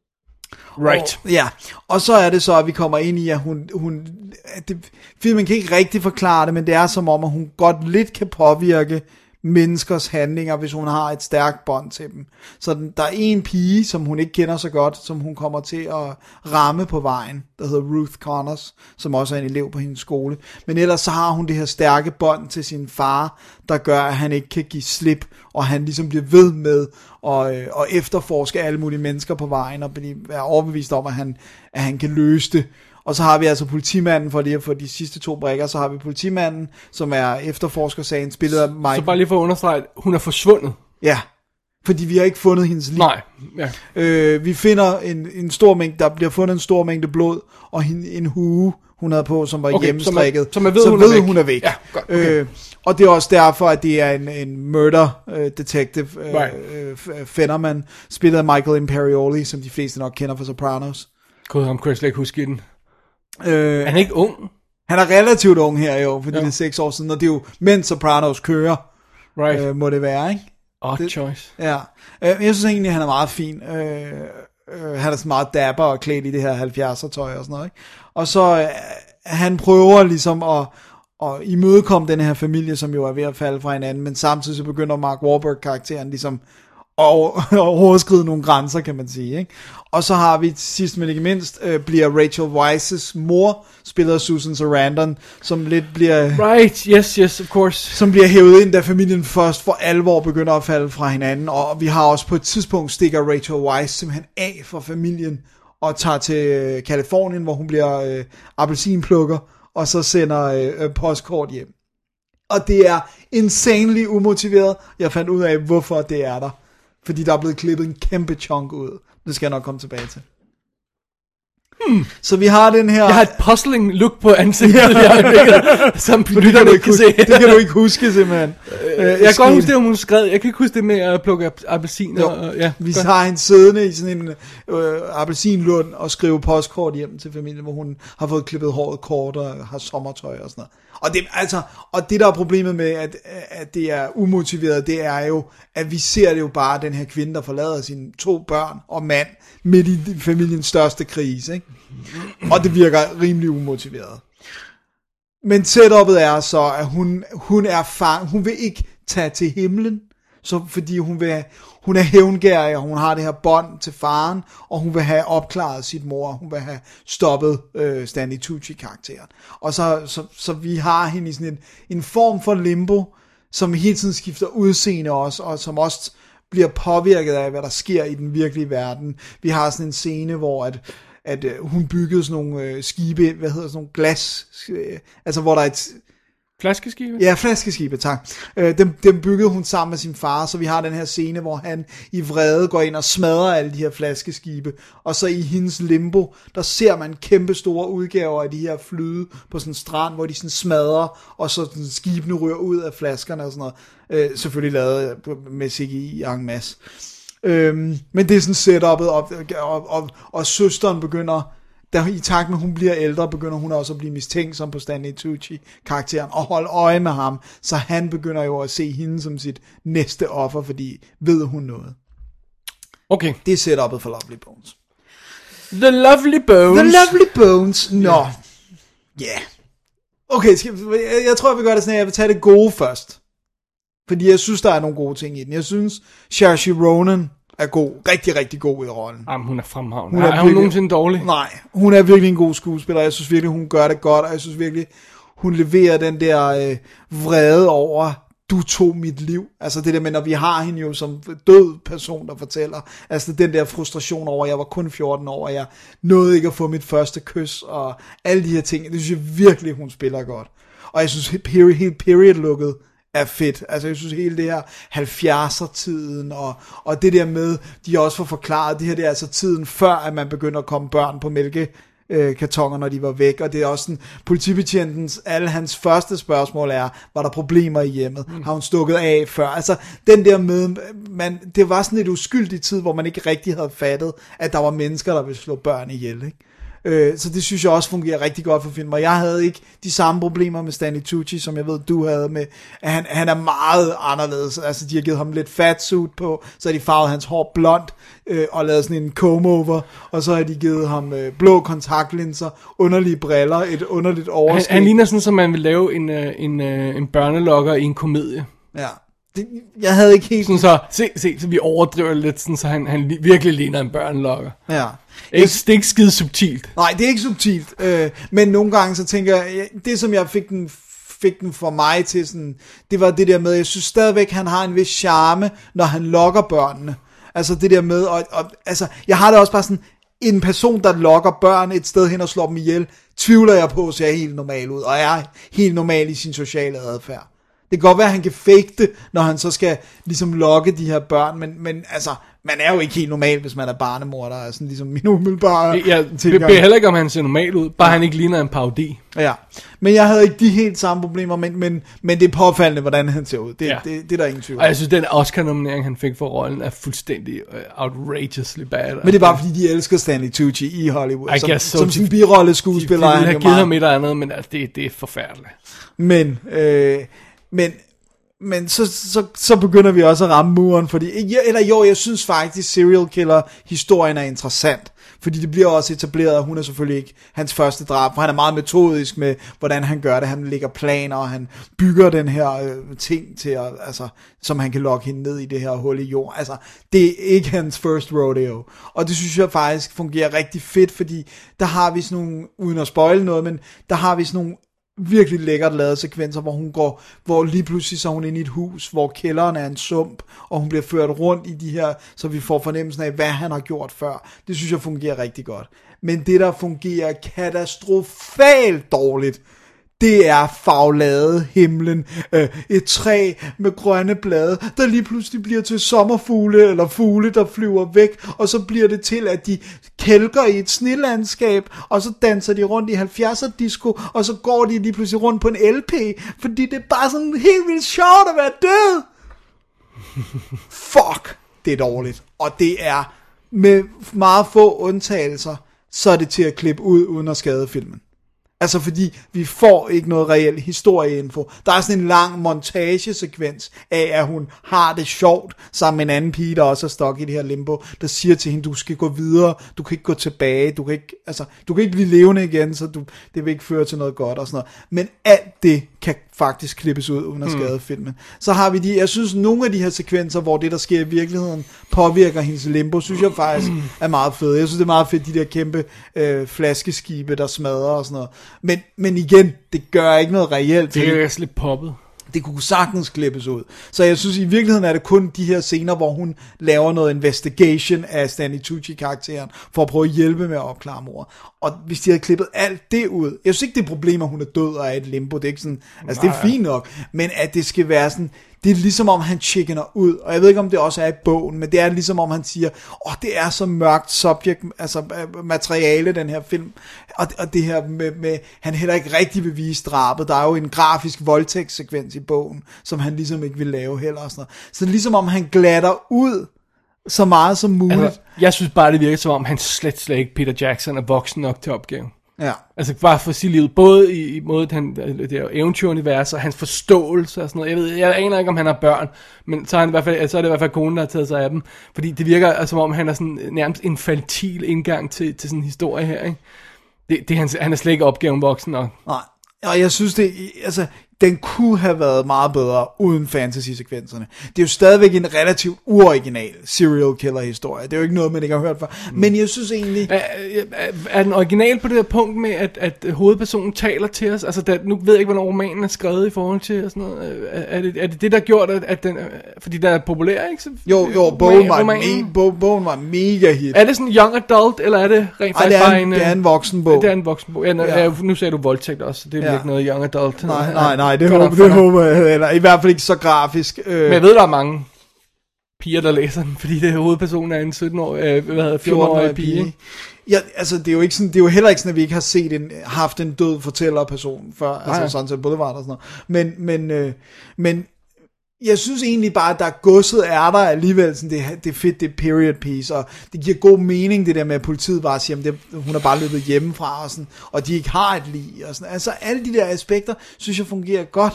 [SPEAKER 2] Right.
[SPEAKER 3] Og, ja, og så er det så, at vi kommer ind i, at hun, hun det, filmen kan ikke rigtig forklare det, men det er som om, at hun godt lidt kan påvirke menneskers handlinger, hvis hun har et stærkt bånd til dem. Så den, der er en pige, som hun ikke kender så godt, som hun kommer til at ramme på vejen, der hedder Ruth Connors, som også er en elev på hendes skole. Men ellers så har hun det her stærke bånd til sin far, der gør, at han ikke kan give slip, og han ligesom bliver ved med at, øh, at efterforske alle mulige mennesker på vejen, og være overbevist om, at han, at han kan løse det. Og så har vi altså politimanden, for lige at få de sidste to brækker, så har vi politimanden, som er efterforskersagen, spillet af Mike.
[SPEAKER 2] Så bare lige for at understrege, hun er forsvundet.
[SPEAKER 3] Ja, fordi vi har ikke fundet hendes liv.
[SPEAKER 2] Nej, ja.
[SPEAKER 3] Øh, vi finder en, en stor mængde, der bliver fundet en stor mængde blod, og en, en hue, hun havde på, som var okay, hjemmestrikket.
[SPEAKER 2] Så man ved,
[SPEAKER 3] så
[SPEAKER 2] hun,
[SPEAKER 3] ved,
[SPEAKER 2] er væk.
[SPEAKER 3] hun er væk.
[SPEAKER 2] Ja, godt, okay.
[SPEAKER 3] øh, og det er også derfor, at det er en, en murder uh, detective, uh,
[SPEAKER 2] right.
[SPEAKER 3] uh, Fennerman, spillet af Michael Imperioli, som de fleste nok kender fra Sopranos.
[SPEAKER 2] God, ham kan jeg slet ikke huske den.
[SPEAKER 3] Øh,
[SPEAKER 2] han er ikke ung.
[SPEAKER 3] Han er relativt ung her jo, fordi
[SPEAKER 2] jo.
[SPEAKER 3] det er seks år siden, og det er jo, mens Sopranos kører,
[SPEAKER 2] right.
[SPEAKER 3] øh, må det være, ikke?
[SPEAKER 2] Odd
[SPEAKER 3] det,
[SPEAKER 2] choice.
[SPEAKER 3] Ja, øh, jeg synes egentlig, han er meget fin. Øh, øh, han er så meget dapper og klædt i det her halvfjerdser tøj og sådan noget, ikke? Og så, øh, han prøver ligesom at, at imødekomme den her familie, som jo er ved at falde fra hinanden, men samtidig så begynder Mark Wahlberg-karakteren ligesom og overskride nogle grænser, kan man sige, ikke? Og så har vi sidst men ikke mindst øh, bliver Rachel Weisz's mor, spillet af Susan Sarandon, som lidt bliver
[SPEAKER 2] right, yes, yes, of course,
[SPEAKER 3] som bliver hævet ind, da familien først for alvor begynder at falde fra hinanden, og vi har også på et tidspunkt stikker Rachel Weisz simpelthen af fra familien og tager til Californien, hvor hun bliver øh, appelsinplukker, og så sender øh, postkort hjem. Og det er insanely umotiveret. Jeg fandt ud af, hvorfor det er der. Fordi der er blevet klippet en kæmpe chunk ud. Det skal jeg nok komme tilbage til. Hmm. Så vi har den her...
[SPEAKER 2] Jeg har et puzzling look på ansigtet, ja. Som lytterne ikke kan se.
[SPEAKER 3] Det kan du ikke huske, simpelthen.
[SPEAKER 2] Øh, jeg kan godt huske det, hun skrev. Jeg kan ikke huske det med at plukke appelsiner. Og, ja,
[SPEAKER 3] vi godt. Har hende siddende i sådan en øh, appelsinlund og skrive postkort hjem til familien, hvor hun har fået klippet håret kort og har sommertøj og sådan noget. Og det, altså, og det der er problemet med, at, at det er umotiveret, det er jo, at vi ser det jo bare, den her kvinde, der forlader sine to børn og mand, midt i familiens største krise, ikke? Og det virker rimelig umotiveret. Men setup'et er så, at hun, hun er fang, hun vil ikke tage til himlen, så fordi hun vil, hun er hævngærig, og hun har det her bånd til faren, og hun vil have opklaret sit mor, hun vil have stoppet øh, Stanley Tucci-karakteren. Og så, så, så vi har hende i sådan en, en form for limbo, som hele tiden skifter udseende også, og som også bliver påvirket af, hvad der sker i den virkelige verden. Vi har sådan en scene, hvor at, at øh, hun byggede sådan nogle øh, skibe, hvad hedder sådan nogle glas, øh, altså hvor der er et...
[SPEAKER 2] Flaskeskibe?
[SPEAKER 3] Ja, flaskeskibe, tak. Øh, dem, dem byggede hun sammen med sin far, så vi har den her scene, hvor han i vrede går ind og smadrer alle de her flaskeskibe, og så i hendes limbo, der ser man kæmpe store udgaver af de her flyde på sådan en strand, hvor de sådan smadrer, og så sådan, skibene ryger ud af flaskerne og sådan noget. Øh, selvfølgelig lavet med C G I en masse. Øh, men det er sådan setup'et, og, og, og, og søsteren begynder... Der, i takt med, at hun bliver ældre, begynder hun også at blive mistænksom på Stanley Tucci-karakteren og holde øje med ham, så han begynder jo at se hende som sit næste offer, fordi ved hun noget.
[SPEAKER 2] Okay.
[SPEAKER 3] Det er setup'et for Lovely Bones.
[SPEAKER 2] The Lovely Bones.
[SPEAKER 3] The Lovely Bones. Nå. Ja. Yeah. Yeah. Okay, skal, jeg, jeg tror, jeg vil gøre det sådan, at jeg vil tage det gode først. Fordi jeg synes, der er nogle gode ting i den. Jeg synes, Saoirse Ronan er god, rigtig, rigtig god i rollen.
[SPEAKER 2] Jamen, hun er fremragende. Hun er, er, er hun nogensinde dårlig?
[SPEAKER 3] Nej, hun er virkelig en god skuespiller. Jeg synes virkelig, hun gør det godt, og jeg synes virkelig, hun leverer den der øh, vrede over, du tog mit liv. Altså det der med, når vi har hende jo som død person, der fortæller, altså den der frustration over, jeg var kun fjorten år, og jeg nåede ikke at få mit første kys, og alle de her ting, det synes jeg virkelig, hun spiller godt. Og jeg synes, helt period-looket er fedt. Altså jeg synes hele det her halvfjerdser-tiden, og, og det der med, de også får forklaret, det her det er altså tiden før, at man begynder at komme børn på mælkekartoner, når de var væk, og det er også sådan, politibetjentens, alle hans første spørgsmål er, var der problemer i hjemmet? Mm. Har hun stukket af før? Altså den der med, man, det var sådan et uskyldig tid, hvor man ikke rigtig havde fattet, at der var mennesker, der ville slå børn ihjel, ikke? Så det synes jeg også fungerer rigtig godt for film, og jeg havde ikke de samme problemer med Stanley Tucci, som jeg ved, du havde med, at han, han er meget anderledes, altså de har givet ham lidt fatsuit på, så har de farvet hans hår blondt, øh, og lavet sådan en comb-over, og så har de givet ham øh, blå kontaktlinser, underlige briller, et underligt overskæg.
[SPEAKER 2] Han, han ligner sådan, som man vil lave en, en, en børnelokker i en komedie.
[SPEAKER 3] Ja. Det, jeg havde ikke helt...
[SPEAKER 2] Sådan så, se, se, så vi overdriver lidt, sådan, så han, han virkelig ligner en børnelokker.
[SPEAKER 3] Ja.
[SPEAKER 2] Ikke, det er ikke skide subtilt.
[SPEAKER 3] Nej, det er ikke subtilt, øh, men nogle gange så tænker jeg, det som jeg fik den, fik den for mig til sådan, det var det der med, jeg synes stadigvæk, han har en vis charme, når han lokker børnene. Altså det der med, og, og altså, jeg har det også bare sådan, en person, der lokker børn et sted hen og slår dem ihjel, tvivler jeg på, ser helt normal ud, og er helt normal i sin sociale adfærd. Det kan godt være, at han kan fake det, når han så skal ligesom lokke de her børn, men, men altså, man er jo ikke helt normal, hvis man er barnemor, der er sådan ligesom min umiddelbare
[SPEAKER 2] Jeg beder heller ikke, om han ser normal ud, bare ja. Han ikke ligner en parodi.
[SPEAKER 3] Ja, men jeg havde ikke de helt samme problemer, men, men, men det er påfaldende, hvordan han ser ud. Det, ja. det, det er der ingen tvivl.
[SPEAKER 2] Og jeg synes, den Oscar-nominering, han fik for rollen, er fuldstændig uh, outrageously bad.
[SPEAKER 3] Men det er bare, fordi de elsker Stanley Tucci i Hollywood.
[SPEAKER 2] I
[SPEAKER 3] som,
[SPEAKER 2] so
[SPEAKER 3] som sådan en birolle skuespiller.
[SPEAKER 2] De, de ville have givet ham et eller andet, men altså, det, det er forfærdeligt.
[SPEAKER 3] Men, øh, men... Men så, så, så begynder vi også at ramme muren, fordi, eller jo, jeg synes faktisk, serial killer historien er interessant, fordi det bliver også etableret, at hun er selvfølgelig ikke hans første drab, for han er meget metodisk med, hvordan han gør det, han lægger planer, og han bygger den her øh, ting til, at, altså, som han kan lokke hende ned i det her hul i jord, altså, det er ikke hans first rodeo, og det synes jeg faktisk fungerer rigtig fedt, fordi der har vi sådan nogle, uden at spoile noget, men der har vi sådan nogle virkelig lækkert lavede sekvenser, hvor hun går, hvor lige pludselig så er hun inde i et hus, hvor kælderen er en sump, og hun bliver ført rundt i de her, så vi får fornemmelsen af, hvad han har gjort før. Det synes jeg fungerer rigtig godt. Men det, der fungerer katastrofalt dårligt, det er farvelade himlen, øh, et træ med grønne blade, der lige pludselig bliver til sommerfugle, eller fugle, der flyver væk, og så bliver det til, at de kælker i et snelandskab, og så danser de rundt i halvfjerdser disco, og så går de lige pludselig rundt på en L P, fordi det er bare sådan helt vildt sjovt at være død. Fuck, det er dårligt. Og det er, med meget få undtagelser, så er det til at klippe ud, uden at skade filmen. Altså fordi vi får ikke noget reelt historieinfo. Der er sådan en lang montagesekvens af, at hun har det sjovt sammen med en anden pige, der også er stok i det her limbo, der siger til hende, du skal gå videre, du kan ikke gå tilbage, du kan ikke, altså, du kan ikke blive levende igen, så du, det vil ikke føre til noget godt og sådan noget. Men alt det kan faktisk klippes ud, uden at skade mm. filmen. Så har vi de, jeg synes nogle af de her sekvenser, hvor det der sker i virkeligheden, påvirker hendes limbo, synes jeg faktisk er meget fedt. Jeg synes det er meget fedt, de der kæmpe øh, flaskeskibe, der smadrer og sådan noget. Men, men igen, det gør ikke noget reelt.
[SPEAKER 2] Det er jo lidt poppet.
[SPEAKER 3] Det kunne sagtens klippes ud. Så jeg synes i virkeligheden er det kun de her scener, hvor hun laver noget investigation af Stanley Tucci-karakteren, for at prøve at hjælpe med at opklare mord. Og hvis de havde klippet alt det ud, jeg synes ikke det er et problem, at hun er død og er et limbo, det er ikke sådan, altså Nej. Det er fint nok, men at det skal være sådan, det er ligesom om han chickener ud, og jeg ved ikke om det også er i bogen, men det er ligesom om han siger, åh, det er så mørkt subject, altså materiale, den her film, og, og det her med, med, han heller ikke rigtig vil vise drabet, der er jo en grafisk voldtægtssekvens i bogen, som han ligesom ikke vil lave heller, og sådan noget. Så det er ligesom om han glatter ud, så meget som muligt.
[SPEAKER 2] Altså, jeg synes bare, det virker som om, han slet, slet ikke, Peter Jackson, er voksen nok til opgaven.
[SPEAKER 3] Ja.
[SPEAKER 2] Altså bare for sit liv, både i, i måde han, det der eventyrunivers og hans forståelse og sådan noget. Jeg ved, jeg aner ikke, om han har børn, men så er, han i hvert fald, så er det i hvert fald konen, der har taget sig af dem. Fordi det virker altså, som om, han er sådan nærmest infantil indgang til, til sådan en historie her, ikke? Det, det, han, han er slet ikke opgaven voksen nok.
[SPEAKER 3] Nej, og jeg synes det, altså, den kunne have været meget bedre uden fantasy-sekvenserne. Det er jo stadigvæk en relativt uoriginal serial killer-historie. Det er jo ikke noget, man ikke har hørt før. Mm. Men jeg synes egentlig...
[SPEAKER 2] Er, er, er den original på det her punkt med, at, at hovedpersonen taler til os? Altså, der, nu ved jeg ikke, hvornår romanen er skrevet i forhold til og sådan noget. Er, er, det, er det det, der gjort, at, at den... Fordi den er populær, ikke? Så,
[SPEAKER 3] jo, jo, bogen var, me, bo, bogen var mega hit.
[SPEAKER 2] Er det sådan young adult, eller er det rent faktisk
[SPEAKER 3] bare
[SPEAKER 2] en...
[SPEAKER 3] det er en voksenbog.
[SPEAKER 2] Det er en voksenbog. Ja, ja. Ja, nu sagde du voldtægt også, så det er ja. Ikke noget young adult.
[SPEAKER 3] Nej, nej, nej, det håber, det håber jeg, eller i hvert fald ikke så grafisk. Øh.
[SPEAKER 2] Men jeg ved, der er mange piger, der læser den, fordi det hovedpersonen er en sytten-årig, øh, hvad hedder fjorten-årig pige. pige.
[SPEAKER 3] Ja, altså det er jo ikke sådan, det er jo heller ikke sådan, at vi ikke har set en, haft en død fortællerperson før, nej. Altså Sunset Boulevard og sådan noget. Men, men, øh, men jeg synes egentlig bare, at der godset er der alligevel, sådan, det, det er fedt, det er period piece, og det giver god mening, det der med, at politiet bare siger, at hun er bare løbet hjemmefra, og, sådan, og de ikke har et lig, og sådan. Altså alle de der aspekter, synes jeg fungerer godt.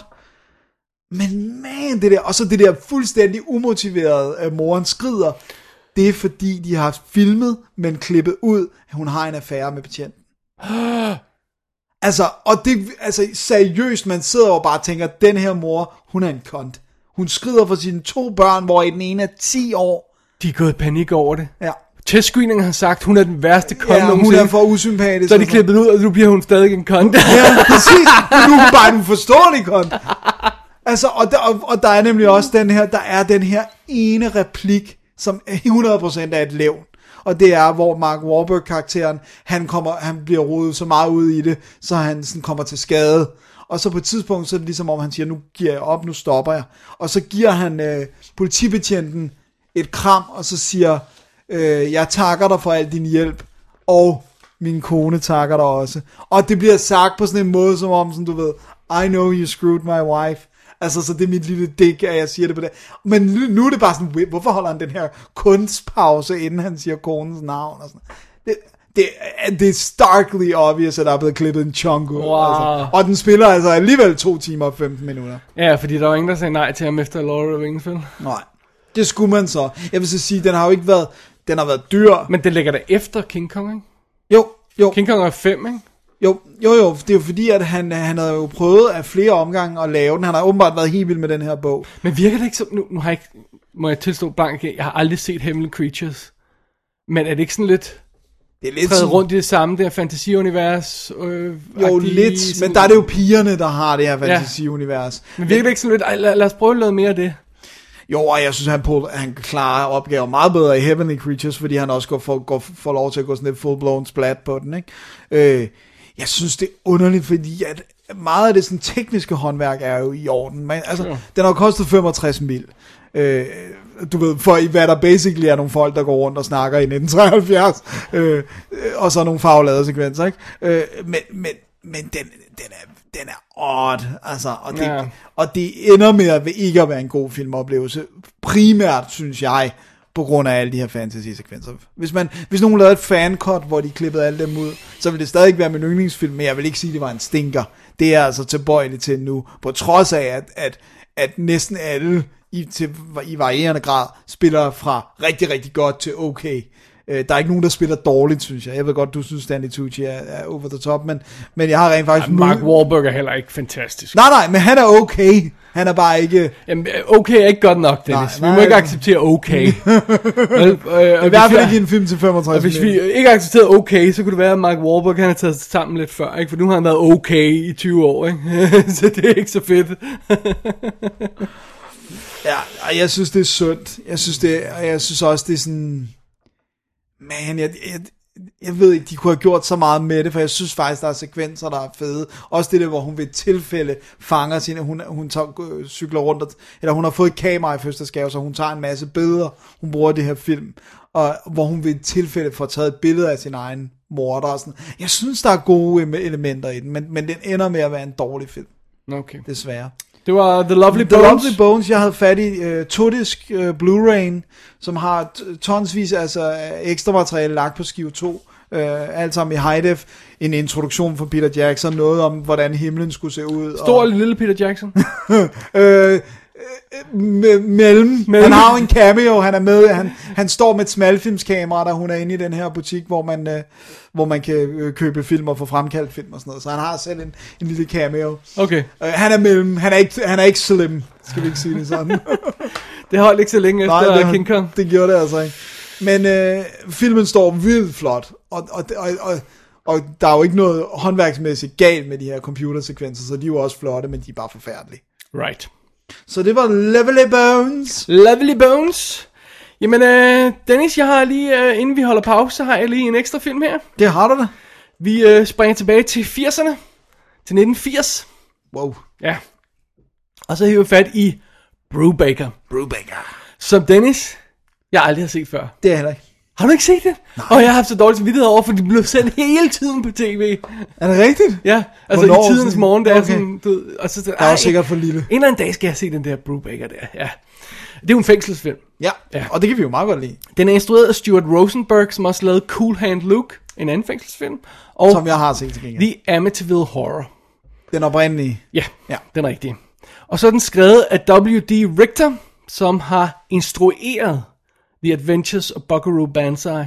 [SPEAKER 3] Men man, det der, og så det der fuldstændig umotiverede, at moren skrider, det er fordi, de har haft filmet, men klippet ud, at hun har en affære med betjenten. Altså, og det, altså seriøst, man sidder og bare tænker, den her mor, hun er en kont. Hun skrider for sine to børn, hvor i den ene er ti år.
[SPEAKER 2] De er gået i panik over det.
[SPEAKER 3] Ja.
[SPEAKER 2] Testscreeningen har sagt, hun er den værste kon
[SPEAKER 3] ja,
[SPEAKER 2] nogensinde.
[SPEAKER 3] hun er for usympatisk.
[SPEAKER 2] Så er de klippet ud, og nu bliver hun stadig en kon.
[SPEAKER 3] Ja, præcis. Nu er hun bare en forståelig kon. Altså, og der, og, og der er nemlig også den her, der er den her ene replik, som hundrede procent er et levn. Og det er, hvor Mark Wahlberg-karakteren, han, kommer, han bliver rodet så meget ud i det, så han sådan kommer til skade. Og så på et tidspunkt, så er det ligesom om, han siger, nu giver jeg op, nu stopper jeg. Og så giver han øh, politibetjenten et kram, og så siger, øh, jeg takker dig for al din hjælp, og min kone takker dig også. Og det bliver sagt på sådan en måde, som om, som du ved, I know you screwed my wife. Altså, så det er mit lille dæk, at jeg siger det på det. Men nu, nu er det bare sådan, hvorfor holder han den her kunstpause, inden han siger konens navn? Og sådan. Det, det, det er starkly obvious, at der er blevet klippet en chunk ud.
[SPEAKER 2] Wow.
[SPEAKER 3] Altså. Og den spiller altså alligevel to timer og femten minutter.
[SPEAKER 2] Ja, fordi der var ingen, der sagde nej til ham efter Lord of the Rings film.
[SPEAKER 3] Nej, det skulle man så. Jeg vil så sige, den har jo ikke været, den har været dyr.
[SPEAKER 2] Men det ligger der efter King Kong, ikke?
[SPEAKER 3] Jo, jo.
[SPEAKER 2] King Kong er fem, ikke?
[SPEAKER 3] Jo, jo, jo, det er jo fordi, at han, han havde jo prøvet af flere omgange at lave den. Han har åbenbart været helt vild med den her bog.
[SPEAKER 2] Men virker det ikke som, nu, nu har jeg ikke, må jeg tilstå blank, jeg har aldrig set Heavenly Creatures. Men er det ikke sådan lidt,
[SPEAKER 3] det er lidt
[SPEAKER 2] trædet
[SPEAKER 3] sådan,
[SPEAKER 2] rundt i det samme, det her fantasiunivers? Øh,
[SPEAKER 3] jo,
[SPEAKER 2] agtige,
[SPEAKER 3] lidt,
[SPEAKER 2] sådan,
[SPEAKER 3] men der er det jo pigerne, der har det her fantasiunivers.
[SPEAKER 2] Men virker det ikke sådan lidt, ej, lad, lad os prøve noget mere af det?
[SPEAKER 3] Jo, og jeg synes, han, på, han klarer opgaver meget bedre i Heavenly Creatures, fordi han også går for, går, får lov til at gå sådan lidt full-blown splat på den, ikke? Øh, jeg synes, det er underligt, fordi at meget af det sådan, tekniske håndværk er jo i orden. Men, altså, ja. Den har kostet femogtres mil. Øh, du ved, for hvad der basically er nogle folk, der går rundt og snakker i nitten treoghalvfjerds, øh, og så nogle farvelade sekvenser, ikke? Øh, men, men, men den, den er den er odd, altså, og det, ja. og det ender med at ikke at være en god filmoplevelse, primært, synes jeg, på grund af alle de her fantasy-sekvenser. Hvis, man, hvis nogen lavede et fancut, hvor de klippede alle dem ud, så ville det stadig være min yndlingsfilm, men jeg vil ikke sige, at det var en stinker. Det er altså tilbøjeligt til nu, på trods af, at, at, at næsten alle i, til, i varierende grad spiller fra rigtig, rigtig godt til okay. Der er ikke nogen, der spiller dårligt, synes jeg. Jeg ved godt, du synes, Stanley Tucci er, er over the top, men, men jeg har rent faktisk...
[SPEAKER 2] Ja, Mark Wahlberg er heller ikke fantastisk.
[SPEAKER 3] Nej, nej, men han er okay. Han er bare ikke...
[SPEAKER 2] Jamen, okay er ikke godt nok, Dennis. Nej, nej, vi må ikke acceptere okay.
[SPEAKER 3] øh, øh, I hvert fald ikke en film til femogtres.
[SPEAKER 2] Og hvis vi ikke accepterede okay, så kunne det være, at Mark Wahlberg han har taget sig sammen lidt før, ikke? For nu har han været okay i tyve år, ikke? Så det er ikke så fedt.
[SPEAKER 3] Ja, jeg synes, det er sundt. Jeg synes, det, og jeg synes også, det er sådan... Man, jeg, jeg, jeg ved ikke, de kunne have gjort så meget med det, for jeg synes faktisk, der er sekvenser, der er fede. Også det der, hvor hun ved et tilfælde fanger sine, hun, hun tager, øh, cykler rundt, og, eller hun har fået et kamera i fødselsdagsgave, så hun tager en masse billeder, hun bruger det her film, og hvor hun ved et tilfælde får taget et billede af sin egen morder og sådan. Jeg synes, der er gode elementer i den, men, men den ender med at være en dårlig film.
[SPEAKER 2] Okay.
[SPEAKER 3] Desværre.
[SPEAKER 2] Det var The Lovely
[SPEAKER 3] The
[SPEAKER 2] Bones.
[SPEAKER 3] The Lovely Bones, jeg havde fat i uh, todisk uh, Blu-ray, som har t- tonsvis altså, ekstra materiale lagt på skive to, uh, alt sammen i high def, en introduktion fra Peter Jackson, noget om, hvordan himlen skulle se ud.
[SPEAKER 2] Stor eller lille Peter Jackson?
[SPEAKER 3] øh, mellem. mellem. Han har jo en cameo, han er med, han, han står med et smalfilmskamera, der hun er inde i den her butik, hvor man, øh, hvor man kan øh, købe film og få fremkaldt film og sådan noget, så han har selv en, en lille cameo.
[SPEAKER 2] Okay.
[SPEAKER 3] Øh, han er mellem, han er ikke, han er ikke slim, skal vi ikke sige det sådan.
[SPEAKER 2] Det holdt ikke så længe efter Nej, det, King Kong.
[SPEAKER 3] Det gjorde det altså ikke. Men øh, filmen står vildt flot, og, og, og, og, og der er jo ikke noget håndværksmæssigt galt med de her computersekvenser, så de er jo også flotte, men de er bare forfærdelige.
[SPEAKER 2] Right.
[SPEAKER 3] Så det var Lovely Bones.
[SPEAKER 2] Lovely Bones. Jamen, øh, Dennis, jeg har lige, øh, inden vi holder pause, så har jeg lige en ekstra film her.
[SPEAKER 3] Det har du da.
[SPEAKER 2] Vi øh, springer tilbage til firserne, til nitten firs.
[SPEAKER 3] Wow.
[SPEAKER 2] Ja. Og så hiver vi fat i Brubaker.
[SPEAKER 3] Brubaker.
[SPEAKER 2] Som Dennis, jeg aldrig har set før.
[SPEAKER 3] Det er heller ikke.
[SPEAKER 2] Har du ikke set det? Nej. Og jeg har haft så dårligt samvittighed over, for det blev sendt hele tiden på tv.
[SPEAKER 3] Er det rigtigt?
[SPEAKER 2] Ja, altså Hvornår? I tidens morgen, der okay. er sådan, du, og så,
[SPEAKER 3] der er også sikkert for lille.
[SPEAKER 2] En eller anden dag skal jeg se den der Brubaker der, ja. Det er jo en fængselsfilm.
[SPEAKER 3] Ja, ja, og det kan vi jo meget godt lide.
[SPEAKER 2] Den er instrueret af Stuart Rosenberg, som også lavede Cool Hand Luke, en anden fængselsfilm. Og
[SPEAKER 3] som jeg har set til gengæld.
[SPEAKER 2] The Amityville Horror.
[SPEAKER 3] Den oprindelige.
[SPEAKER 2] Ja, ja, den rigtige. Og så er den skrevet af W D Richter, som har instrueret The Adventures of Buckaroo Banzai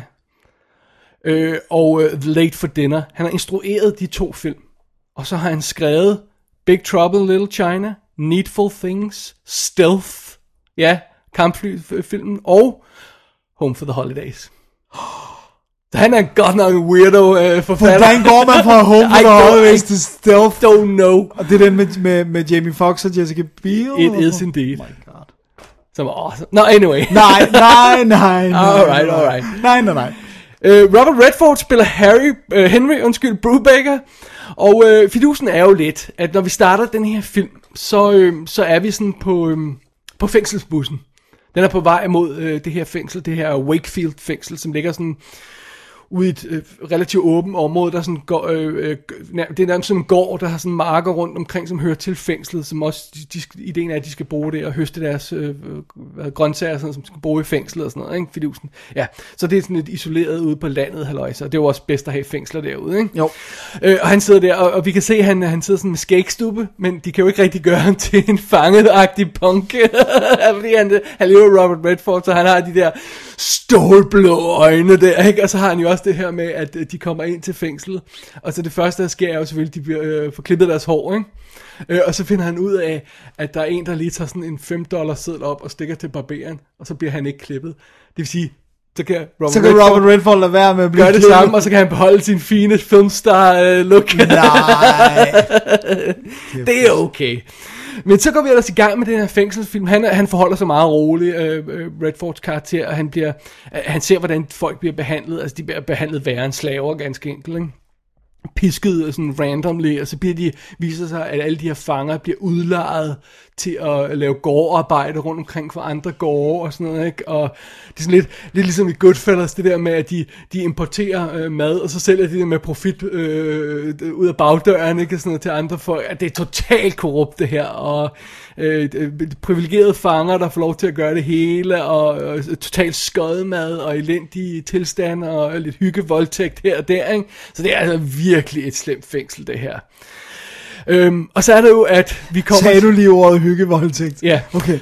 [SPEAKER 2] øh, og uh, The Late for Dinner. Han har instrueret de to film. Og så har han skrevet Big Trouble in Little China, Needful Things, Stealth, ja, kampflyfilmen, og Home for the Holidays. Han er godt nok en weirdo øh, forfatter.
[SPEAKER 3] Hvordan går man fra Home for the Holidays til Stealth?
[SPEAKER 2] Don't know.
[SPEAKER 3] Og det er den med, med, med Jamie Foxx og Jessica Biel?
[SPEAKER 2] It is indeed.
[SPEAKER 3] Oh my god.
[SPEAKER 2] Som er awesome. No, anyway.
[SPEAKER 3] nej, nej, nej, nej.
[SPEAKER 2] Alright, alright.
[SPEAKER 3] Nej, nej, nej.
[SPEAKER 2] Uh, Robert Redford spiller Harry, uh, Henry, undskyld, Brubaker. Og uh, fidusen er jo lidt, at når vi starter den her film, så, uh, så er vi sådan på, um, på fængselsbussen. Den er på vej mod uh, det her fængsel, det her Wakefield fængsel, som ligger sådan ude i et øh, relativt åbent område, der sådan går, øh, øh, det er nærmest sådan en gård, der har sådan marker rundt omkring, som hører til fængslet, som også, de, de, ideen er, at de skal bruge det og høste deres øh, øh, grøntsager, sådan, som skal bruge i fængslet og sådan noget, ikke? Fidusen. Ja, så det er sådan lidt isoleret ude på landet, halløjsa, og det er jo også bedst at have fængsler derude, ikke?
[SPEAKER 3] Jo.
[SPEAKER 2] Øh, og han sidder der, og, og vi kan se, at han, han sidder sådan med skægstube, men de kan jo ikke rigtig gøre ham til en fanget-agtig punk, fordi han, han lever Robert Redford, så han har de der stålblå øjne der, ikke? Og så har han jo også det her med, at de kommer ind til fængslet, og så det første, der sker, er jo selvfølgelig, at de bliver øh, forklippet deres hår, ikke? Øh, og så finder han ud af, at der er en, der lige tager sådan en fem dollar seddel op og stikker til barberen, og så bliver han ikke klippet. Det vil sige, så kan Robert,
[SPEAKER 3] så kan
[SPEAKER 2] Redford,
[SPEAKER 3] Robert Redford lade være med at blive
[SPEAKER 2] gøre det
[SPEAKER 3] klippet.
[SPEAKER 2] samme, og så kan han beholde sin fine filmstar-look.
[SPEAKER 3] Nej.
[SPEAKER 2] Det er okay. Men så går vi ellers i gang med den her fængselsfilm. Han, han forholder sig meget roligt, øh, Redfords karakter, og han, bliver, øh, han ser, hvordan folk bliver behandlet. Altså, de bliver behandlet værre end slaver, ganske enkelt, ikke? Pisket sådan randomly, og så bliver de, viser sig, at alle de her fanger bliver udlejet til at lave gårdarbejde rundt omkring for andre gårde og sådan noget, ikke? Og det er sådan lidt, lidt ligesom i Goodfellas, det der med, at de, de importerer øh, mad, og så sælger de det med profit øh, ud af bagdøren, ikke? Sådan noget til andre folk. At det er totalt korrupt, det her, og øh, privilegerede fanger, der får lov til at gøre det hele, og, og totalt skødmad, og elendige tilstand, og lidt hyggevoldtægt her og der, ikke? Så det er altså virkelig et slemt fængsel, det her. Øhm, og så er det jo, at vi kommer...
[SPEAKER 3] Sagde du lige ordet hyggevoldtægt?
[SPEAKER 2] Ja.
[SPEAKER 3] Okay.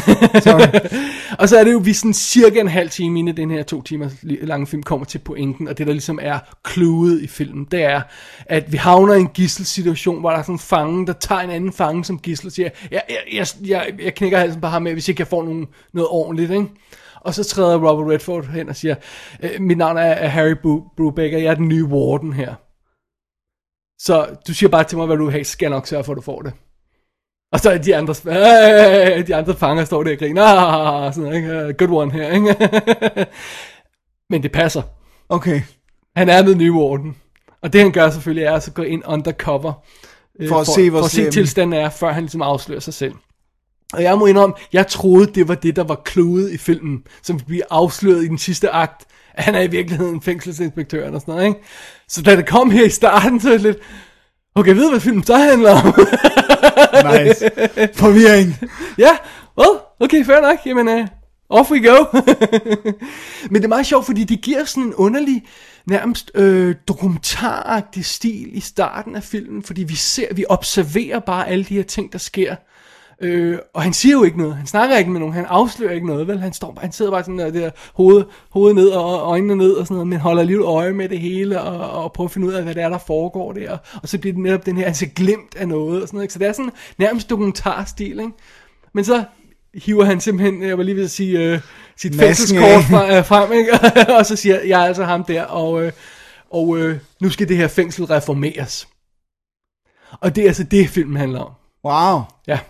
[SPEAKER 2] Og så er det jo, vi sådan cirka en halv time inde i den her to timer lange film kommer til pointen, og det der ligesom er cluet i filmen, det er, at vi havner i en gidselsituation, hvor der er sådan en fange, der tager en anden fange som gidsel og siger, jeg, jeg, jeg, jeg, jeg knækker halsen på ham med, hvis ikke jeg får nogen, noget ordentligt, ikke? Og så træder Robert Redford hen og siger, mit navn er Harry Brubaker, jeg er den nye warden her. Så du siger bare til mig, hvad du helst skal nok sørge for, at du får det. Og så er de andre, øh, de andre fanger står der og griner, ah, sådan, ikke? Good one her, ikke? Men det passer.
[SPEAKER 3] Okay.
[SPEAKER 2] Han er den nye warden. Og det han gør selvfølgelig er at gå ind undercover. Øh,
[SPEAKER 3] for at
[SPEAKER 2] for,
[SPEAKER 3] se, hvor
[SPEAKER 2] for at se tilstanden er, før han ligesom afslører sig selv. Og jeg må indrømme, jeg troede, det var det, der var cluet i filmen, som bliver afsløret i den sidste akt. Han er i virkeligheden fængselsinspektøren og sådan noget, ikke? Så da det kom her i starten, så er det lidt, okay, ved du, hvad filmen så handler om?
[SPEAKER 3] Nice. Forvirring.
[SPEAKER 2] Ja, well, okay, fair nok. Jamen, uh, off we go. Men det er meget sjovt, fordi det giver sådan en underlig, nærmest øh, dokumentaragtig stil i starten af filmen, fordi vi ser, vi observerer bare alle de her ting, der sker. Øh, og han siger jo ikke noget, han snakker ikke med nogen, han afslører ikke noget, vel? Han står bare, han sidder bare sådan der, der hoved, hovedet ned og øjnene ned og sådan noget, men holder lige øje med det hele og, og prøver at finde ud af, hvad det er, der foregår der. Og så bliver det netop den her, han ser glemt af noget og sådan noget, ikke? Så det er sådan nærmest dokumentarstil, ikke? Men så hiver han simpelthen, jeg var lige ved at sige, øh, sit fængselskort fra, øh, frem, ikke? Og så siger jeg er altså ham der, og, øh, og øh, nu skal det her fængsel reformeres. Og det er altså det, filmen handler om.
[SPEAKER 3] Wow.
[SPEAKER 2] Ja.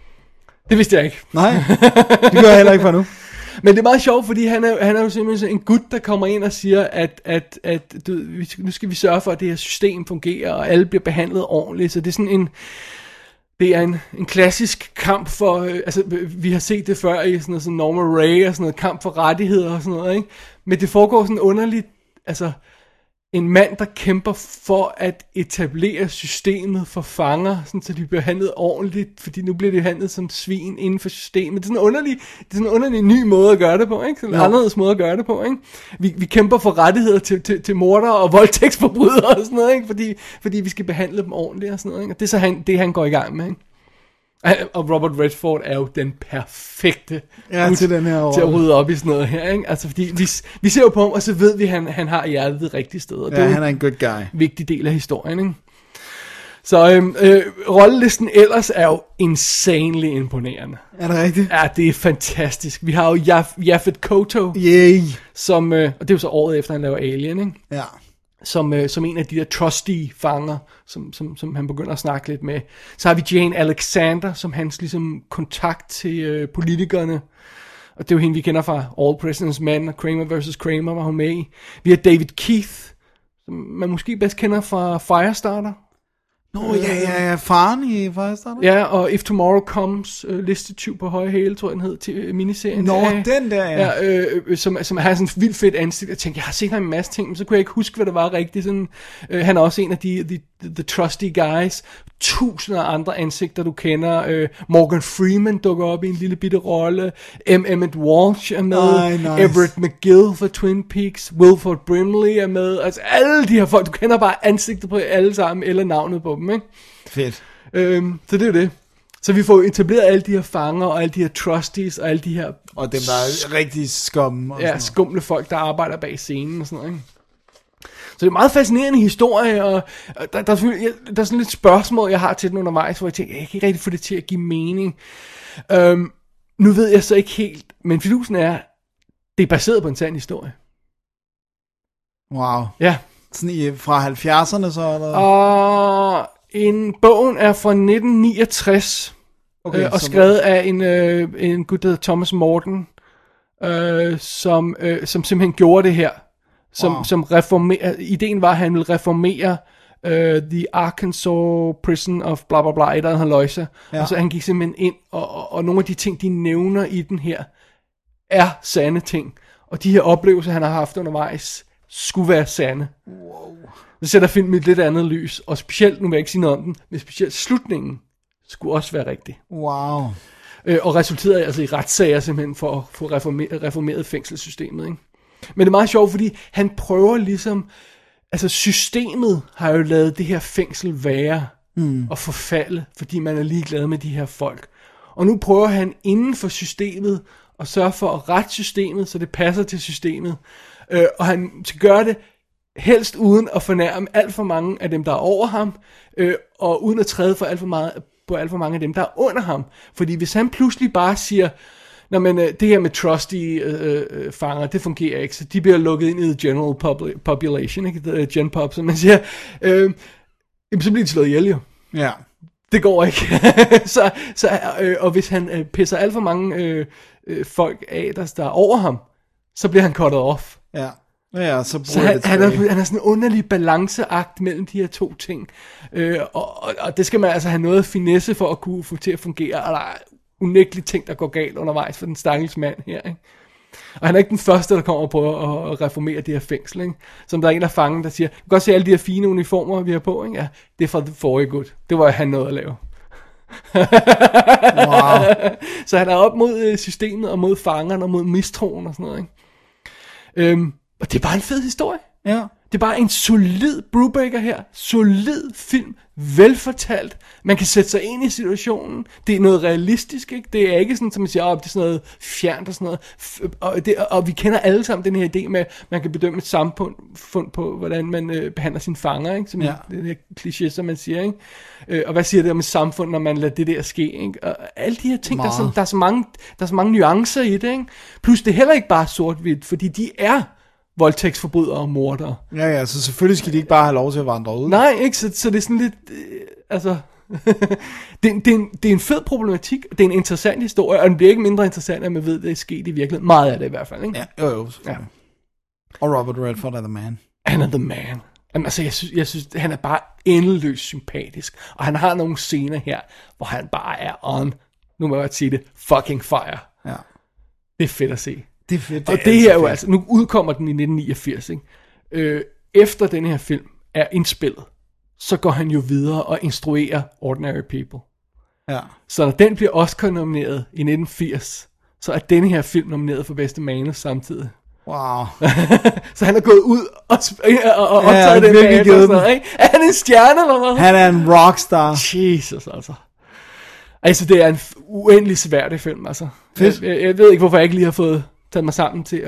[SPEAKER 2] Det vidste jeg ikke.
[SPEAKER 3] Nej, det gør jeg heller ikke for nu.
[SPEAKER 2] Men det er meget sjovt, fordi han er, han er jo simpelthen en gut, der kommer ind og siger, at, at, at du, nu skal vi sørge for, at det her system fungerer, og alle bliver behandlet ordentligt. Så det er sådan en, det er en, en klassisk kamp for, altså vi har set det før i sådan noget, sådan Norman Ray og sådan noget, kamp for rettigheder og sådan noget, ikke? Men det foregår sådan underligt, altså en mand, der kæmper for at etablere systemet for fanger, sådan, så de bliver behandlet ordentligt, fordi nu bliver de behandlet som svin inden for systemet. Det er sådan en underlig, det er sådan en underlig ny måde at gøre det på, ikke? Sådan en ja. anderledes måde at gøre det på, ikke? Vi, vi kæmper for rettigheder til, til, til mordere og voldtægtsforbrydere og sådan noget, ikke? Fordi, fordi vi skal behandle dem ordentligt og sådan noget, ikke? Og det er så han, det, han går i gang med, ikke? Og Robert Redford er jo den perfekte
[SPEAKER 3] ja, til, den her
[SPEAKER 2] til at rydde op i sådan noget her, ikke? Altså fordi vi, vi ser jo på ham, og så ved vi, at han, han har hjertet det rigtige sted. Og
[SPEAKER 3] ja,
[SPEAKER 2] det er
[SPEAKER 3] han er en good guy.
[SPEAKER 2] En vigtig del af historien, ikke? Så øhm, øh, rollelisten ellers er jo insanely imponerende.
[SPEAKER 3] Er det rigtigt?
[SPEAKER 2] Ja, det er fantastisk. Vi har jo Jaf- Yaphet Kotto,
[SPEAKER 3] Yay.
[SPEAKER 2] som, øh, og det er jo så året efter, han laver Alien, ikke?
[SPEAKER 3] Ja.
[SPEAKER 2] Som, øh, som en af de der trusty fanger, som, som, som han begynder at snakke lidt med. Så har vi Jane Alexander, som hans ligesom kontakt til øh, politikerne. Og det er jo hende, vi kender fra All President's Men og Kramer versus. Kramer, var hun med i. Vi har David Keith, som man måske bedst kender fra Firestarter.
[SPEAKER 3] Nå, ja, ja, ja, faren i Firestarter.
[SPEAKER 2] Ja, og If Tomorrow Comes, øh, listetyv på høje hæle, tror jeg den hed, til øh, miniserien.
[SPEAKER 3] Nå,
[SPEAKER 2] ja,
[SPEAKER 3] den der, ja.
[SPEAKER 2] ja øh, øh, som, som har sådan et vildt fedt ansigt. Jeg tænkte, jeg har set ham en masse ting, men så kunne jeg ikke huske, hvad det var rigtigt. Sådan, øh, han er også en af de, de, de, the trusty guys. Tusinder af andre ansigter, du kender. Øh, Morgan Freeman dukker op i en lille bitte rolle. M. Emmett Walsh er med.
[SPEAKER 3] Ej, nice.
[SPEAKER 2] Everett McGill fra Twin Peaks. Wilford Brimley er med. Altså alle de her folk, du kender bare ansigtet på alle sammen, eller navnet på dem, ikke?
[SPEAKER 3] Fedt.
[SPEAKER 2] Øhm, så det er jo det. Så vi får etableret alle de her fanger, og alle de her trustees, og alle de her...
[SPEAKER 3] Og dem, der er rigtig skum. Og
[SPEAKER 2] ja, skumle folk, der arbejder bag scenen og sådan noget, ikke? Så det er en meget fascinerende historie, og der, der, er, der er sådan lidt spørgsmål, jeg har til den undervejs, hvor jeg tænker, jeg kan ikke rigtig få det til at give mening. Øhm, nu ved jeg så ikke helt, men fidusen er, det er baseret på en sand historie.
[SPEAKER 3] Wow.
[SPEAKER 2] Ja.
[SPEAKER 3] Sådan i, fra halvfjerdserne så, eller?
[SPEAKER 2] Og en bogen er fra nitten niogtres, okay, øh, og skrevet af en, øh, en gut, der hedder Thomas Morton, øh, som, øh, som simpelthen gjorde det her. Som, wow. som reformer, ideen var, at han ville reformere uh, The Arkansas Prison of bla bla bla, et eller andet løjse. Ja. Og så han gik simpelthen ind, og, og, og nogle af de ting, de nævner i den her, er sande ting. Og de her oplevelser, han har haft undervejs, skulle være sande. Wow. Så sætter filmen i et lidt andet lys, og specielt, nu vil jeg ikke sige noget om den, men specielt slutningen skulle også være rigtig.
[SPEAKER 3] Wow.
[SPEAKER 2] Øh, og resulterede altså i retssager simpelthen for at få reformeret, reformeret fængselssystemet, ikke? Men det er meget sjovt, fordi han prøver ligesom, altså systemet har jo lavet det her fængsel være mm. og forfalde, fordi man er ligeglad med de her folk. Og nu prøver han inden for systemet at sørge for at rette systemet, så det passer til systemet. Øh, og han skal gøre det helst uden at fornærme alt for mange af dem, der er over ham, øh, og uden at træde for alt for meget på alt for mange af dem, der er under ham. Fordi hvis han pludselig bare siger, nå, men det her med trusty øh, øh, fanger, det fungerer ikke, så de bliver lukket ind i the general publi- population, ikke? The genpop, som man siger. Øh, så bliver de slået ihjel, jo.
[SPEAKER 3] Ja.
[SPEAKER 2] Det går ikke. så, så, øh, og hvis han øh, pisser alt for mange øh, øh, folk af, der, der er over ham, så bliver han cuttet off.
[SPEAKER 3] Ja. Ja, så,
[SPEAKER 2] så han, han, er, han er sådan en underlig balanceakt mellem de her to ting. Øh, og, og, og det skal man altså have noget finesse for at kunne få til at fungere, og der er unægtelige ting, der går galt undervejs for den stakkels mand her, ikke? Og han er ikke den første, der kommer og prøver at reformere det her fængsel, ikke? Som der er en af fangen, der siger, du kan godt se alle de her fine uniformer, vi har på, ikke? Ja, det er fra The forrige gut. Det var han noget at lave. Wow. Så han er op mod systemet, og mod fangerne, og mod mistroen og sådan noget, ikke? Øhm, og det er bare en fed historie.
[SPEAKER 3] Ja.
[SPEAKER 2] Det er bare en solid Brubaker her. Solid film. Velfortalt. Man kan sætte sig ind i situationen. Det er noget realistisk, ikke? Det er ikke sådan, som man siger, oh, det er sådan noget fjernt og sådan noget. Og, det, og vi kender alle sammen den her idé med, at man kan bedømme et samfund på, hvordan man øh, behandler sine fanger, ikke? Som ja. Den her kliché, som man siger, ikke? Øh, og hvad siger det om et samfund, når man lader det der ske, ikke? Og alle de her ting, der er, så, der, er så mange, der er så mange nuancer i det, ikke? Plus det er heller ikke bare sort-hvidt, fordi de er voldtægtsforbrydere og mordere.
[SPEAKER 3] Ja, ja, så selvfølgelig skal de ikke bare have lov til at vandre ud.
[SPEAKER 2] Nej, ikke? Så, så det er sådan lidt, øh, altså, det, det, er en, det er en fed problematik, det er en interessant historie, og den bliver ikke mindre interessant, at man ved, at det er sket i virkeligheden. Meget af det i hvert fald, ikke?
[SPEAKER 3] Ja, jo, jo. Ja. Og Robert Redford er the man.
[SPEAKER 2] Han er the man. Jamen, altså, jeg synes, jeg synes, han er bare endeløst sympatisk, og han har nogle scener her, hvor han bare er on, nu må jeg godt sige det, fucking fire.
[SPEAKER 3] Ja.
[SPEAKER 2] Det er fedt at se.
[SPEAKER 3] Det er fedt.
[SPEAKER 2] Det og det her jo fedt. Altså, nu udkommer den i nitten niogfirs, ikke? Øh, efter den her film er indspillet, så går han jo videre og instruerer Ordinary People.
[SPEAKER 3] Ja.
[SPEAKER 2] Så når den bliver Oscar-nomineret i nitten firs, så er denne her film nomineret for bedste manus samtidig.
[SPEAKER 3] Wow.
[SPEAKER 2] Så han er gået ud og, og, og
[SPEAKER 3] ja,
[SPEAKER 2] optaget den manus og sådan noget, ikke? Er han en stjerne eller hvad?
[SPEAKER 3] Han er en rockstar.
[SPEAKER 2] Jesus, altså. Altså, det er en uendelig sværdig film, altså.
[SPEAKER 3] Fedt.
[SPEAKER 2] Jeg, jeg, jeg ved ikke, hvorfor jeg ikke lige har fået taget mig sammen til at...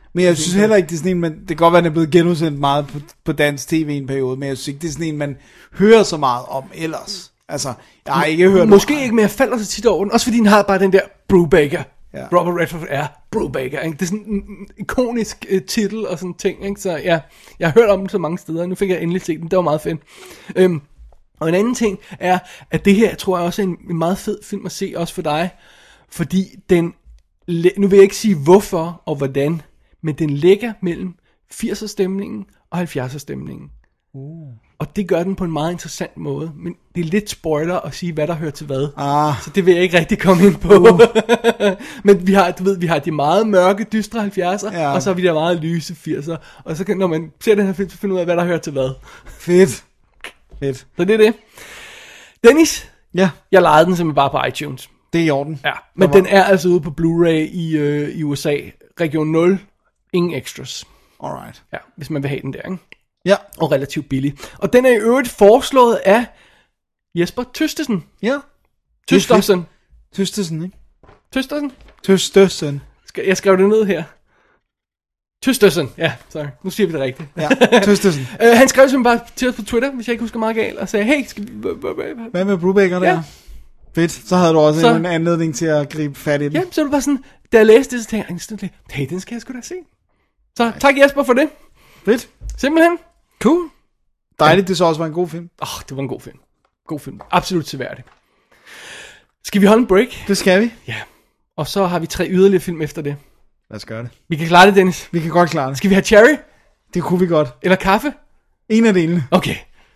[SPEAKER 3] Men jeg synes heller ikke, det er sådan en, man, det kan godt være, den er blevet genudsendt meget på, på dansk tv i en periode, men jeg synes ikke, det er sådan en, man hører så meget om ellers. Altså, jeg har ikke hørt
[SPEAKER 2] Måske
[SPEAKER 3] noget.
[SPEAKER 2] ikke, men jeg falder så tit over den, også fordi den har bare den der Brubaker.
[SPEAKER 3] Ja.
[SPEAKER 2] Robert Redford er Brubaker, ikke? Det er sådan en ikonisk uh, titel og sådan ting, ikke? Så ja, jeg har hørt om den så mange steder, nu fik jeg endelig set den, det var meget fedt. Øhm, og en anden ting er, at det her, tror jeg også er en, en meget fed film at se, også for dig, fordi den, nu vil jeg ikke sige hvorfor og hvordan, men den ligger mellem firser stemningen og halvfjerdser stemningen. Uh. Og det gør den på en meget interessant måde. Men det er lidt spoiler at sige, hvad der hører til hvad.
[SPEAKER 3] Ah.
[SPEAKER 2] Så det vil jeg ikke rigtig komme ind på. Uh. Men vi har, du ved, vi har de meget mørke, dystre halvfjerdser, ja. Og så har vi de meget lyse firser. Og så kan, når man ser den her film, så finder ud af, hvad der hører til hvad.
[SPEAKER 3] Fedt. Fedt.
[SPEAKER 2] Så det er det. Dennis,
[SPEAKER 3] ja.
[SPEAKER 2] Jeg lejede den simpelthen bare på iTunes.
[SPEAKER 3] Det er i orden.
[SPEAKER 2] Ja, men den er altså ude på Blu-ray i, øh, i U S A. Region nul. Ingen extras.
[SPEAKER 3] Alright.
[SPEAKER 2] Ja, hvis man vil have den der, ikke?
[SPEAKER 3] Ja.
[SPEAKER 2] Og relativt billig. Og den er i øvrigt foreslået af Jesper Tøstesen.
[SPEAKER 3] Ja.
[SPEAKER 2] Tøstersen.
[SPEAKER 3] Tøstesen, ikke?
[SPEAKER 2] Tøstersen?
[SPEAKER 3] Tøstesen.
[SPEAKER 2] Jeg skrev det ned her. Tøstesen. Ja, sorry. Nu siger vi det rigtigt.
[SPEAKER 3] Ja, Tøstesen.
[SPEAKER 2] uh, han skrev simpelthen bare til os på Twitter, hvis jeg ikke husker meget galt, og sagde, hey, skal vi...
[SPEAKER 3] Hvad med Brubaker der?
[SPEAKER 2] Ja.
[SPEAKER 3] Fedt. Så havde du også
[SPEAKER 2] så...
[SPEAKER 3] en anledning til at gribe fat i den.
[SPEAKER 2] Ja, så det var sådan, da jeg læste det, så tænkte jeg, hey, den skal jeg sgu da se. Så tak Jesper for det.
[SPEAKER 3] Fedt.
[SPEAKER 2] Simpelthen.
[SPEAKER 3] Cool. Dejligt, det så også var en god film.
[SPEAKER 2] Åh, oh, det var en god film. God film. Absolut seværdig. Skal vi holde en break?
[SPEAKER 3] Det skal vi.
[SPEAKER 2] Ja. Og så har vi tre yderligere film efter det.
[SPEAKER 3] Lad os gøre det.
[SPEAKER 2] Vi kan klare det, Dennis.
[SPEAKER 3] Vi kan godt klare det.
[SPEAKER 2] Skal vi have cherry?
[SPEAKER 3] Det kunne vi godt.
[SPEAKER 2] Eller kaffe?
[SPEAKER 3] En af delene.
[SPEAKER 2] Okay.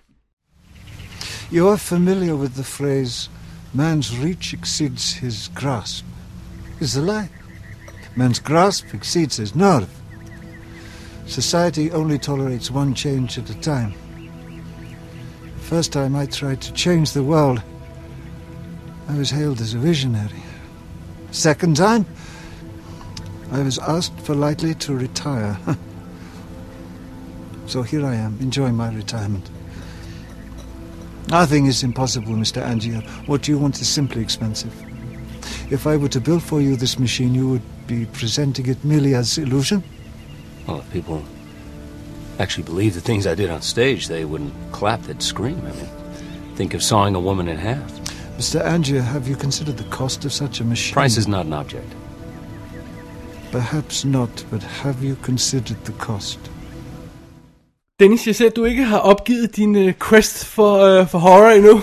[SPEAKER 6] You are familiar with the phrase, man's reach exceeds his grasp. It's a lie. Man's grasp exceeds his nerve. Society only tolerates one change at a time. First time I tried to change the world, I was hailed as a visionary. Second time, I was asked politely to retire. So here I am, enjoying my retirement. Nothing is impossible, Mister Angier. What you want is simply expensive. If I were to build for you this machine, you would be presenting it merely as illusion.
[SPEAKER 7] Well, if people actually believed the things I did on stage, they wouldn't clap, they'd scream. I mean, think of sawing a woman in half.
[SPEAKER 6] Mister Angier, have you considered the cost of such a machine?
[SPEAKER 7] Price is not an object.
[SPEAKER 6] Perhaps not, but have you considered the cost?
[SPEAKER 2] Dennis, jeg ser, at du ikke har opgivet din uh, quest for, uh, for horror endnu.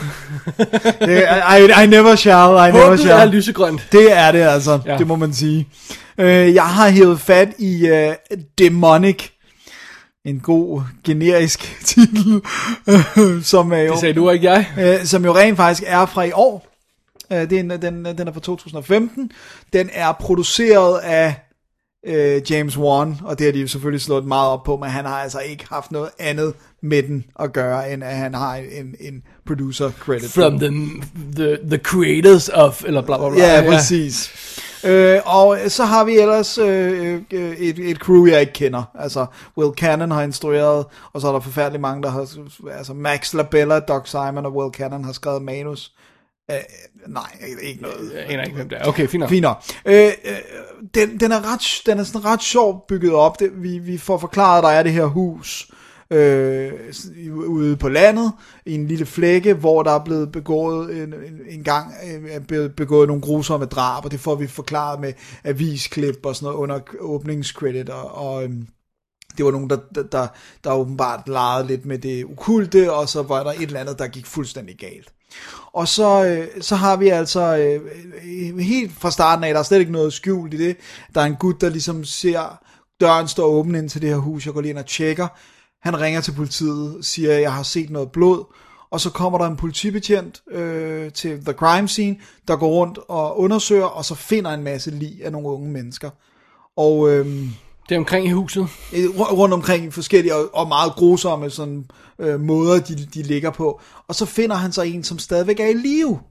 [SPEAKER 3] I, I never shall, I never
[SPEAKER 2] Håbet
[SPEAKER 3] shall.
[SPEAKER 2] er lysegrønt.
[SPEAKER 3] Det er det altså,
[SPEAKER 2] ja.
[SPEAKER 3] Det må man sige. Uh, jeg har hævet fat i uh, Demonic. En god, generisk titel. som er jo,
[SPEAKER 2] det sagde du, ikke jeg.
[SPEAKER 3] Uh, som jo rent faktisk er fra i år. Uh, det er en, den, den er fra to tusind og femten. Den er produceret af uh, James Wan, og det har de jo selvfølgelig slået meget op på, men han har altså ikke haft noget andet med den at gøre, end at han har en, en producer credit.
[SPEAKER 2] From the, the, the creators of, eller bla bla bla.
[SPEAKER 3] Ja, præcis. Øh, og så har vi ellers øh, et, et crew, jeg ikke kender. Altså, Will Cannon har instrueret, og så er der forfærdeligt mange, der har... Altså, Max Labella, Doug Simon og Will Cannon har skrevet manus. Øh, nej, ikke noget.
[SPEAKER 2] Jeg aner ikke, hvem det er. Okay, fint nok.
[SPEAKER 3] Fint nok. Øh, øh, den, den, er ret, den er sådan ret sjovt bygget op. Det, vi, vi får forklaret, at der er det her hus øh, ude på landet, i en lille flække, hvor der er blevet begået en, en, en gang øh, begået nogle grusomme drab, og det får vi forklaret med avisklip og sådan noget under åbningscredit, og, og øhm, det var nogen, der, der, der, der åbenbart legede lidt med det okulte, og så var der et eller andet, der gik fuldstændig galt. Og så, øh, så har vi altså øh, helt fra starten af, der er slet ikke noget skjult i det. Der er en gut, der ligesom ser døren står åben ind til det her hus. Jeg går lige ind og tjekker. Han ringer til politiet, siger, jeg har set noget blod. Og så kommer der en politibetjent øh, til the crime scene, der går rundt og undersøger, og så finder en masse lig af nogle unge mennesker. Og... Øh,
[SPEAKER 2] det er omkring i huset.
[SPEAKER 3] Rundt omkring forskellige og, og meget grusomme sådan, øh, måder, de, de ligger på. Og så finder han så en, som stadigvæk er i live.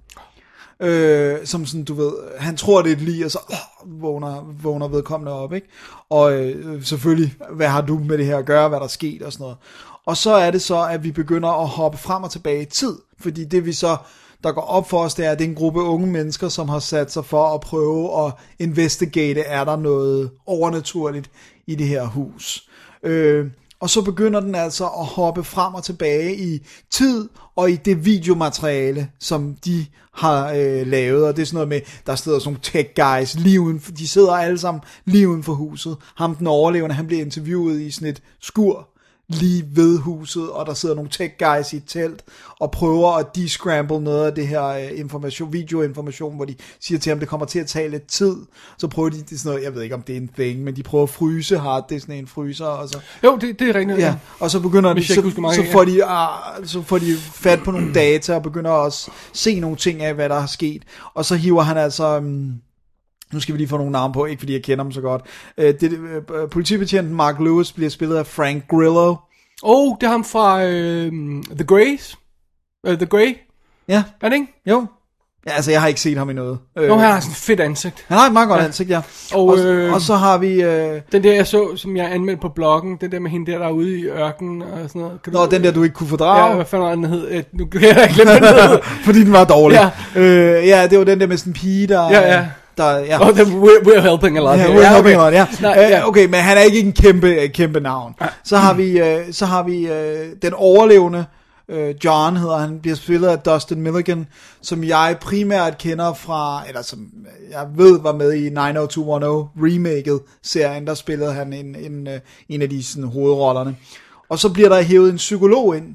[SPEAKER 3] Øh, som sådan, du ved, han tror, det er et lig, og så åh, vågner, vågner vedkommende op, ikke? Og øh, selvfølgelig, hvad har du med det her at gøre, hvad der er sket og sådan noget. Og så er det så, at vi begynder at hoppe frem og tilbage i tid. Fordi det vi så, der går op for os, det er, at det er en gruppe unge mennesker, som har sat sig for at prøve at investigate, er der noget overnaturligt i det her hus. Øh, og så begynder den altså at hoppe frem og tilbage i tid, og i det videomateriale, som de har øh, lavet, og det er sådan noget med, der sidder sådan nogle tech guys lige uden for, de sidder alle sammen lige uden for huset. Ham den overlevende, han bliver interviewet i sådan et skur lige ved huset, og der sidder nogle tech guys i et telt og prøver at descramble noget af det her uh, information, videoinformation, hvor de siger til ham, det kommer til at tage lidt tid. Så prøver de, det er sådan noget, jeg ved ikke om det er en thing, men de prøver at fryse hard, det er sådan en fryser, og så
[SPEAKER 2] jo, det, det er rigtigt.
[SPEAKER 3] Ja, og så begynder de, så, så, får de uh, så får de fat på nogle data og begynder også at se nogle ting af, hvad der er sket. Og så hiver han altså um, nu skal vi lige få nogle navne på, ikke fordi jeg kender dem så godt. Uh, det, uh, politibetjenten Mark Lewis bliver spillet af Frank Grillo.
[SPEAKER 2] Oh, det er ham fra uh, The Greys. Uh, The Grey.
[SPEAKER 3] Ja.
[SPEAKER 2] Er det ikke?
[SPEAKER 3] Jo. Ja, altså jeg har ikke set ham i noget.
[SPEAKER 2] Nå, uh, han har sådan et fedt ansigt.
[SPEAKER 3] Han har et meget godt ja. ansigt, ja.
[SPEAKER 2] Og,
[SPEAKER 3] og,
[SPEAKER 2] øh,
[SPEAKER 3] og så har vi... Øh,
[SPEAKER 2] den der jeg så, som jeg anmeldte på bloggen, den der med hende der, der er ude i ørkenen og sådan noget. Kan
[SPEAKER 3] Nå,
[SPEAKER 2] du,
[SPEAKER 3] den der du ikke kunne fordrage.
[SPEAKER 2] Ja, hvad fanden var den hed? Nu kan jeg ikke glemme, den hed.
[SPEAKER 3] Fordi den var dårlig.
[SPEAKER 2] Ja.
[SPEAKER 3] Øh, ja, det var den der med sådan en pige, der...
[SPEAKER 2] Ja, ja.
[SPEAKER 3] Der, ja.
[SPEAKER 2] Oh, we're, we're helping a lot.
[SPEAKER 3] Ja,
[SPEAKER 2] we're
[SPEAKER 3] ja, helping okay. a lot, ja.
[SPEAKER 2] Nej, ja.
[SPEAKER 3] Okay, men han er ikke en kæmpe, kæmpe navn. Ja. Så har vi, øh, så har vi øh, den overlevende, øh, John hedder han, bliver spillet af Dustin Milligan, som jeg primært kender fra, eller som jeg ved var med i nine oh two one oh remaket serien, der spillede han en, en, en af de sådan, hovedrollerne. Og så bliver der hævet en psykolog ind,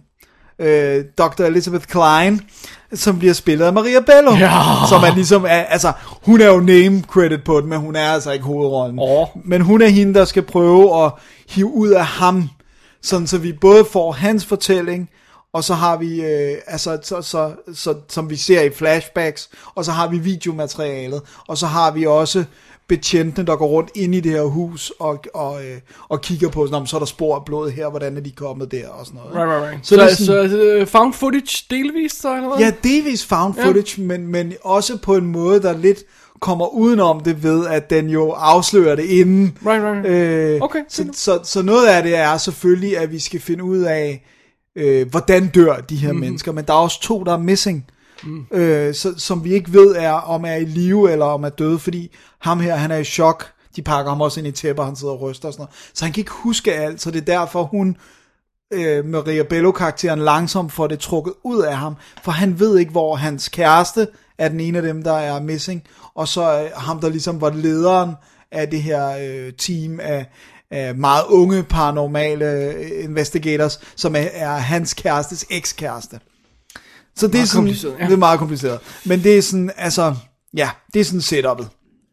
[SPEAKER 3] øh, doktor Elizabeth Klein, som bliver spillet af Maria Bello, ja. som er ligesom, er, altså, hun er jo name credit på den, men hun er altså ikke hovedrollen.
[SPEAKER 2] Oh.
[SPEAKER 3] Men hun er hende, der skal prøve at hive ud af ham, sådan så vi både får hans fortælling, og så har vi, øh, altså, så, så, så, som vi ser i flashbacks, og så har vi videomaterialet, og så har vi også betjentene, der går rundt ind i det her hus og, og, øh, og kigger på, sådan, om så er der spor af blod her, hvordan er de kommet der og sådan noget.
[SPEAKER 2] Right, right, right.
[SPEAKER 3] Så, så,
[SPEAKER 2] så, så uh, found footage delvist, så eller hvad?
[SPEAKER 3] Ja, delvis found footage, ja. men, men også på en måde, der lidt kommer udenom det ved, at den jo afslører det inden.
[SPEAKER 2] Right, right.
[SPEAKER 3] Øh,
[SPEAKER 2] okay.
[SPEAKER 3] Så, så, så noget af det er selvfølgelig, at vi skal finde ud af, øh, hvordan dør de her mm. mennesker, men der er også to, der er missing. Mm. Øh, så, som vi ikke ved er om er i live eller om er døde, fordi ham her, han er i chok. De pakker ham også ind i tæpper, han sidder og ryster og sådan noget. Så han kan ikke huske alt, så det er derfor hun øh, Maria Bello-karakteren langsomt får det trukket ud af ham, for han ved ikke, hvor hans kæreste er den ene af dem, der er missing, og så øh, ham, der ligesom var lederen af det her øh, team af, af meget unge paranormale investigators, som er, er hans kærestes ekskæreste. Så det er, sådan, ja. det er meget kompliceret. Men det er sådan, altså, ja, det er sådan setupet.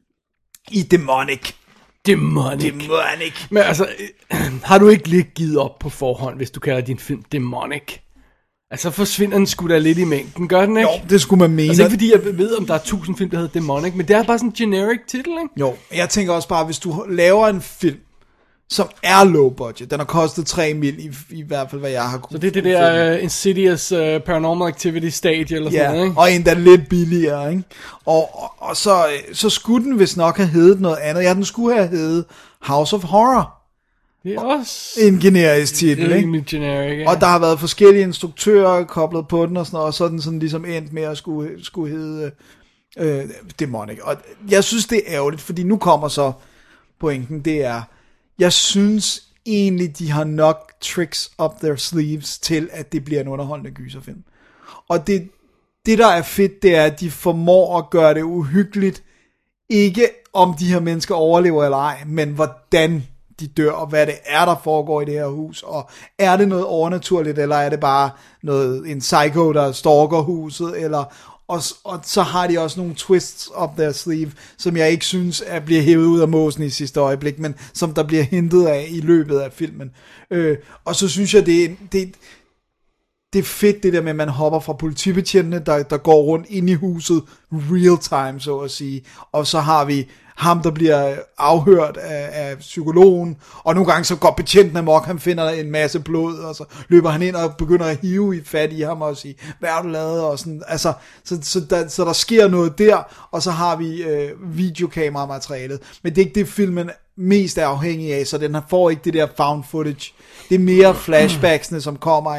[SPEAKER 3] I Demonic.
[SPEAKER 2] Demonic.
[SPEAKER 3] Demonic.
[SPEAKER 2] Men altså, har du ikke lidt givet op på forhånd, hvis du kalder din film Demonic? Altså, forsvinder den sgu da lidt i mængden, gør den ikke?
[SPEAKER 3] Jo, det skulle man mene.
[SPEAKER 2] Altså ikke fordi jeg ved, om der er tusind film, der hedder Demonic, men det er bare sådan en generic titel, ikke?
[SPEAKER 3] Jo, jeg tænker også bare, hvis du laver en film, som er low budget. Den har kostet tre mil, i, i hvert fald hvad jeg har kunnet.
[SPEAKER 2] Så det er det der uh, Insidious uh, Paranormal Activity stage, eller sådan
[SPEAKER 3] ja,
[SPEAKER 2] noget, ikke?
[SPEAKER 3] og endda lidt billigere, ikke? Og, og, og så, så skulle den vist nok have heddet noget andet. Ja, den skulle have heddet House of Horror.
[SPEAKER 2] Det er også
[SPEAKER 3] en generisk titel,
[SPEAKER 2] ikke? Generic, ja.
[SPEAKER 3] Og der har været forskellige instruktører koblet på den og sådan noget, og så er den sådan ligesom endt med at skulle, skulle hedde øh, Demonic. Og jeg synes, det er ærgerligt, fordi nu kommer så pointen, det er, jeg synes egentlig, de har nok tricks up their sleeves til, at det bliver en underholdende gyserfilm. Og det, det der er fedt, det er, at de formår at gøre det uhyggeligt, ikke om de her mennesker overlever eller ej, men hvordan de dør, og hvad det er, der foregår i det her hus, og er det noget overnaturligt, eller er det bare noget, en psycho, der stalker huset, eller, og, og så har de også nogle twists up their sleeve, som jeg ikke synes, at bliver hævet ud af måsen i sidste øjeblik, men som der bliver hentet af i løbet af filmen. Øh, og så synes jeg, det er, det, det er fedt, det der med, at man hopper fra politibetjentene, der, der går rundt ind i huset, real time, så at sige, og så har vi ham, der bliver afhørt af, af psykologen, og nogle gange så går betjenten amok, han finder en masse blod, og så løber han ind og begynder at hive i fat i ham og sige, hvad har du lavet, og sådan, altså, så, så, der, så der sker noget der, og så har vi øh, videokameramaterialet, men det er ikke det, filmen mest er afhængig af, så den får ikke det der found footage, det er mere flashbacksene, som kommer af,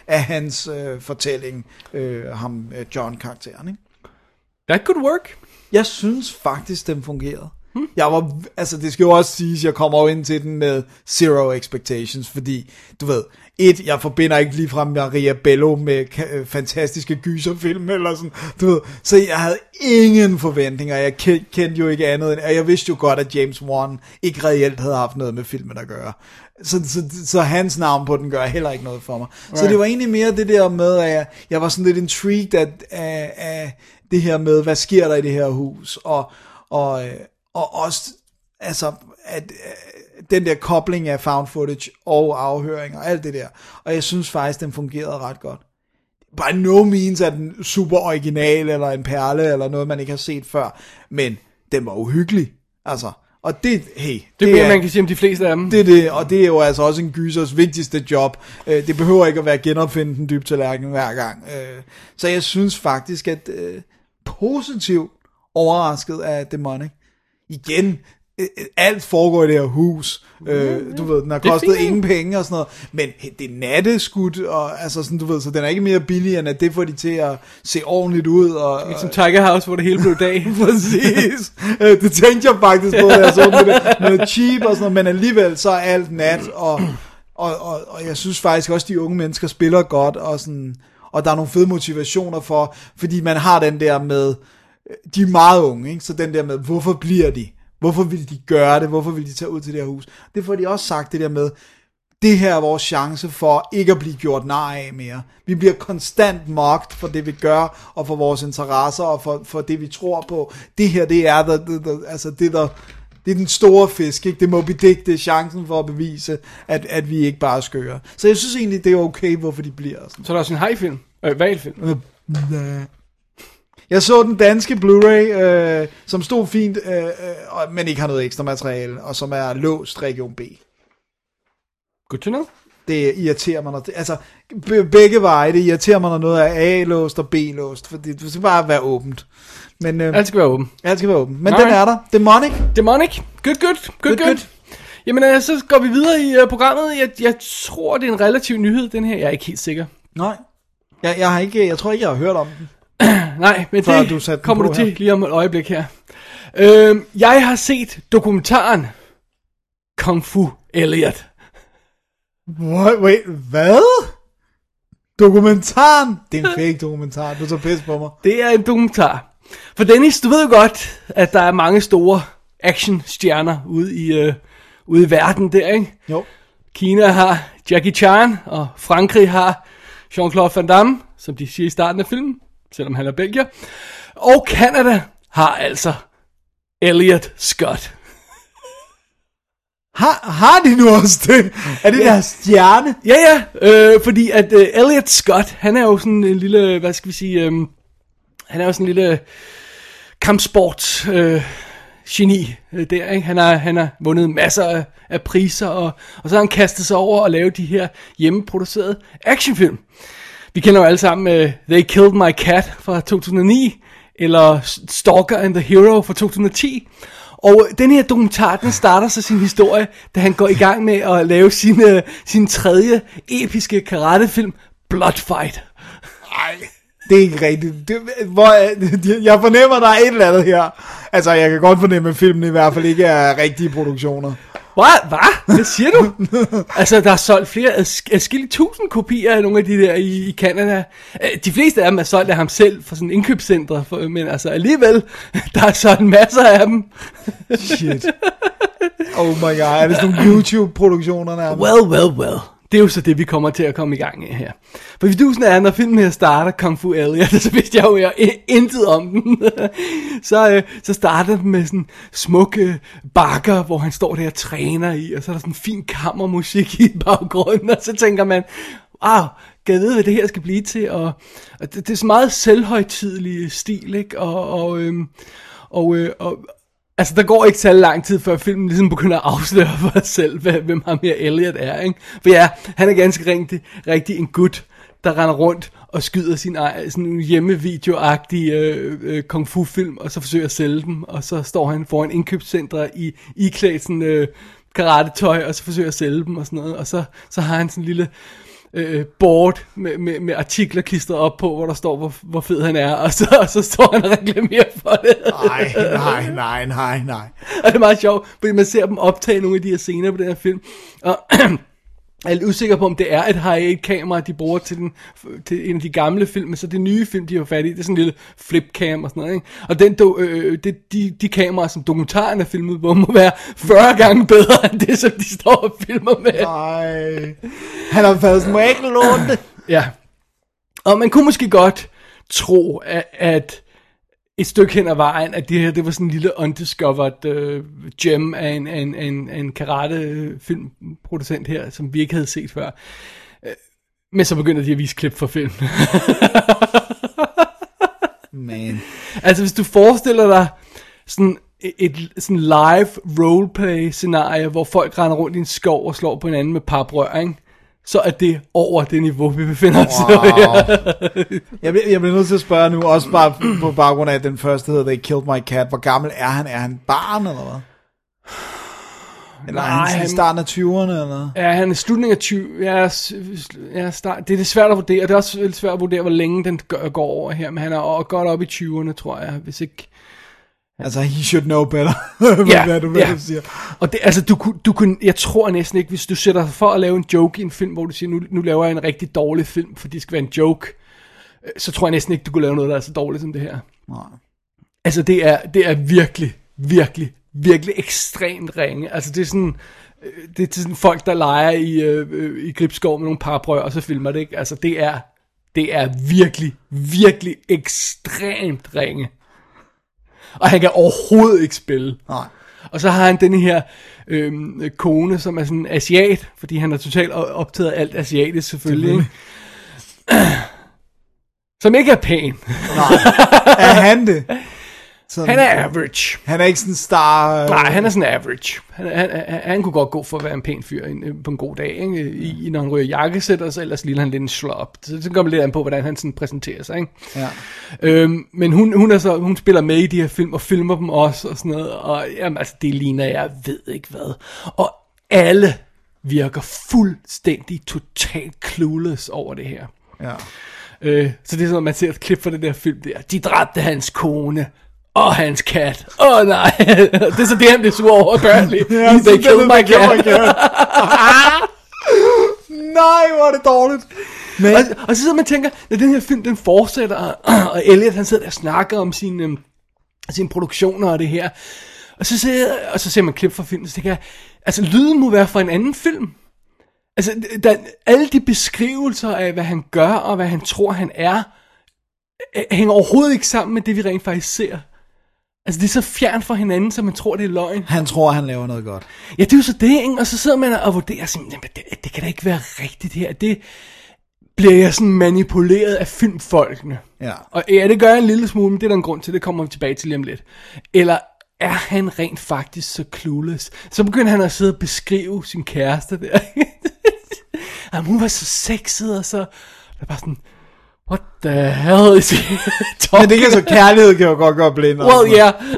[SPEAKER 3] af hans øh, fortælling, øh, ham øh, John-karakteren, ikke?
[SPEAKER 2] That could work.
[SPEAKER 3] Jeg synes faktisk, den fungerede. Hmm. Jeg var, altså det skal jo også siges, jeg kommer jo ind til den med zero expectations, fordi, du ved, et, jeg forbinder ikke ligefrem Maria Bello med k- fantastiske gyserfilm, eller sådan, du ved, så jeg havde ingen forventninger, jeg kendte jo ikke andet end, og jeg vidste jo godt, at James Wan ikke reelt havde haft noget med filmen at gøre. Så, så, så hans navn på den gør heller ikke noget for mig. Right. Så det var egentlig mere det der med, at jeg, jeg var sådan lidt intrigued af, af, af det her med, hvad sker der i det her hus, og, og, og også, altså, at, at den der kobling af found footage og afhøring og alt det der, og jeg synes faktisk, den fungerede ret godt. By no means er den super original, eller en perle, eller noget, man ikke har set før, men den var uhyggelig, altså. Og det, hey, det,
[SPEAKER 2] det er det, man kan sige om de fleste af dem.
[SPEAKER 3] Det er det, og det er jo altså også en gysers vigtigste job. Det behøver ikke at være genopfinde den dybe tallerken hver gang. Så jeg synes faktisk, at positivt overrasket af Demonic. Igen, alt foregår i det her hus. Mm, du ved, den har kostet ingen penge og sådan noget. Men det er natteskudt, og altså sådan, du ved, så den er ikke mere billig, end at det får de til at se ordentligt ud. Og,
[SPEAKER 2] det er som Tiger House, hvor det hele blev dag.
[SPEAKER 3] Præcis. Det tænkte jeg faktisk på, da jeg så det noget cheap og sådan noget, men alligevel så er alt nat, og, og, og, og jeg synes faktisk også, de unge mennesker spiller godt, og sådan, og der er nogle fede motivationer for, fordi man har den der med, de er meget unge, ikke? Så den der med, hvorfor bliver de? Hvorfor vil de gøre det? Hvorfor vil de tage ud til det her hus? Det får de også sagt, det der med, det her er vores chance for ikke at blive gjort nar af mere. Vi bliver konstant mocked for det, vi gør, og for vores interesser, og for, for det, vi tror på. Det her, det er, der, der, der, altså det, der, det er den store fisk, ikke? Det må Dick, det er chancen for at bevise, at, at vi ikke bare skører. Så jeg synes egentlig, det er okay, hvorfor de bliver sådan.
[SPEAKER 2] Så der er også en hajfilm? Øh, valfilm?
[SPEAKER 3] Øh, nej. Jeg så den danske Blu-ray, øh, som stod fint, øh, øh, men ikke har noget ekstra materiale, og som er låst region B.
[SPEAKER 2] Good to know.
[SPEAKER 3] Det irriterer mig, når det, altså begge veje, det irriterer mig, når noget er A-låst og B-låst, for det skal bare være åbent. Men, øh,
[SPEAKER 2] alt skal være åbent.
[SPEAKER 3] Alt skal være åbent, men
[SPEAKER 2] Nej.
[SPEAKER 3] den er der. Demonic.
[SPEAKER 2] Demonic. Good, good, good, good. good. Jamen, øh, så går vi videre i uh, programmet. Jeg, jeg tror, det er en relativ nyhed, den her. Jeg er ikke helt sikker.
[SPEAKER 3] Nej, jeg, jeg, har ikke, jeg tror ikke, jeg har hørt om den.
[SPEAKER 2] Nej, men
[SPEAKER 3] Før
[SPEAKER 2] det
[SPEAKER 3] du
[SPEAKER 2] kommer du til
[SPEAKER 3] her.
[SPEAKER 2] lige om et øjeblik her. Øh, jeg har set dokumentaren Kung Fu Elliot.
[SPEAKER 3] What? Wait, hvad? Dokumentaren? Det er en fake dokumentar, du tager pisse på mig.
[SPEAKER 2] Det er en dokumentar. For Dennis, du ved jo godt, at der er mange store actionstjerner ude i, øh, ude i verden der, ikke?
[SPEAKER 3] Jo.
[SPEAKER 2] Kina har Jackie Chan, og Frankrig har Jean-Claude Van Damme, som de siger i starten af filmen, selvom han er belgier. Og Canada har altså Elliot Scott.
[SPEAKER 3] Har, har de nu også det? Er det ja. Der stjerne?
[SPEAKER 2] Ja, ja, øh, fordi at øh, Elliot Scott, han er jo sådan en lille, hvad skal vi sige, øh, han er jo sådan en lille kampsport øh, geni øh, der, ikke? Han har, han har vundet masser af, af priser, og, og så har han kastet sig over at lave de her hjemmeproducerede actionfilm. Vi kender jo alle sammen uh, They Killed My Cat fra to tusind og ni, eller Stalker and the Hero fra to tusind og ti. Og den her dokumentar, den starter så sin historie, da han går i gang med at lave sin, uh, sin tredje episke karatefilm, Blood Fight.
[SPEAKER 3] Ej, det er ikke rigtigt. Det, hvor, jeg fornemmer, der er et eller andet her. Altså, jeg kan godt fornemme, at filmen i hvert fald ikke er rigtige produktioner.
[SPEAKER 2] Hvad? Hvad? Hvad siger du? Altså, der er solgt flere, adskillige tusind kopier af nogle af de der i, i Canada. De fleste af dem er solgt af ham selv fra sådan en indkøbscenter, for, men altså alligevel, der er solgt masser af dem.
[SPEAKER 3] Shit. Oh my god, er det sådan nogle YouTube-produktioner nærmest?
[SPEAKER 2] Well, well, well. Det er jo så det, vi kommer til at komme i gang med her. For hvis du sådan er, når filmen her starter, Kung Fu Elliot, så vidste jeg jo jeg, intet om den. så, øh, så starter den med sådan smukke bakker, hvor han står der og træner i, og så er der sådan fin kammermusik i baggrunden, og så tænker man, wow, kan jeg vide, hvad det her skal blive til? Og, og det, det er så meget selvhøjtidelig stil, ikke? Og, og, øhm, og, øh, og altså, der går ikke så lang tid, før filmen ligesom begynder at afsløre for sig selv, hvem ham her Elliot er, ikke? For ja, han er ganske rigtig, rigtig en gut, der render rundt og skyder sin sådan hjemmevideo-agtige øh, øh, kung fu-film, og så forsøger at sælge dem, og så står han foran indkøbscentre i iklædt sådan øh, karate-tøj, og så forsøger at sælge dem og sådan noget, og så, så har han sådan en lille øh, board med, med, med artikler klistret op på, hvor der står, hvor, hvor fed han er, og så, og så står han og reklamerer for det.
[SPEAKER 3] Nej, nej, nej, nej, nej.
[SPEAKER 2] Og det er meget sjovt, fordi man ser dem optage nogle af de her scener på den her film, og jeg er lidt usikker på, om det er et high eight kamera, de bruger til, den, til en af de gamle film, men så det nye film, de har fat i, det er sådan en lille flipcam og sådan noget, ikke? Og den, øh, det, de, de kameraer, som dokumentaren er filmet på, må være fyrre gange bedre, end det, som de står og filmer med.
[SPEAKER 3] Nej. Han har faktisk må ikke låne det.
[SPEAKER 2] Ja. Og man kunne måske godt tro, at, at et stykke hen ad vejen, at det her, det var sådan en lille undiscovered uh, gem af en, en, en, en karate-filmproducent her, som vi ikke havde set før. Men så begynder de at vise klip fra film.
[SPEAKER 3] Man.
[SPEAKER 2] Altså, hvis du forestiller dig sådan et sådan live roleplay-scenarie, hvor folk render rundt i en skov og slår på hinanden med paprør, ikke? Så er det over det niveau, vi befinder os i.
[SPEAKER 3] Wow. jeg, bliver, jeg bliver nødt til at spørge nu, også bare på baggrund af, at den første hedder They Killed My Cat. Hvor gammel er han? Er han barn, eller hvad? Eller
[SPEAKER 2] Nej,
[SPEAKER 3] er han,
[SPEAKER 2] han
[SPEAKER 3] i starten af tyverne, eller?
[SPEAKER 2] Ja, han er i slutningen af tyve. Ja, ja, start. Det er det svært at vurdere. Det er også lidt svært at vurdere, hvor længe den går over her. Men han er godt oppe i tyverne, tror jeg. Hvis ikke...
[SPEAKER 3] Altså, he should know better.
[SPEAKER 2] Ja,
[SPEAKER 3] hvad du,
[SPEAKER 2] ja.
[SPEAKER 3] du siger.
[SPEAKER 2] Og det, altså, du, du kunne, jeg tror næsten ikke, hvis du sætter for at lave en joke i en film, hvor du siger, nu, nu laver jeg en rigtig dårlig film, for det skal være en joke, så tror jeg næsten ikke, du kunne lave noget, der er så dårligt som det her.
[SPEAKER 3] Nej.
[SPEAKER 2] Altså, det er, det er virkelig, virkelig, virkelig ekstremt ringe. Altså, det er sådan, det er sådan folk, der leger i, øh, i Gribskov med nogle parprør, og så filmer det, ikke? Altså, det er, det er virkelig, virkelig ekstremt ringe. Og han kan overhovedet ikke spille.
[SPEAKER 3] Nej.
[SPEAKER 2] Og så har han den her øh, kone, som er sådan en asiat, fordi han er totalt optaget af alt asiatisk selvfølgelig. selvfølgelig. Som ikke er pæn.
[SPEAKER 3] Nej. Er han det?
[SPEAKER 2] Sådan, han er average.
[SPEAKER 3] Han er ikke sådan en star... Øh...
[SPEAKER 2] Nej, han er sådan average. Han, han, han, han kunne godt gå for at være en pæn fyr en, på en god dag, ikke? I, når han ryger jakkesæt, og så ellers ligner han lidt en slop. Så det kommer lidt an på, hvordan han sådan præsenterer sig, ikke?
[SPEAKER 3] Ja.
[SPEAKER 2] Øhm, men hun, hun, er så, hun spiller med i de her film, og filmer dem også, og sådan noget. Og jamen, altså, det ligner, jeg ved ikke hvad. Og alle virker fuldstændig totalt clueless over det her.
[SPEAKER 3] Ja.
[SPEAKER 2] Øh, så det er sådan, at man ser et klip fra det der film der. De dræbte hans kone. Og hans kat. Åh oh, nej. Det er så det, han bliver sur over Burnley.
[SPEAKER 3] Ja,
[SPEAKER 2] They killed my cat.
[SPEAKER 3] my cat. Nej, hvor er det dårligt. Men...
[SPEAKER 2] Og, og så sidder man og tænker, at den her film, den fortsætter, og Elliot, han sidder der og snakker om sine, um, sine produktioner og det her. Og så ser, og så ser man klip fra filmen, og så tænker jeg, altså lyden må være fra en anden film. Altså, der, alle de beskrivelser af, hvad han gør, og hvad han tror, han er, hænger overhovedet ikke sammen med det, vi rent faktisk ser. Altså, det er så fjernt fra hinanden, så man tror, det er løgn.
[SPEAKER 3] Han tror, han laver noget godt.
[SPEAKER 2] Ja, det er jo så det, ikke? Og så sidder man og vurderer sådan, det, det kan da ikke være rigtigt her. Det bliver jeg sådan manipuleret af filmfolkene.
[SPEAKER 3] Ja.
[SPEAKER 2] Og ja, det gør jeg en lille smule, men det er der en grund til, det kommer vi tilbage til lige om lidt. Eller er han rent faktisk så clueless? Så begynder han at sidde og beskrive sin kæreste der. Jamen, hun var så sexet, og så... Det er bare sådan... What the hell is he talking?
[SPEAKER 3] Men det kan så kærlighed kan jo godt gøre blind.
[SPEAKER 2] Well,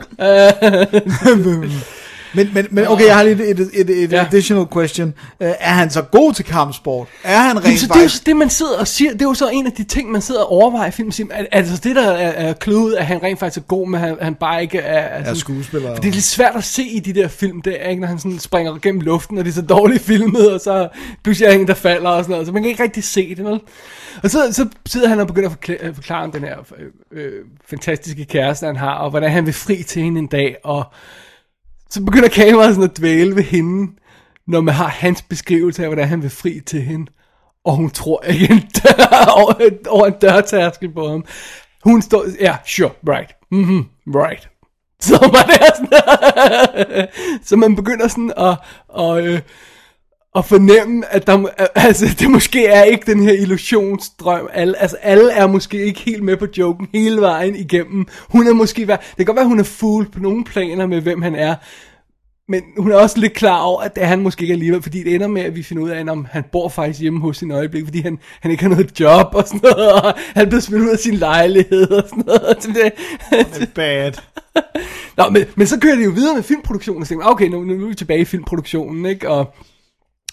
[SPEAKER 2] yeah. Uh...
[SPEAKER 3] men, men, men okay, jeg har lige et, et, et, et yeah. additional question. Uh, er han så god til kampsport? Er han rent
[SPEAKER 2] så det er jo så det, man sidder og siger. Det er jo så en af de ting, man sidder og overvejer i filmen. Altså det, der er, er cluet, at han rent faktisk er god, men han, han bare ikke er... Altså,
[SPEAKER 3] er skuespiller.
[SPEAKER 2] For det er lidt svært at se i de der film, der, ikke, når han sådan springer gennem luften, og det er så dårligt filmet, og så pludselig er en, der falder og sådan noget. Så man kan ikke rigtig se det, vel? Og så, så sidder han og begynder at forklare, forklare om den her øh, øh, fantastiske kæreste, han har, og hvordan han vil fri til hende en dag, og så begynder kameraet sådan at dvæle ved hende, når man har hans beskrivelse af, hvordan han vil fri til hende, og hun tror ikke en dør, over, over en dørtærskel på ham. Hun står, ja, yeah, sure, right, mhm, right. Så man, er sådan, så man begynder sådan at, og, øh, at fornemme, at der, altså, det måske er ikke den her illusionsdrøm. Alle, altså, alle er måske ikke helt med på joken hele vejen igennem. Hun er måske, det kan godt være, hun er fool på nogle planer med, hvem han er. Men hun er også lidt klar over, at det er han måske ikke alligevel, fordi det ender med, at vi finder ud af, om han bor faktisk hjemme hos sin øjeblik, fordi han, han ikke har noget job og sådan noget, og han er blevet smidt ud af sin lejlighed og sådan noget. Det
[SPEAKER 3] er bad.
[SPEAKER 2] Nå, men, men så kører det jo videre med filmproduktionen, og så tænker man, okay, nu, nu er vi tilbage i filmproduktionen, ikke? Og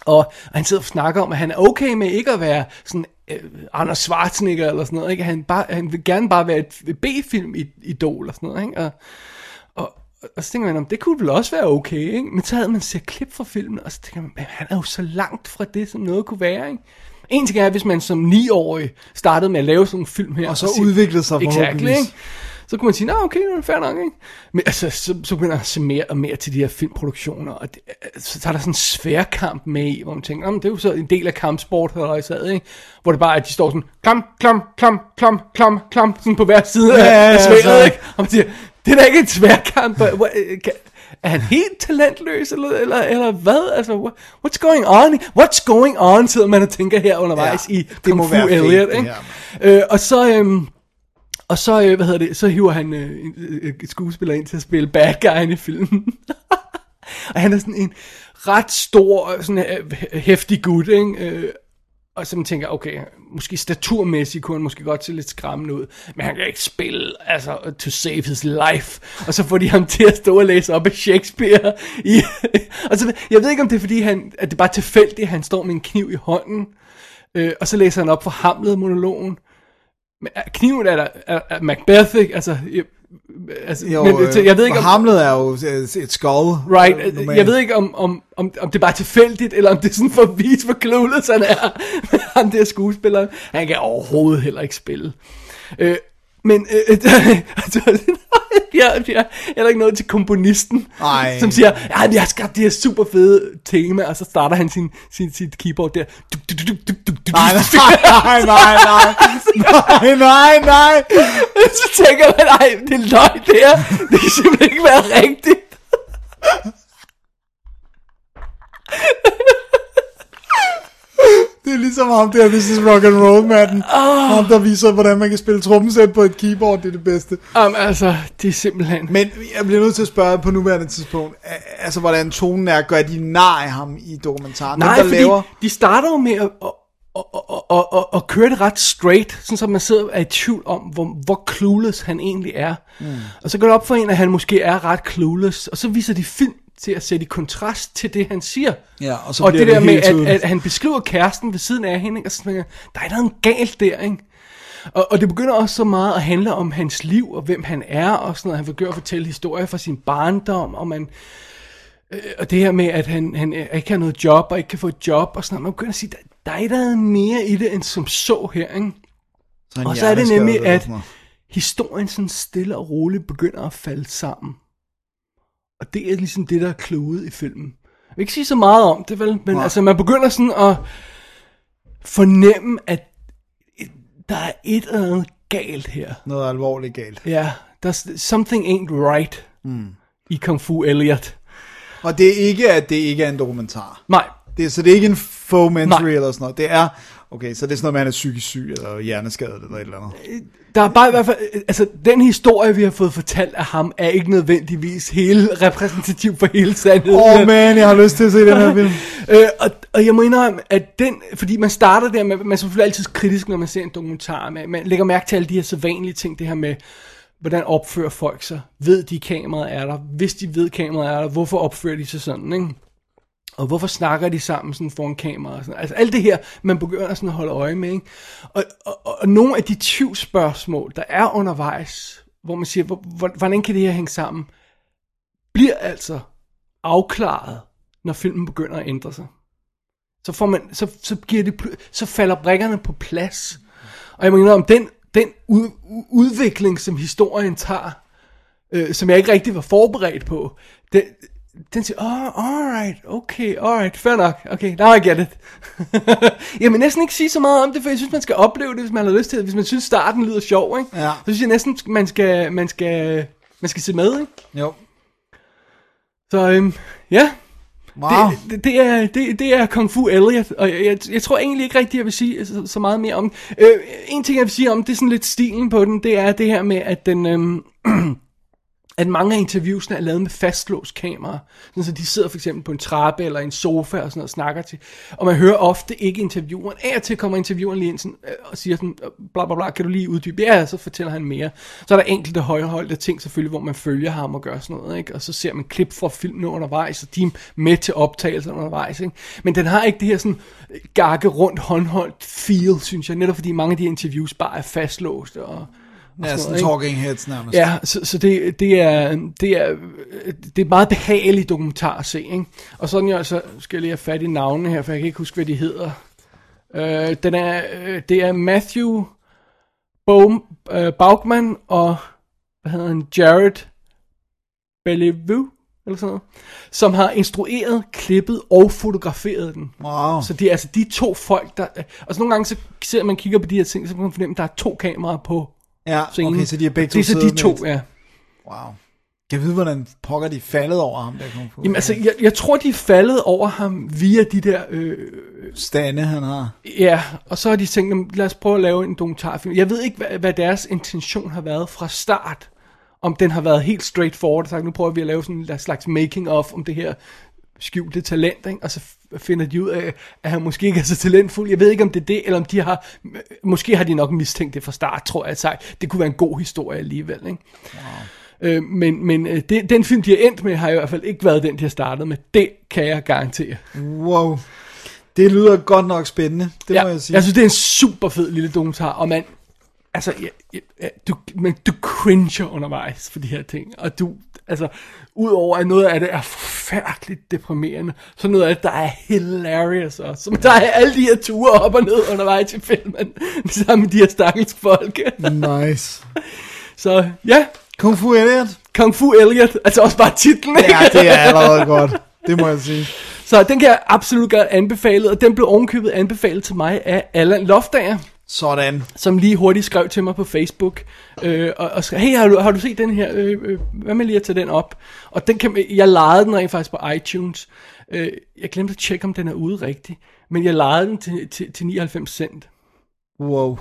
[SPEAKER 2] Og, og han sidder og snakker om, at han er okay med ikke at være sådan øh, Anders Schwarzenegger eller sådan noget, ikke? Han, bare, han vil gerne bare være et B-film-idol og sådan noget, ikke? Og, og, og så tænker man, det kunne vel også være okay, ikke? Men så havde man set klip fra filmen, og så tænker man, han er jo så langt fra det, som noget kunne være, ikke? En ting er, hvis man som niårig startede med at lave sådan en film her.
[SPEAKER 3] Og så og udviklede sig
[SPEAKER 2] forhåbentlig. Exactly, så kunne man sige, nej, okay, det er fair nok, ikke? Men altså, så, så begynder jeg at se mere og mere til de her filmproduktioner, og det, så tager der sådan en sværkamp med i, hvor man tænker, det er jo så en del af kampsport, eller jeg sad, ikke? Hvor det bare er, at de står sådan, klam, klam, klam, klam, klam, klam, sådan på hver side ja, af, af sværet, altså. Ikke? Og man siger, det er da ikke en sværkamp, er han helt talentløs, eller, eller, eller hvad? Altså, what's going on? What's going on, sidder man og tænker her undervejs ja, i Kung Fu Elliot, ikke? Øh, og så... Øhm, Og så, øh, hvad hedder det, så hiver han øh, en skuespiller ind til at spille bad guyen i filmen. Og han er sådan en ret stor, sådan øh, heftig gut, ikke? Øh, og så man tænker, okay, måske staturmæssigt kunne han måske godt se lidt skræmmende ud, men han kan ikke spille, altså, to save his life. Og så får de ham til at stå og læse op af Shakespeare. I, og så, jeg ved ikke, om det er fordi, han, at det er bare tilfældigt, at han står med en kniv i hånden, øh, og så læser han op for Hamlet-monologen. Kniven er der, er, er Macbeth, ikke? Altså, jeg, altså
[SPEAKER 3] jo,
[SPEAKER 2] men, øh, jeg ved ikke om
[SPEAKER 3] Hamlet er jo et skull.
[SPEAKER 2] Right, normalt. Jeg ved ikke om, om, om, om det bare er tilfældigt, eller om det er sådan for at vise, hvor clueless han er. Han der skuespiller, han kan overhovedet heller ikke spille. Øh, men øh, jeg har heller ikke noget til komponisten, Ej. som siger, ja, jeg har skabt de her super fede tema, og så starter han sin, sin, sit keyboard der.
[SPEAKER 3] Nej, nej, nej, nej, nej, nej, nej.
[SPEAKER 2] Så tænker man, nej, det er løgn det her, det kan simpelthen ikke være rigtigt.
[SPEAKER 3] Det er ligesom ham der, this is rock and roll manden. Oh. Ham der viser, hvordan man kan spille trommesæt på et keyboard, det er det bedste.
[SPEAKER 2] Um, altså, det er simpelthen...
[SPEAKER 3] Men jeg bliver nødt til at spørge på nuværende tidspunkt, altså hvordan tonen er, gør de nar af ham i dokumentaren?
[SPEAKER 2] Nej, fordi laver... de starter jo med at, at, at, at, at, at køre det ret straight, sådan så man sidder og er i tvivl om, hvor, hvor clueless han egentlig er. Mm. Og så går det op for en, at han måske er ret clueless, og så viser de film til at sætte i kontrast til det, han siger.
[SPEAKER 3] Ja, og så
[SPEAKER 2] og det, det der med, at,
[SPEAKER 3] at,
[SPEAKER 2] at han beskriver kæresten ved siden af hende, og så tænker der er noget galt der, ikke? Og, og det begynder også så meget at handle om hans liv, og hvem han er, og sådan noget. Han begynder at fortælle historier fra sin barndom, og man... Øh, og det her med, at han, han ikke har noget job, og ikke kan få et job, og sådan noget. Man begynder at sige, der, der er der mere i det, end som så her, ikke? Så og så er det nemlig, at historien sådan stille og roligt begynder at falde sammen. Og det er ligesom det, der er kloget i filmen. Jeg vil ikke sige så meget om det, vel? Men altså, man begynder sådan at fornemme, at der er et eller andet galt her.
[SPEAKER 3] Noget alvorligt galt.
[SPEAKER 2] Ja, there's something ain't right mm. i Kung Fu Elliot.
[SPEAKER 3] Og det er ikke, at det ikke er en dokumentar.
[SPEAKER 2] Nej.
[SPEAKER 3] Det, så det er ikke en fomentary eller sådan noget. Det er, okay, så det er sådan noget, man er psykisk syg, eller hjerneskadet, eller et eller andet.
[SPEAKER 2] Der er bare i hvert fald, altså den historie, vi har fået fortalt af ham, er ikke nødvendigvis hele repræsentativ for hele sandheden.
[SPEAKER 3] Åh oh, man, jeg har lyst til at se den her film.
[SPEAKER 2] øh, og, og jeg må indrømme, at den, fordi man starter der med, man er selvfølgelig altid kritisk, når man ser en dokumentar, med, man lægger mærke til alle de her sædvanlige ting, det her med, hvordan opfører folk sig, ved de kameraet er der, hvis de ved kameraet er der, hvorfor opfører de sig sådan, ikke? Og hvorfor snakker de sammen sådan foran kamera og sådan. Altså alt det her, man begynder sådan at holde øje med, ikke? Og, og, og, og nogle af de tvivlsspørgsmål, der er undervejs, hvor man siger, hvordan kan det her hænge sammen, bliver altså afklaret, når filmen begynder at ændre sig. Så får man, så, så giver det, så falder brikkerne på plads. Og jeg mener om den, den ud, udvikling, som historien tager, øh, som jeg ikke rigtig var forberedt på, det den siger, oh, alright, okay, alright, fair nok, okay, now I get it. Jeg vil næsten ikke sige så meget om det, for jeg synes, man skal opleve det, hvis man har lyst til det. Hvis man synes, starten lyder sjov, ikke?
[SPEAKER 3] Ja.
[SPEAKER 2] Så synes jeg næsten, man skal, man skal, man skal se med, ikke?
[SPEAKER 3] Jo.
[SPEAKER 2] Så, øhm, ja.
[SPEAKER 3] Wow.
[SPEAKER 2] Det, det, det, er, det, det er Kung Fu Elliot, og jeg, jeg, jeg tror egentlig ikke rigtigt, jeg vil sige så, så meget mere om øh, en ting, jeg vil sige om, det er sådan lidt stilen på den, det er det her med, at den... Øhm, at mange af interviewsene er lavet med fastlåst kamera. Sådan, så de sidder for eksempel på en trappe eller en sofa og sådan noget og snakker til. Og man hører ofte ikke intervieweren. Af og til kommer intervieweren lige ind sådan, øh, og siger sådan, bla bla bla, kan du lige uddybe? Ja, så fortæller han mere. Så er der enkelte højholdte ting selvfølgelig, hvor man følger ham og gør sådan noget, ikke? Og så ser man klip fra filmene undervejs, og de er med til optagelser undervejs, ikke? Men den har ikke det her sådan gakke rundt håndholdt feel, synes jeg, netop fordi mange af de interviews bare er fastlåst og
[SPEAKER 3] ja, sådan talking heads nærmest.
[SPEAKER 2] Ja, så, så det, det, er, det, er, det er meget behagelig dokumentar at se, ikke? Og sådan jeg altså, skal jeg lige have fat i navnene her, for jeg kan ikke huske, hvad de hedder. Øh, den er, det er Matthew Baum, øh, Baugman og, hvad hedder han, Jared Bellevue, eller sådan noget, som har instrueret, klippet og fotograferet den.
[SPEAKER 3] Wow.
[SPEAKER 2] Så det er altså de to folk, der... Og så nogle gange, så ser man kigger på de her ting, så kan man fornemme, at der er to kameraer på.
[SPEAKER 3] Ja,
[SPEAKER 2] scenen.
[SPEAKER 3] okay, så de er begge to.
[SPEAKER 2] Det er så de to, ja.
[SPEAKER 3] Wow. Jeg ved, hvordan pokker de faldet over ham, der kom på.
[SPEAKER 2] Jamen altså, jeg, jeg tror, de er faldet over ham via de der... Øh,
[SPEAKER 3] stande, han har.
[SPEAKER 2] Ja, og så har de tænkt, lad os prøve at lave en dokumentarfilm. Jeg ved ikke, hvad, hvad deres intention har været fra start. Om den har været helt straightforward, og sagt, nu prøver vi at lave sådan en slags making of om det her skjulte talent, ikke? Og så finder de ud af, at han måske ikke er så talentfuld. Jeg ved ikke, om det er det, eller om de har, måske har de nok mistænkt det fra start, tror jeg, sagt. Det kunne være en god historie alligevel, ikke? Wow. Øh, men men det, den film, de har endt med, har i hvert fald ikke været den, de har startet med. Det kan jeg garantere.
[SPEAKER 3] Wow. Det lyder godt nok spændende, det
[SPEAKER 2] ja,
[SPEAKER 3] må jeg sige.
[SPEAKER 2] Jeg synes, det er en super fed lille dokumentar, og man, altså, ja, ja, du, men du cringer undervejs for de her ting, og du, altså, udover at noget af det er forfærdeligt deprimerende, så noget af det, der er hilarious også. Så der er alle de her ture op og ned undervejs i filmen, sammen med de her stakkels folk.
[SPEAKER 3] Nice.
[SPEAKER 2] Så, ja.
[SPEAKER 3] Kung Fu Elliot.
[SPEAKER 2] Kung Fu Elliot, altså også bare titlen.
[SPEAKER 3] Ja, det er allerede godt, det må jeg sige.
[SPEAKER 2] Så den kan jeg absolut godt anbefale, og den blev ovenkøbet anbefalet til mig af Allan Loftager.
[SPEAKER 3] Sådan.
[SPEAKER 2] Som lige hurtigt skrev til mig på Facebook, øh, og, og skrev, hey, har du, har du set den her, øh, øh, hvad med lige at tage den op? Og den kan, jeg lejede den rent faktisk på iTunes. Øh, jeg glemte at tjekke, om den er ude rigtigt, men jeg lejede den til, til, til nioghalvfems cent.
[SPEAKER 3] Wow.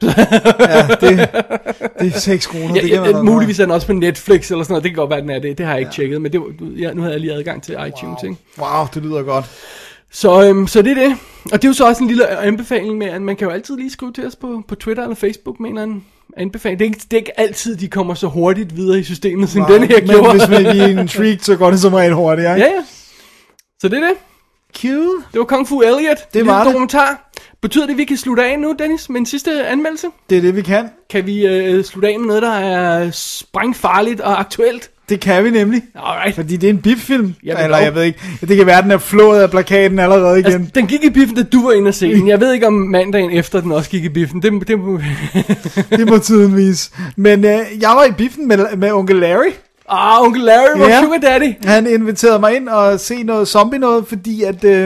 [SPEAKER 3] Ja, det, det er seks kroner.
[SPEAKER 2] Ja,
[SPEAKER 3] det
[SPEAKER 2] ja, muligvis er den også på Netflix eller sådan noget. Det kan godt være, den er det. Det har jeg ikke ja. tjekket, men det var, ja, nu havde jeg lige adgang til iTunes.
[SPEAKER 3] Wow,
[SPEAKER 2] ikke?
[SPEAKER 3] wow, det lyder godt.
[SPEAKER 2] Så, øhm, så det er det. Og det er jo så også en lille anbefaling med, at man kan jo altid lige skrive til os på, på Twitter eller Facebook med en eller anden anbefaling. Det er, ikke, det er ikke altid, de kommer så hurtigt videre i systemet, som wow, den her gjorde.
[SPEAKER 3] Men hvis man er intrigued, så går det som regel hurtigt, ikke?
[SPEAKER 2] Ja, ja. Så det er det.
[SPEAKER 3] Cool.
[SPEAKER 2] Det var Kung Fu Elliot.
[SPEAKER 3] Det var det.
[SPEAKER 2] Dokumentar. Betyder det, at vi kan slutte af nu, Dennis, med en sidste anmeldelse?
[SPEAKER 3] Det er det, vi kan.
[SPEAKER 2] Kan vi øh, slutte af med noget, der er sprængfarligt og aktuelt?
[SPEAKER 3] Det kan vi nemlig.
[SPEAKER 2] Alright.
[SPEAKER 3] Fordi det er en biff-film.
[SPEAKER 2] Jamen,
[SPEAKER 3] Eller jeg ved ikke. Det kan være, den er flået af plakaten allerede igen.
[SPEAKER 2] Altså, den gik i biffen, da du var inde og se den. Jeg ved ikke, om mandagen efter den også gik i biffen. Det, det, må...
[SPEAKER 3] det må tiden vise. Men øh, jeg var i biffen med, med onkel Larry.
[SPEAKER 2] Ah, onkel Larry var ja. Sugar Daddy.
[SPEAKER 3] Han inviterede mig ind og se noget zombie noget, fordi at... Øh,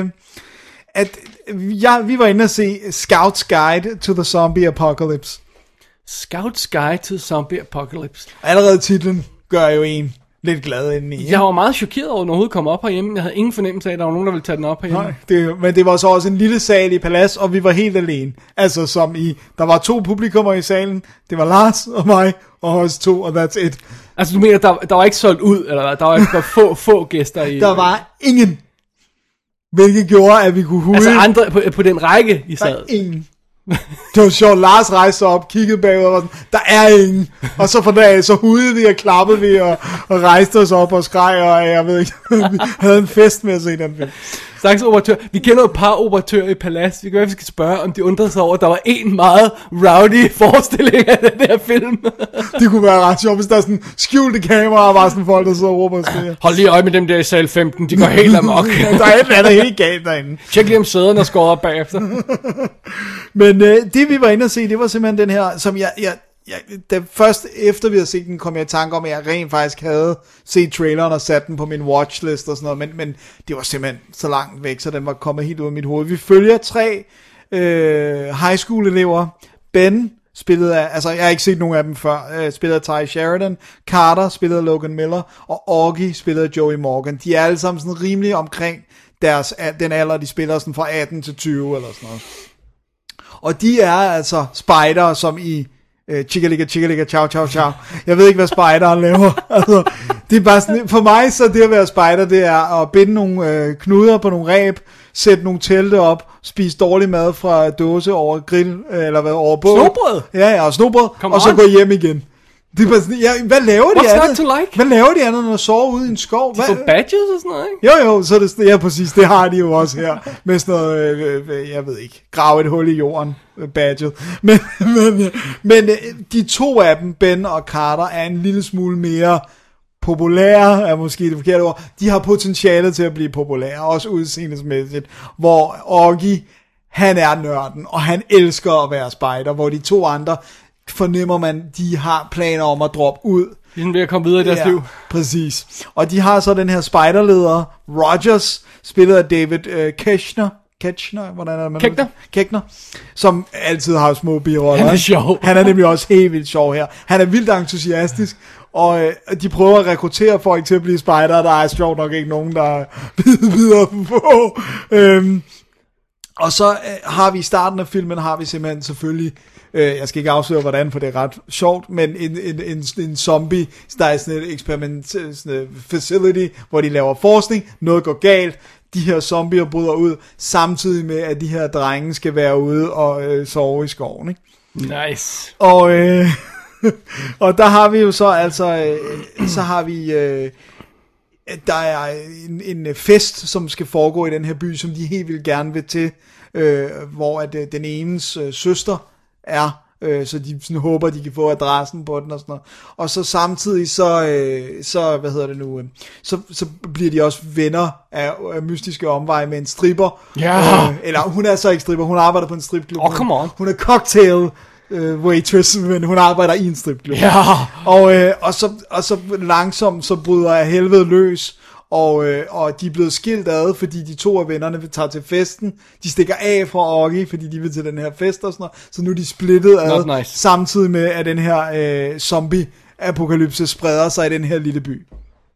[SPEAKER 3] at ja, vi var inde og se Scout's Guide to the Zombie Apocalypse.
[SPEAKER 2] Scout's Guide to the Zombie Apocalypse.
[SPEAKER 3] Allerede titlen gør jo en lidt glad indeni.
[SPEAKER 2] Ja? Jeg var meget chokeret over, at den overhovedet kom op herhjemme. Jeg havde ingen fornemmelse af, at der var nogen, der ville tage den op herhjemme.
[SPEAKER 3] Nej, det, men det var så også en lille sal i Palads, og vi var helt alene. Altså som i, der var to publikummer i salen. Det var Lars og mig, og os to, og that's it.
[SPEAKER 2] Altså du mener, der, der var ikke solgt ud, eller der var, der var få, få gæster i...
[SPEAKER 3] Der var ingen. Hvilket gjorde, at vi kunne hude.
[SPEAKER 2] Altså andre på, på den række, I sad.
[SPEAKER 3] Der er ingen. Det var sjovt, Lars rejste op, kiggede bagud og var sådan, der er ingen. Og så for dag, så hudede vi og klappede vi og, og rejste os op og skreg, og jeg ved ikke, vi havde en fest med at se den film.
[SPEAKER 2] Stakkels operatør. Vi kender et par operatører i Palads. Vi kan være, vi skal spørge, om de undrede sig over, at der var en meget rowdy forestilling af den der film.
[SPEAKER 3] Det kunne være ret sjovt, hvis der er sådan skjulte kameraer, og bare sådan folk, der sidder og råber og skriger.
[SPEAKER 2] Hold lige øje med dem der i sal femten, de går helt amok.
[SPEAKER 3] Der er et eller andet helt galt derinde.
[SPEAKER 2] Tjek lige om sæderne skåret op bagefter.
[SPEAKER 3] Men øh, det vi var inde at se, det var simpelthen den her, som jeg... jeg Ja, da først efter vi havde set den, kom jeg i tanke om, at jeg rent faktisk havde set traileren og sat den på min watchlist og sådan noget, men, men det var simpelthen så langt væk, så den var kommet helt ud af mit hoved. Vi følger tre øh, high school elever. Ben, spillet af, altså jeg har ikke set nogen af dem før, øh, spillet af Ty Sheridan, Carter, spillet af Logan Miller, og Augie, spillet af Joey Morgan. De er alle sammen sådan rimelig omkring deres, den alder, de spiller sådan fra atten til tyve eller sådan noget. Og de er altså spider, som i øh, chicka-ligga, chicka-ligga, ciao, ciao, ciao. Jeg ved ikke, hvad spejderen laver. Altså, det er bare sådan, for mig så det at være spejder, det er at binde nogle øh, knuder på nogle reb, sætte nogle telte op, spise dårlig mad fra dåse over grill, eller hvad, over bål.
[SPEAKER 2] Snobrød?
[SPEAKER 3] Ja, ja, og snobrød,
[SPEAKER 2] Come
[SPEAKER 3] og så
[SPEAKER 2] on.
[SPEAKER 3] gå hjem igen. Det er bare sådan, ja, hvad laver de
[SPEAKER 2] What's
[SPEAKER 3] andet?
[SPEAKER 2] not to like?
[SPEAKER 3] Hvad laver de andet, når de sover ude i en skov?
[SPEAKER 2] De får badges og sådan noget, ikke?
[SPEAKER 3] Jo, jo, så er det, ja, præcis, det har de jo også her, med sådan noget, øh, jeg ved ikke, grave et hul i jorden, øh, badget. Men, men, men de to af dem, Ben og Carter, er en lille smule mere populære, er måske det forkerte ord. De har potentiale til at blive populære, også udseendesmæssigt, hvor Oggy, han er nørden, og han elsker at være spejder, hvor de to andre, fornemmer man, de har planer om at droppe ud.
[SPEAKER 2] De er ved at komme videre i deres
[SPEAKER 3] Ja,
[SPEAKER 2] liv.
[SPEAKER 3] præcis. Og de har så den her spejderleder, Rogers, spillet af David øh, Koechner, Koechner, hvordan er man?
[SPEAKER 2] Koechner.
[SPEAKER 3] Koechner, som altid har små biroller.
[SPEAKER 2] Han er sjov.
[SPEAKER 3] Han er nemlig også helt vildt sjov her. Han er vildt entusiastisk, og øh, de prøver at rekruttere folk til at blive spejdere. Der er sjovt nok ikke nogen, der er videre på. Øhm, og så øh, har vi i starten af filmen, har vi simpelthen selvfølgelig, øh, jeg skal ikke afsløre hvordan, for det er ret sjovt, men en, en, en, en zombie, der er sådan et eksperiment, sådan et facility, hvor de laver forskning, noget går galt, de her zombier bryder ud, samtidig med, at de her drenge skal være ude og øh, sove i skoven, ikke?
[SPEAKER 2] Nice.
[SPEAKER 3] Og, øh, og der har vi jo så altså, øh, så har vi, øh, der er en, en fest, som skal foregå i den her by, som de helt vildt gerne vil til, øh, hvor at, øh, den enes øh, søster er, øh, så de sådan håber, de kan få adressen på den og sådan noget. Og så samtidig så, øh, så hvad hedder det nu, øh, så, så bliver de også venner af, af mystiske omveje med en stripper.
[SPEAKER 2] Ja.
[SPEAKER 3] Øh, eller hun er så ikke stripper, hun arbejder på en stripklub.
[SPEAKER 2] Oh, come on.
[SPEAKER 3] Hun er cocktail øh, waitress, men hun arbejder i en stripklub.
[SPEAKER 2] Ja.
[SPEAKER 3] Og, øh, og, så, og så langsomt så bryder af helvede løs, og, øh, og de er blevet skilt ad, fordi de to af vennerne vil tage til festen. De stikker af fra Oggy, fordi de vil til den her fest og sådan noget. Så nu er de splittet ad,
[SPEAKER 2] Not nice.
[SPEAKER 3] samtidig med, at den her øh, zombie-apokalypse spreder sig i den her lille by.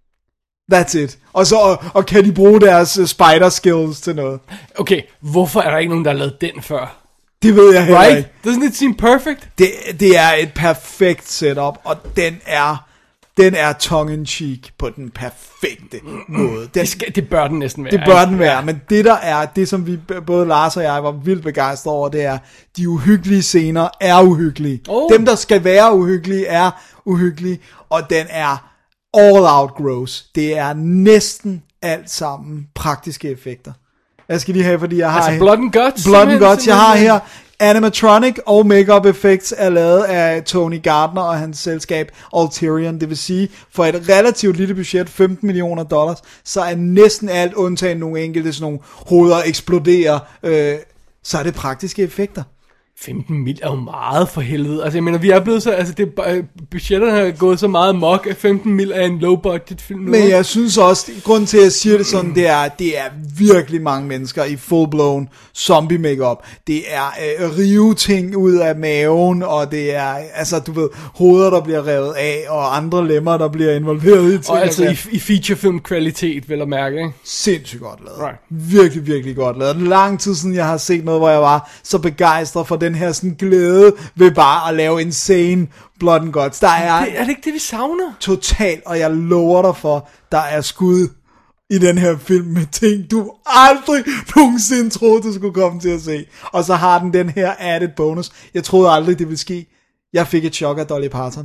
[SPEAKER 3] That's it. Og så og, og kan de bruge deres uh, spider skills til noget.
[SPEAKER 2] Okay, hvorfor er der ikke nogen, der har lavet den før?
[SPEAKER 3] Det ved jeg heller
[SPEAKER 2] Right?
[SPEAKER 3] ikke.
[SPEAKER 2] Doesn't it seem perfect?
[SPEAKER 3] Det, det er et perfekt setup, og den er, den er tongue-in-cheek på den perfekte måde. Den,
[SPEAKER 2] Det, skal, det bør den næsten være.
[SPEAKER 3] det bør
[SPEAKER 2] ikke?
[SPEAKER 3] den være, men det der er, det som vi, både Lars og jeg var vildt begejstrede over, det er, de uhyggelige scener er uhyggelige.
[SPEAKER 2] Oh.
[SPEAKER 3] Dem, der skal være uhyggelige, er uhyggelige, og den er all out gross. Det er næsten alt sammen praktiske effekter. Jeg skal lige have, fordi jeg har...
[SPEAKER 2] Altså blood and guts?
[SPEAKER 3] Blood and
[SPEAKER 2] simpelthen,
[SPEAKER 3] guts. Jeg har
[SPEAKER 2] simpelthen.
[SPEAKER 3] her animatronic og makeup effects er lavet af Tony Gardner og hans selskab Alterion. Det vil sige, for et relativt lille budget, femten millioner dollars, så er næsten alt undtagen nogle enkelte sådan nogle hoveder eksploderer. Øh, så er det praktiske effekter.
[SPEAKER 2] femten mil er jo meget for helvede. Altså jeg mener, vi er blevet så, altså det, øh, budgetterne har gået så meget mok, at femten mil er en low budget film nu.
[SPEAKER 3] Men jeg synes også, grunden til at jeg siger det sådan, det er, det er virkelig mange mennesker i full-blown zombie makeup. Det er øh, rive ting ud af maven, og det er, altså du ved, hoveder, der bliver revet af, og andre lemmer, der bliver involveret i ting.
[SPEAKER 2] Og altså
[SPEAKER 3] der.
[SPEAKER 2] i, i featurefilm kvalitet, vil jeg mærke, ikke?
[SPEAKER 3] Sindssygt godt lavet.
[SPEAKER 2] Right.
[SPEAKER 3] Virkelig, virkelig godt lavet. Lang tid siden, jeg har set noget, hvor jeg var så begejstret for den her sådan glæde ved bare at lave insane blood and guts. Der er,
[SPEAKER 2] Det, er det ikke det, vi savner?
[SPEAKER 3] totalt, og jeg lover dig for, der er skud i den her film med ting, du aldrig nogensinde troede, du skulle komme til at se. Og så har den den her added bonus. Jeg troede aldrig, det ville ske. Jeg fik et chok af Dolly Parton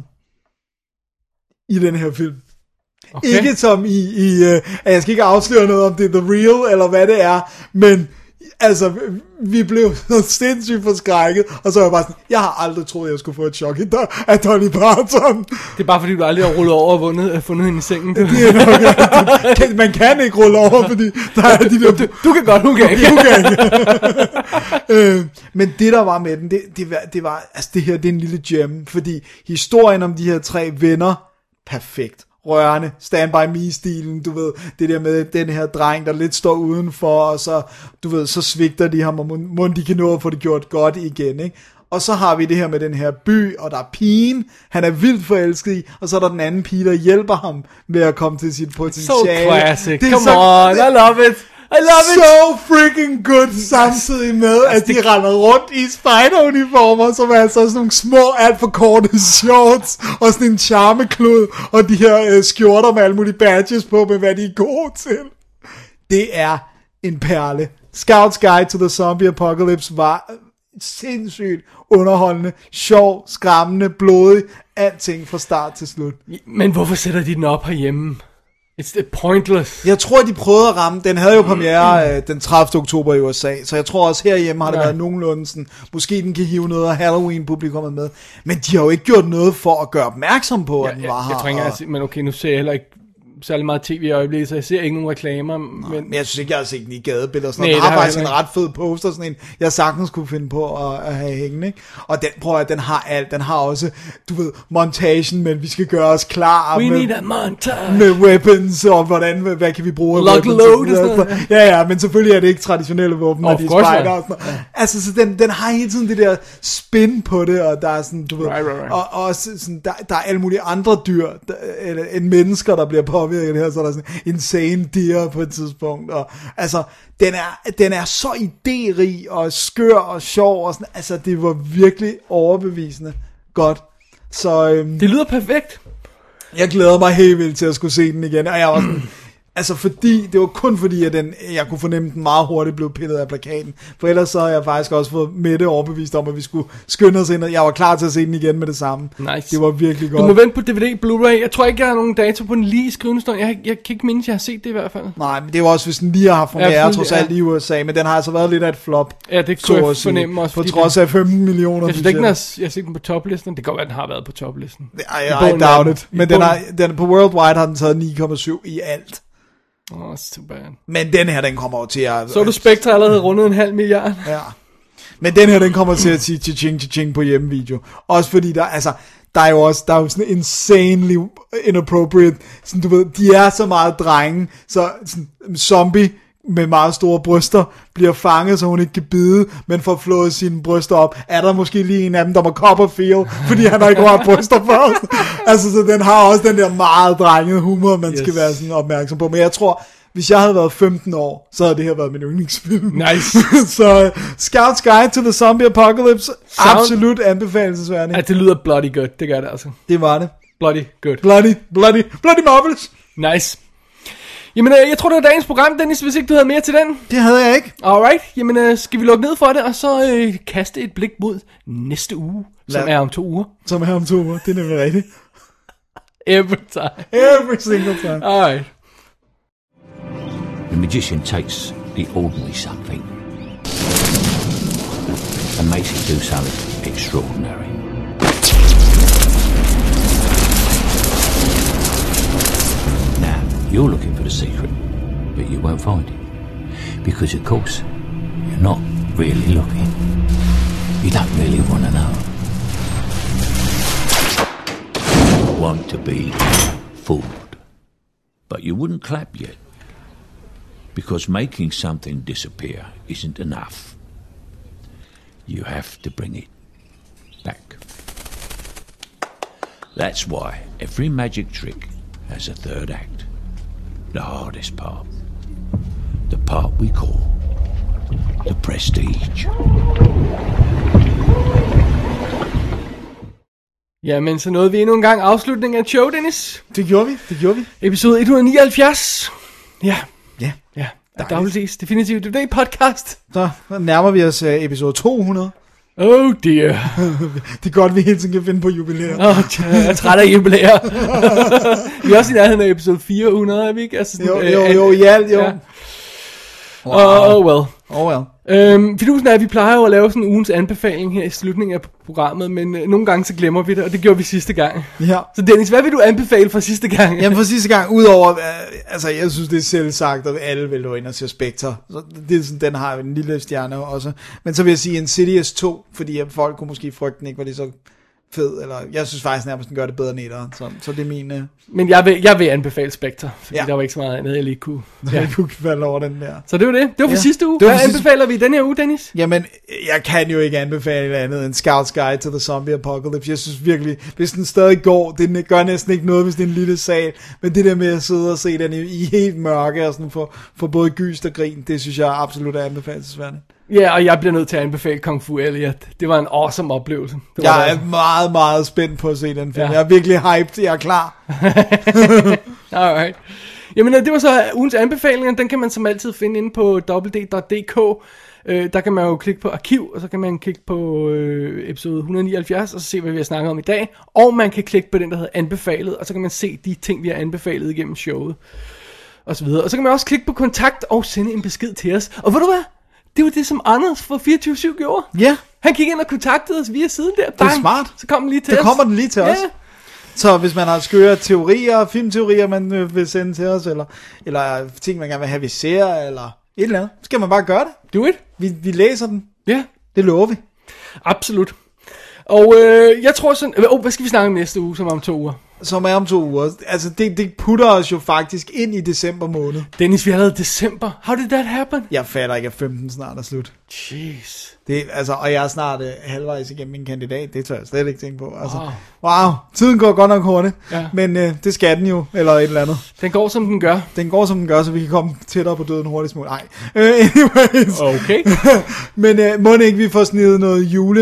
[SPEAKER 3] i den her film. Okay. Ikke som i, i uh, jeg skal ikke afsløre noget om det er the real, eller hvad det er, men altså, vi blev så sindssygt forskrækket, og så var jeg bare sådan, jeg har aldrig troet, jeg skulle få et chok af Dolly Parton.
[SPEAKER 2] Det er bare fordi, du aldrig har rullet over og vundet, fundet hende i sengen. Du.
[SPEAKER 3] Det er nok, ja. kan, man kan ikke rulle over, fordi der er de der...
[SPEAKER 2] Du, du kan godt, hun kan ikke.
[SPEAKER 3] Du kan ikke. øh, men det, der var med den, det, det, var, det var, altså det her, det er en lille gem, fordi historien om de her tre venner, perfekt. Rørende, Stand By Me-stilen, du ved, det der med den her dreng, der lidt står udenfor, og så, du ved, så svigter de ham, og må de kan nå at få det gjort godt igen, ikke? Og så har vi det her med den her by, og der er pigen, han er vildt forelsket i, og så er der den anden pige, der hjælper ham med at komme til sit potentiale.
[SPEAKER 2] So classic,
[SPEAKER 3] det
[SPEAKER 2] come
[SPEAKER 3] så,
[SPEAKER 2] on,
[SPEAKER 3] det,
[SPEAKER 2] I love it. I love it.
[SPEAKER 3] So freaking good, samtidig med, at de render rundt i spider-uniformer, som er altså sådan nogle små, alt for korte shorts, og sådan en charmeklud, og de her øh, skjorter med alle mulige badges på, med hvad de er gode til. Det er en perle. Scout's Guide to the Zombie Apocalypse var sindssygt underholdende, sjov, skræmmende, blodig, alting fra start til slut.
[SPEAKER 2] Men hvorfor sætter de den op herhjemme? It's pointless.
[SPEAKER 3] Jeg tror, de prøvede at ramme. Den havde jo premiere øh, den tredivte oktober i U S A, så jeg tror også herhjemme har det
[SPEAKER 2] Nej.
[SPEAKER 3] været nogenlunde sådan, måske den kan hive noget af Halloween-publikummet med, men de har jo ikke gjort noget for at gøre opmærksom på, at
[SPEAKER 2] Ja,
[SPEAKER 3] den
[SPEAKER 2] jeg,
[SPEAKER 3] var
[SPEAKER 2] jeg,
[SPEAKER 3] her.
[SPEAKER 2] jeg tror ikke,
[SPEAKER 3] og...
[SPEAKER 2] jeg, men okay, nu ser jeg heller ikke særlig meget tv i øjeblikket, så jeg ser ikke nogen reklamer. Men,
[SPEAKER 3] Men jeg synes ikke, jeg har set den i gadebilleder. Sådan
[SPEAKER 2] Nej,
[SPEAKER 3] noget. Den
[SPEAKER 2] det
[SPEAKER 3] har
[SPEAKER 2] har
[SPEAKER 3] faktisk
[SPEAKER 2] jeg
[SPEAKER 3] en
[SPEAKER 2] ikke.
[SPEAKER 3] ret fed poster, sådan en, jeg sagtens kunne finde på at, at have hængende. Ikke? Og den, prøv at den har alt. Den har også, du ved, montagen, men vi skal gøre os klar
[SPEAKER 2] we
[SPEAKER 3] med,
[SPEAKER 2] need a montage.
[SPEAKER 3] med weapons, og hvordan, hvad kan vi bruge af
[SPEAKER 2] Lock
[SPEAKER 3] weapons,
[SPEAKER 2] load
[SPEAKER 3] og sådan noget. Ja, ja, men selvfølgelig er det ikke traditionelle våben, når
[SPEAKER 2] Of
[SPEAKER 3] de er
[SPEAKER 2] course
[SPEAKER 3] spider
[SPEAKER 2] not.
[SPEAKER 3] og sådan noget. Altså, så den, den har hele tiden det der spin på det, og der er sådan, du ved,
[SPEAKER 2] Right, right, right.
[SPEAKER 3] og og også sådan, der, der er alle mulige andre dyr, der, eller, end mennesker, der bliver påvirket af det her, så er der sådan insane deer på et tidspunkt, og altså, den er, den er så idérig, og skør, og sjov, og sådan, altså, det var virkelig overbevisende godt, så øhm,
[SPEAKER 2] Det lyder perfekt.
[SPEAKER 3] jeg glæder mig helt vildt til at skulle se den igen, og jeg var sådan, altså fordi, det var kun fordi, at den, jeg kunne fornemme, at den meget hurtigt blev pillet af plakaten, for ellers så havde jeg faktisk også fået Mette overbevist om, at vi skulle skynde os ind, og jeg var klar til at se den igen med det samme.
[SPEAKER 2] Nice.
[SPEAKER 3] Det var virkelig godt.
[SPEAKER 2] Du må vente på D V D, Blu-ray. Jeg tror ikke, jeg har nogen dato på den lige i skrivende stund. Jeg, jeg kan ikke mindes, jeg har set det i hvert fald.
[SPEAKER 3] Nej, men det var også, hvis den lige har haft premiere,
[SPEAKER 2] Ja,
[SPEAKER 3] trods alt
[SPEAKER 2] ja.
[SPEAKER 3] i U S A, men den har altså været lidt af et flop.
[SPEAKER 2] Ja, det
[SPEAKER 3] så
[SPEAKER 2] kunne jeg
[SPEAKER 3] at sige,
[SPEAKER 2] fornemme også.
[SPEAKER 3] På
[SPEAKER 2] fordi
[SPEAKER 3] trods af femten millioner.
[SPEAKER 2] Jeg synes ikke, den
[SPEAKER 3] budget.
[SPEAKER 2] har, jeg har set den på toplisten. Det kan godt være, den har været på toplisten.
[SPEAKER 3] I,
[SPEAKER 2] I
[SPEAKER 3] I, I
[SPEAKER 2] bunden
[SPEAKER 3] doubt
[SPEAKER 2] af den.
[SPEAKER 3] it.
[SPEAKER 2] I
[SPEAKER 3] Men den
[SPEAKER 2] bunden.
[SPEAKER 3] har, den, på Worldwide har den taget ni komma syv i alt.
[SPEAKER 2] Oh, it's too bad.
[SPEAKER 3] Men den her, den kommer jo til at...
[SPEAKER 2] Så du Spectre allerede rundet en halv milliard?
[SPEAKER 3] Ja. Men den her, den kommer til at sige ching ching på hjemmevideo. Også fordi der, altså, der er jo også, der er jo sådan insanely inappropriate, sådan du ved, de er så meget drenge, så sådan, en zombie med meget store bryster bliver fanget, så hun ikke kan bide, men får flået sine bryster op. Er der måske lige en af dem, der må Copperfield, fordi han har ikke rørt bryster før. Altså, så den har også den der meget drengede humor, man yes. skal være sådan opmærksom på. Men jeg tror, hvis jeg havde været femten år, så havde det her været min yndlingsfilm.
[SPEAKER 2] Nice.
[SPEAKER 3] Så Scout's Guide to the Zombie Apocalypse,
[SPEAKER 2] Sound...
[SPEAKER 3] absolut anbefalelsesværdig.
[SPEAKER 2] Ja, det lyder bloody good. Det gør det altså.
[SPEAKER 3] Det var det.
[SPEAKER 2] Bloody good.
[SPEAKER 3] Bloody, bloody, bloody marvelous.
[SPEAKER 2] Nice. Jamen, øh, jeg tror, det var dagens program, Dennis, hvis ikke du havde mere til den.
[SPEAKER 3] Det havde jeg ikke.
[SPEAKER 2] Alright, jamen øh, skal vi lukke ned for det, og så øh, kaste et blik mod næste uge, som
[SPEAKER 3] Lad-
[SPEAKER 2] er om to uger.
[SPEAKER 3] Som er om to uger, det er nemlig rigtigt.
[SPEAKER 2] Every time.
[SPEAKER 3] Every single time.
[SPEAKER 2] Alright.
[SPEAKER 5] The magician takes the ordinary something and makes it do something extraordinary. Now, you're looking for the secret, but you won't find it. Because, of course, you're not really looking. You don't really want to know. You want to be fooled. But you wouldn't clap yet. Because making something disappear isn't enough. You have to bring it back. That's why every magic trick has a third act. The hardest part. The part we call the prestige.
[SPEAKER 2] Jamen, så nåede vi endnu en gang afslutningen af et show, Dennis.
[SPEAKER 3] Det gjorde vi, det gjorde vi.
[SPEAKER 2] Episode et hundrede nioghalvfjerds. Ja,
[SPEAKER 3] Ja.
[SPEAKER 2] ja. Af W D's Definitive Today podcast.
[SPEAKER 3] Så nærmer vi os uh, episode to hundrede.
[SPEAKER 2] Oh dear.
[SPEAKER 3] Det er godt, vi hele tiden kan finde på jubilæer.
[SPEAKER 2] Åh, oh, jeg er træt af jubilæer. Vi er også i nærheden af episode fire hundrede, er vi ikke? Altså,
[SPEAKER 3] Jo,
[SPEAKER 2] øh,
[SPEAKER 3] jo,
[SPEAKER 2] an-
[SPEAKER 3] jo, i alt, jo.
[SPEAKER 2] Ja. Oh, oh well.
[SPEAKER 3] Oh well.
[SPEAKER 2] Øhm, fidusen er, at vi plejer jo at lave sådan en ugens anbefaling her i slutningen af programmet, men øh, nogle gange så glemmer vi det, og det gjorde vi sidste gang.
[SPEAKER 3] Ja.
[SPEAKER 2] Så Dennis, hvad vil du anbefale fra sidste gang?
[SPEAKER 3] Jamen for sidste gang, udover, øh, altså jeg synes det er selv sagt, at alle vil gå ind og se Spectre. Så det er sådan, den har en lille stjerne også. Men så vil jeg sige Insidious to, fordi folk kunne måske frygte den ikke var lige så fed, eller jeg synes faktisk nærmest, den gør det bedre end etteren, så, så det er min... Uh...
[SPEAKER 2] Men jeg vil, jeg vil anbefale Spectre, fordi
[SPEAKER 3] ja.
[SPEAKER 2] der var ikke så meget andet, jeg lige kunne...
[SPEAKER 3] Ja. Jeg kunne falde over den der.
[SPEAKER 2] Så det var det. Det var for
[SPEAKER 3] ja.
[SPEAKER 2] sidste uge.
[SPEAKER 3] Hvad
[SPEAKER 2] Hvad anbefaler vi den her uge, Dennis?
[SPEAKER 3] Jamen, jeg kan jo ikke anbefale andet end Scout's Guide to the Zombie Apocalypse. Jeg synes virkelig, hvis den stadig går, det gør næsten ikke noget, hvis det er en lille sal, men det der med at sidde og se den i, i helt mørke, og sådan for, for både gyst og grin, det synes jeg absolut er anbefalesværdigt.
[SPEAKER 2] Ja, og jeg bliver nødt til at anbefale Kung Fu Elliot. Det var en awesome oplevelse. Det var
[SPEAKER 3] jeg
[SPEAKER 2] der.
[SPEAKER 3] er meget, meget spændt på at se den film.
[SPEAKER 2] Ja.
[SPEAKER 3] Jeg er virkelig hyped, jeg er klar.
[SPEAKER 2] Alright. Jamen, det var så ugens anbefalinger. Den kan man som altid finde inde på w w w punktum d k. Øh, der kan man jo klikke på arkiv, og så kan man klikke på øh, episode et hundrede nioghalvfjerds, og så se, hvad vi har snakket om i dag. Og man kan klikke på den, der hedder anbefalet, og så kan man se de ting, vi har anbefalet igennem showet. Og så videre. Og så kan man også klikke på kontakt og sende en besked til os. Og ved du hvad? Det var det, som Anders fra fireogtyve syv gjorde.
[SPEAKER 3] Ja.
[SPEAKER 2] Han gik ind og kontaktede os via siden der.
[SPEAKER 3] Det er smart.
[SPEAKER 2] Så kom den lige til
[SPEAKER 3] det
[SPEAKER 2] os.
[SPEAKER 3] Så kommer den lige til
[SPEAKER 2] ja.
[SPEAKER 3] os. Så hvis man har skøre teorier, filmteorier, man øh, vil sende til os, eller, eller ting, man gerne vil have, vi ser, eller et eller andet, så skal man bare gøre det.
[SPEAKER 2] Do it.
[SPEAKER 3] Vi, vi læser den.
[SPEAKER 2] Ja.
[SPEAKER 3] Det lover vi.
[SPEAKER 2] Absolut. Og øh, jeg tror sådan... Oh, hvad skal vi snakke om næste uge, som om to uger?
[SPEAKER 3] Som er om to uger. Altså, det, det putter os jo faktisk ind i december måned.
[SPEAKER 2] Dennis, vi har lavet december. How did that happen?
[SPEAKER 3] Jeg fatter ikke, at femten snart er slut.
[SPEAKER 2] Jeez.
[SPEAKER 3] Det, altså, og jeg er snart uh, halvvejs igennem min kandidat. Det tør jeg slet ikke tænke på. Altså, wow. wow, tiden går godt nok hurtigt. Ja. Men uh, det skal den jo, eller et eller andet.
[SPEAKER 2] Den går, som den gør.
[SPEAKER 3] Den går, som den gør, så vi kan komme tættere på døden hurtigst muligt. Nej. Uh, anyways.
[SPEAKER 2] Okay.
[SPEAKER 3] Men uh, må ikke vi får snedet noget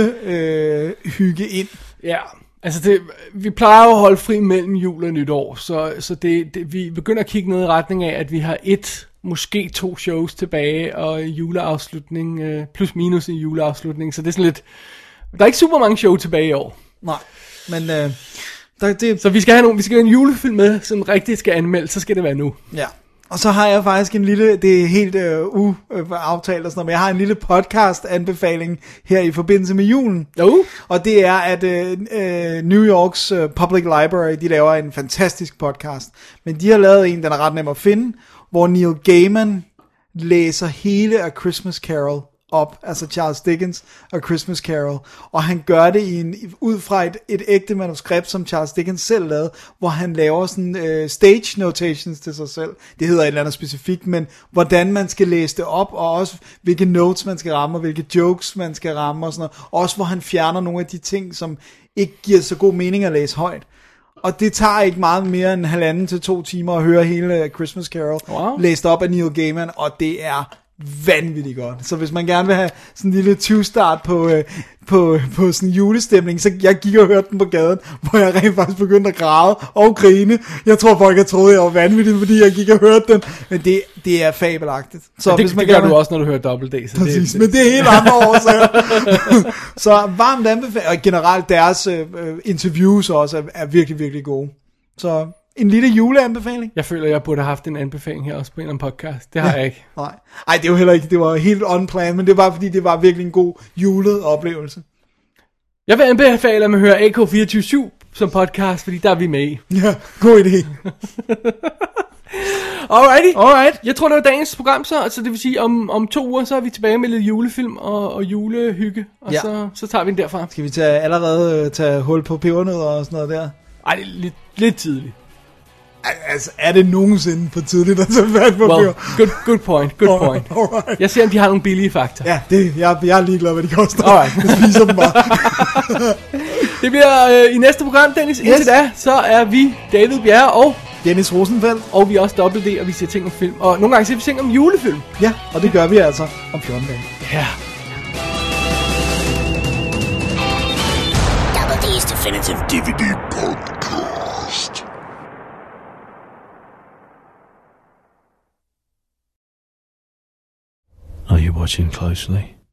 [SPEAKER 3] julehygge uh, ind?
[SPEAKER 2] Ja. Altså, det, vi plejer at holde fri mellem jul og nytår, så, så det, det, vi begynder at kigge noget i retning af, at vi har et, måske to shows tilbage, og juleafslutning, øh, plus minus en juleafslutning, så det er sådan lidt, der er ikke super mange show tilbage i år.
[SPEAKER 3] Nej, men øh, der, det...
[SPEAKER 2] Så vi skal have nogle, vi skal have en julefilm med, som rigtigt skal anmeldes, så skal det være nu.
[SPEAKER 3] Ja. Og så har jeg faktisk en lille, det er helt øh, uaftalt og sådan noget, men jeg har en lille podcast-anbefaling her i forbindelse med julen.
[SPEAKER 2] Uh.
[SPEAKER 3] Og det er, at øh, New Yorks øh, Public Library, de laver en fantastisk podcast. Men de har lavet en, den er ret nem at finde, hvor Neil Gaiman læser hele af Christmas Carol op, altså Charles Dickens og Christmas Carol, og han gør det i en, ud fra et, et ægte manuskript, som Charles Dickens selv lavede, hvor han laver sådan øh, stage notations til sig selv. Det hedder et eller andet specifikt, men hvordan man skal læse det op, og også hvilke notes man skal ramme, og hvilke jokes man skal ramme, og sådan noget. Også hvor han fjerner nogle af de ting, som ikke giver så god mening at læse højt. Og det tager ikke meget mere end halvanden til to timer at høre hele Christmas Carol wow. læst op af Neil Gaiman, og det er vanvittigt godt. Så hvis man gerne vil have sådan en lille tyve-start på, øh, på, på sådan en julestemning, så jeg gik og hørte den på gaden, hvor jeg rent faktisk begyndte at græde og grine. Jeg tror folk har troet, jeg var vanvittig, fordi jeg gik og hørte den, men det, det er fabelagtigt. Så
[SPEAKER 2] det,
[SPEAKER 3] hvis man
[SPEAKER 2] det gør
[SPEAKER 3] gerne...
[SPEAKER 2] du også, når du hører Double D. Så
[SPEAKER 3] præcis,
[SPEAKER 2] det,
[SPEAKER 3] men det er helt andre årsager. Så varmt anbefaling, og generelt deres øh, interviews også er, er virkelig, virkelig gode. Så en lille juleanbefaling.
[SPEAKER 2] Jeg føler, jeg burde have haft en anbefaling her også på en eller anden podcast. Det har ja. jeg ikke.
[SPEAKER 3] Nej. Ej, det var heller ikke. Det var helt unplanned, men det var fordi, det var virkelig en god juleoplevelse.
[SPEAKER 2] Jeg vil anbefale, at man hører A K fireogtyve syv som podcast, fordi der er vi med i.
[SPEAKER 3] Ja, god idé.
[SPEAKER 2] Alrighty. Alright. Jeg tror, det var dagens program så. Altså, det vil sige, om, om to uger, så er vi tilbage med lidt julefilm og, og julehygge. Og ja. så, så tager vi den derfra.
[SPEAKER 3] Skal vi tage, allerede uh, tage hul på pebernødder og sådan noget der?
[SPEAKER 2] Ej, det er lidt, lidt tidligt.
[SPEAKER 3] Altså, er det nogensinde for tidligt at tage fat på
[SPEAKER 2] well, good, good point, good point.
[SPEAKER 3] Alright.
[SPEAKER 2] Jeg ser, om de har nogle billige fakta.
[SPEAKER 3] Ja, det, jeg, jeg er ligeglad, hvad de koster.
[SPEAKER 2] Alright.
[SPEAKER 3] Jeg spiser dem bare.
[SPEAKER 2] Det bliver øh, i næste program, Dennis. Yes. Indtil da, så er vi David Bjerre og
[SPEAKER 3] Dennis Rosenfeldt.
[SPEAKER 2] Og vi er også Double D, og vi ser ting om film. Og nogle gange ser vi ting om julefilm.
[SPEAKER 3] Ja, og det gør vi altså om fjorten dage.
[SPEAKER 2] Ja.
[SPEAKER 1] Double D's Definitive D V D Podcast.
[SPEAKER 5] Are you watching closely?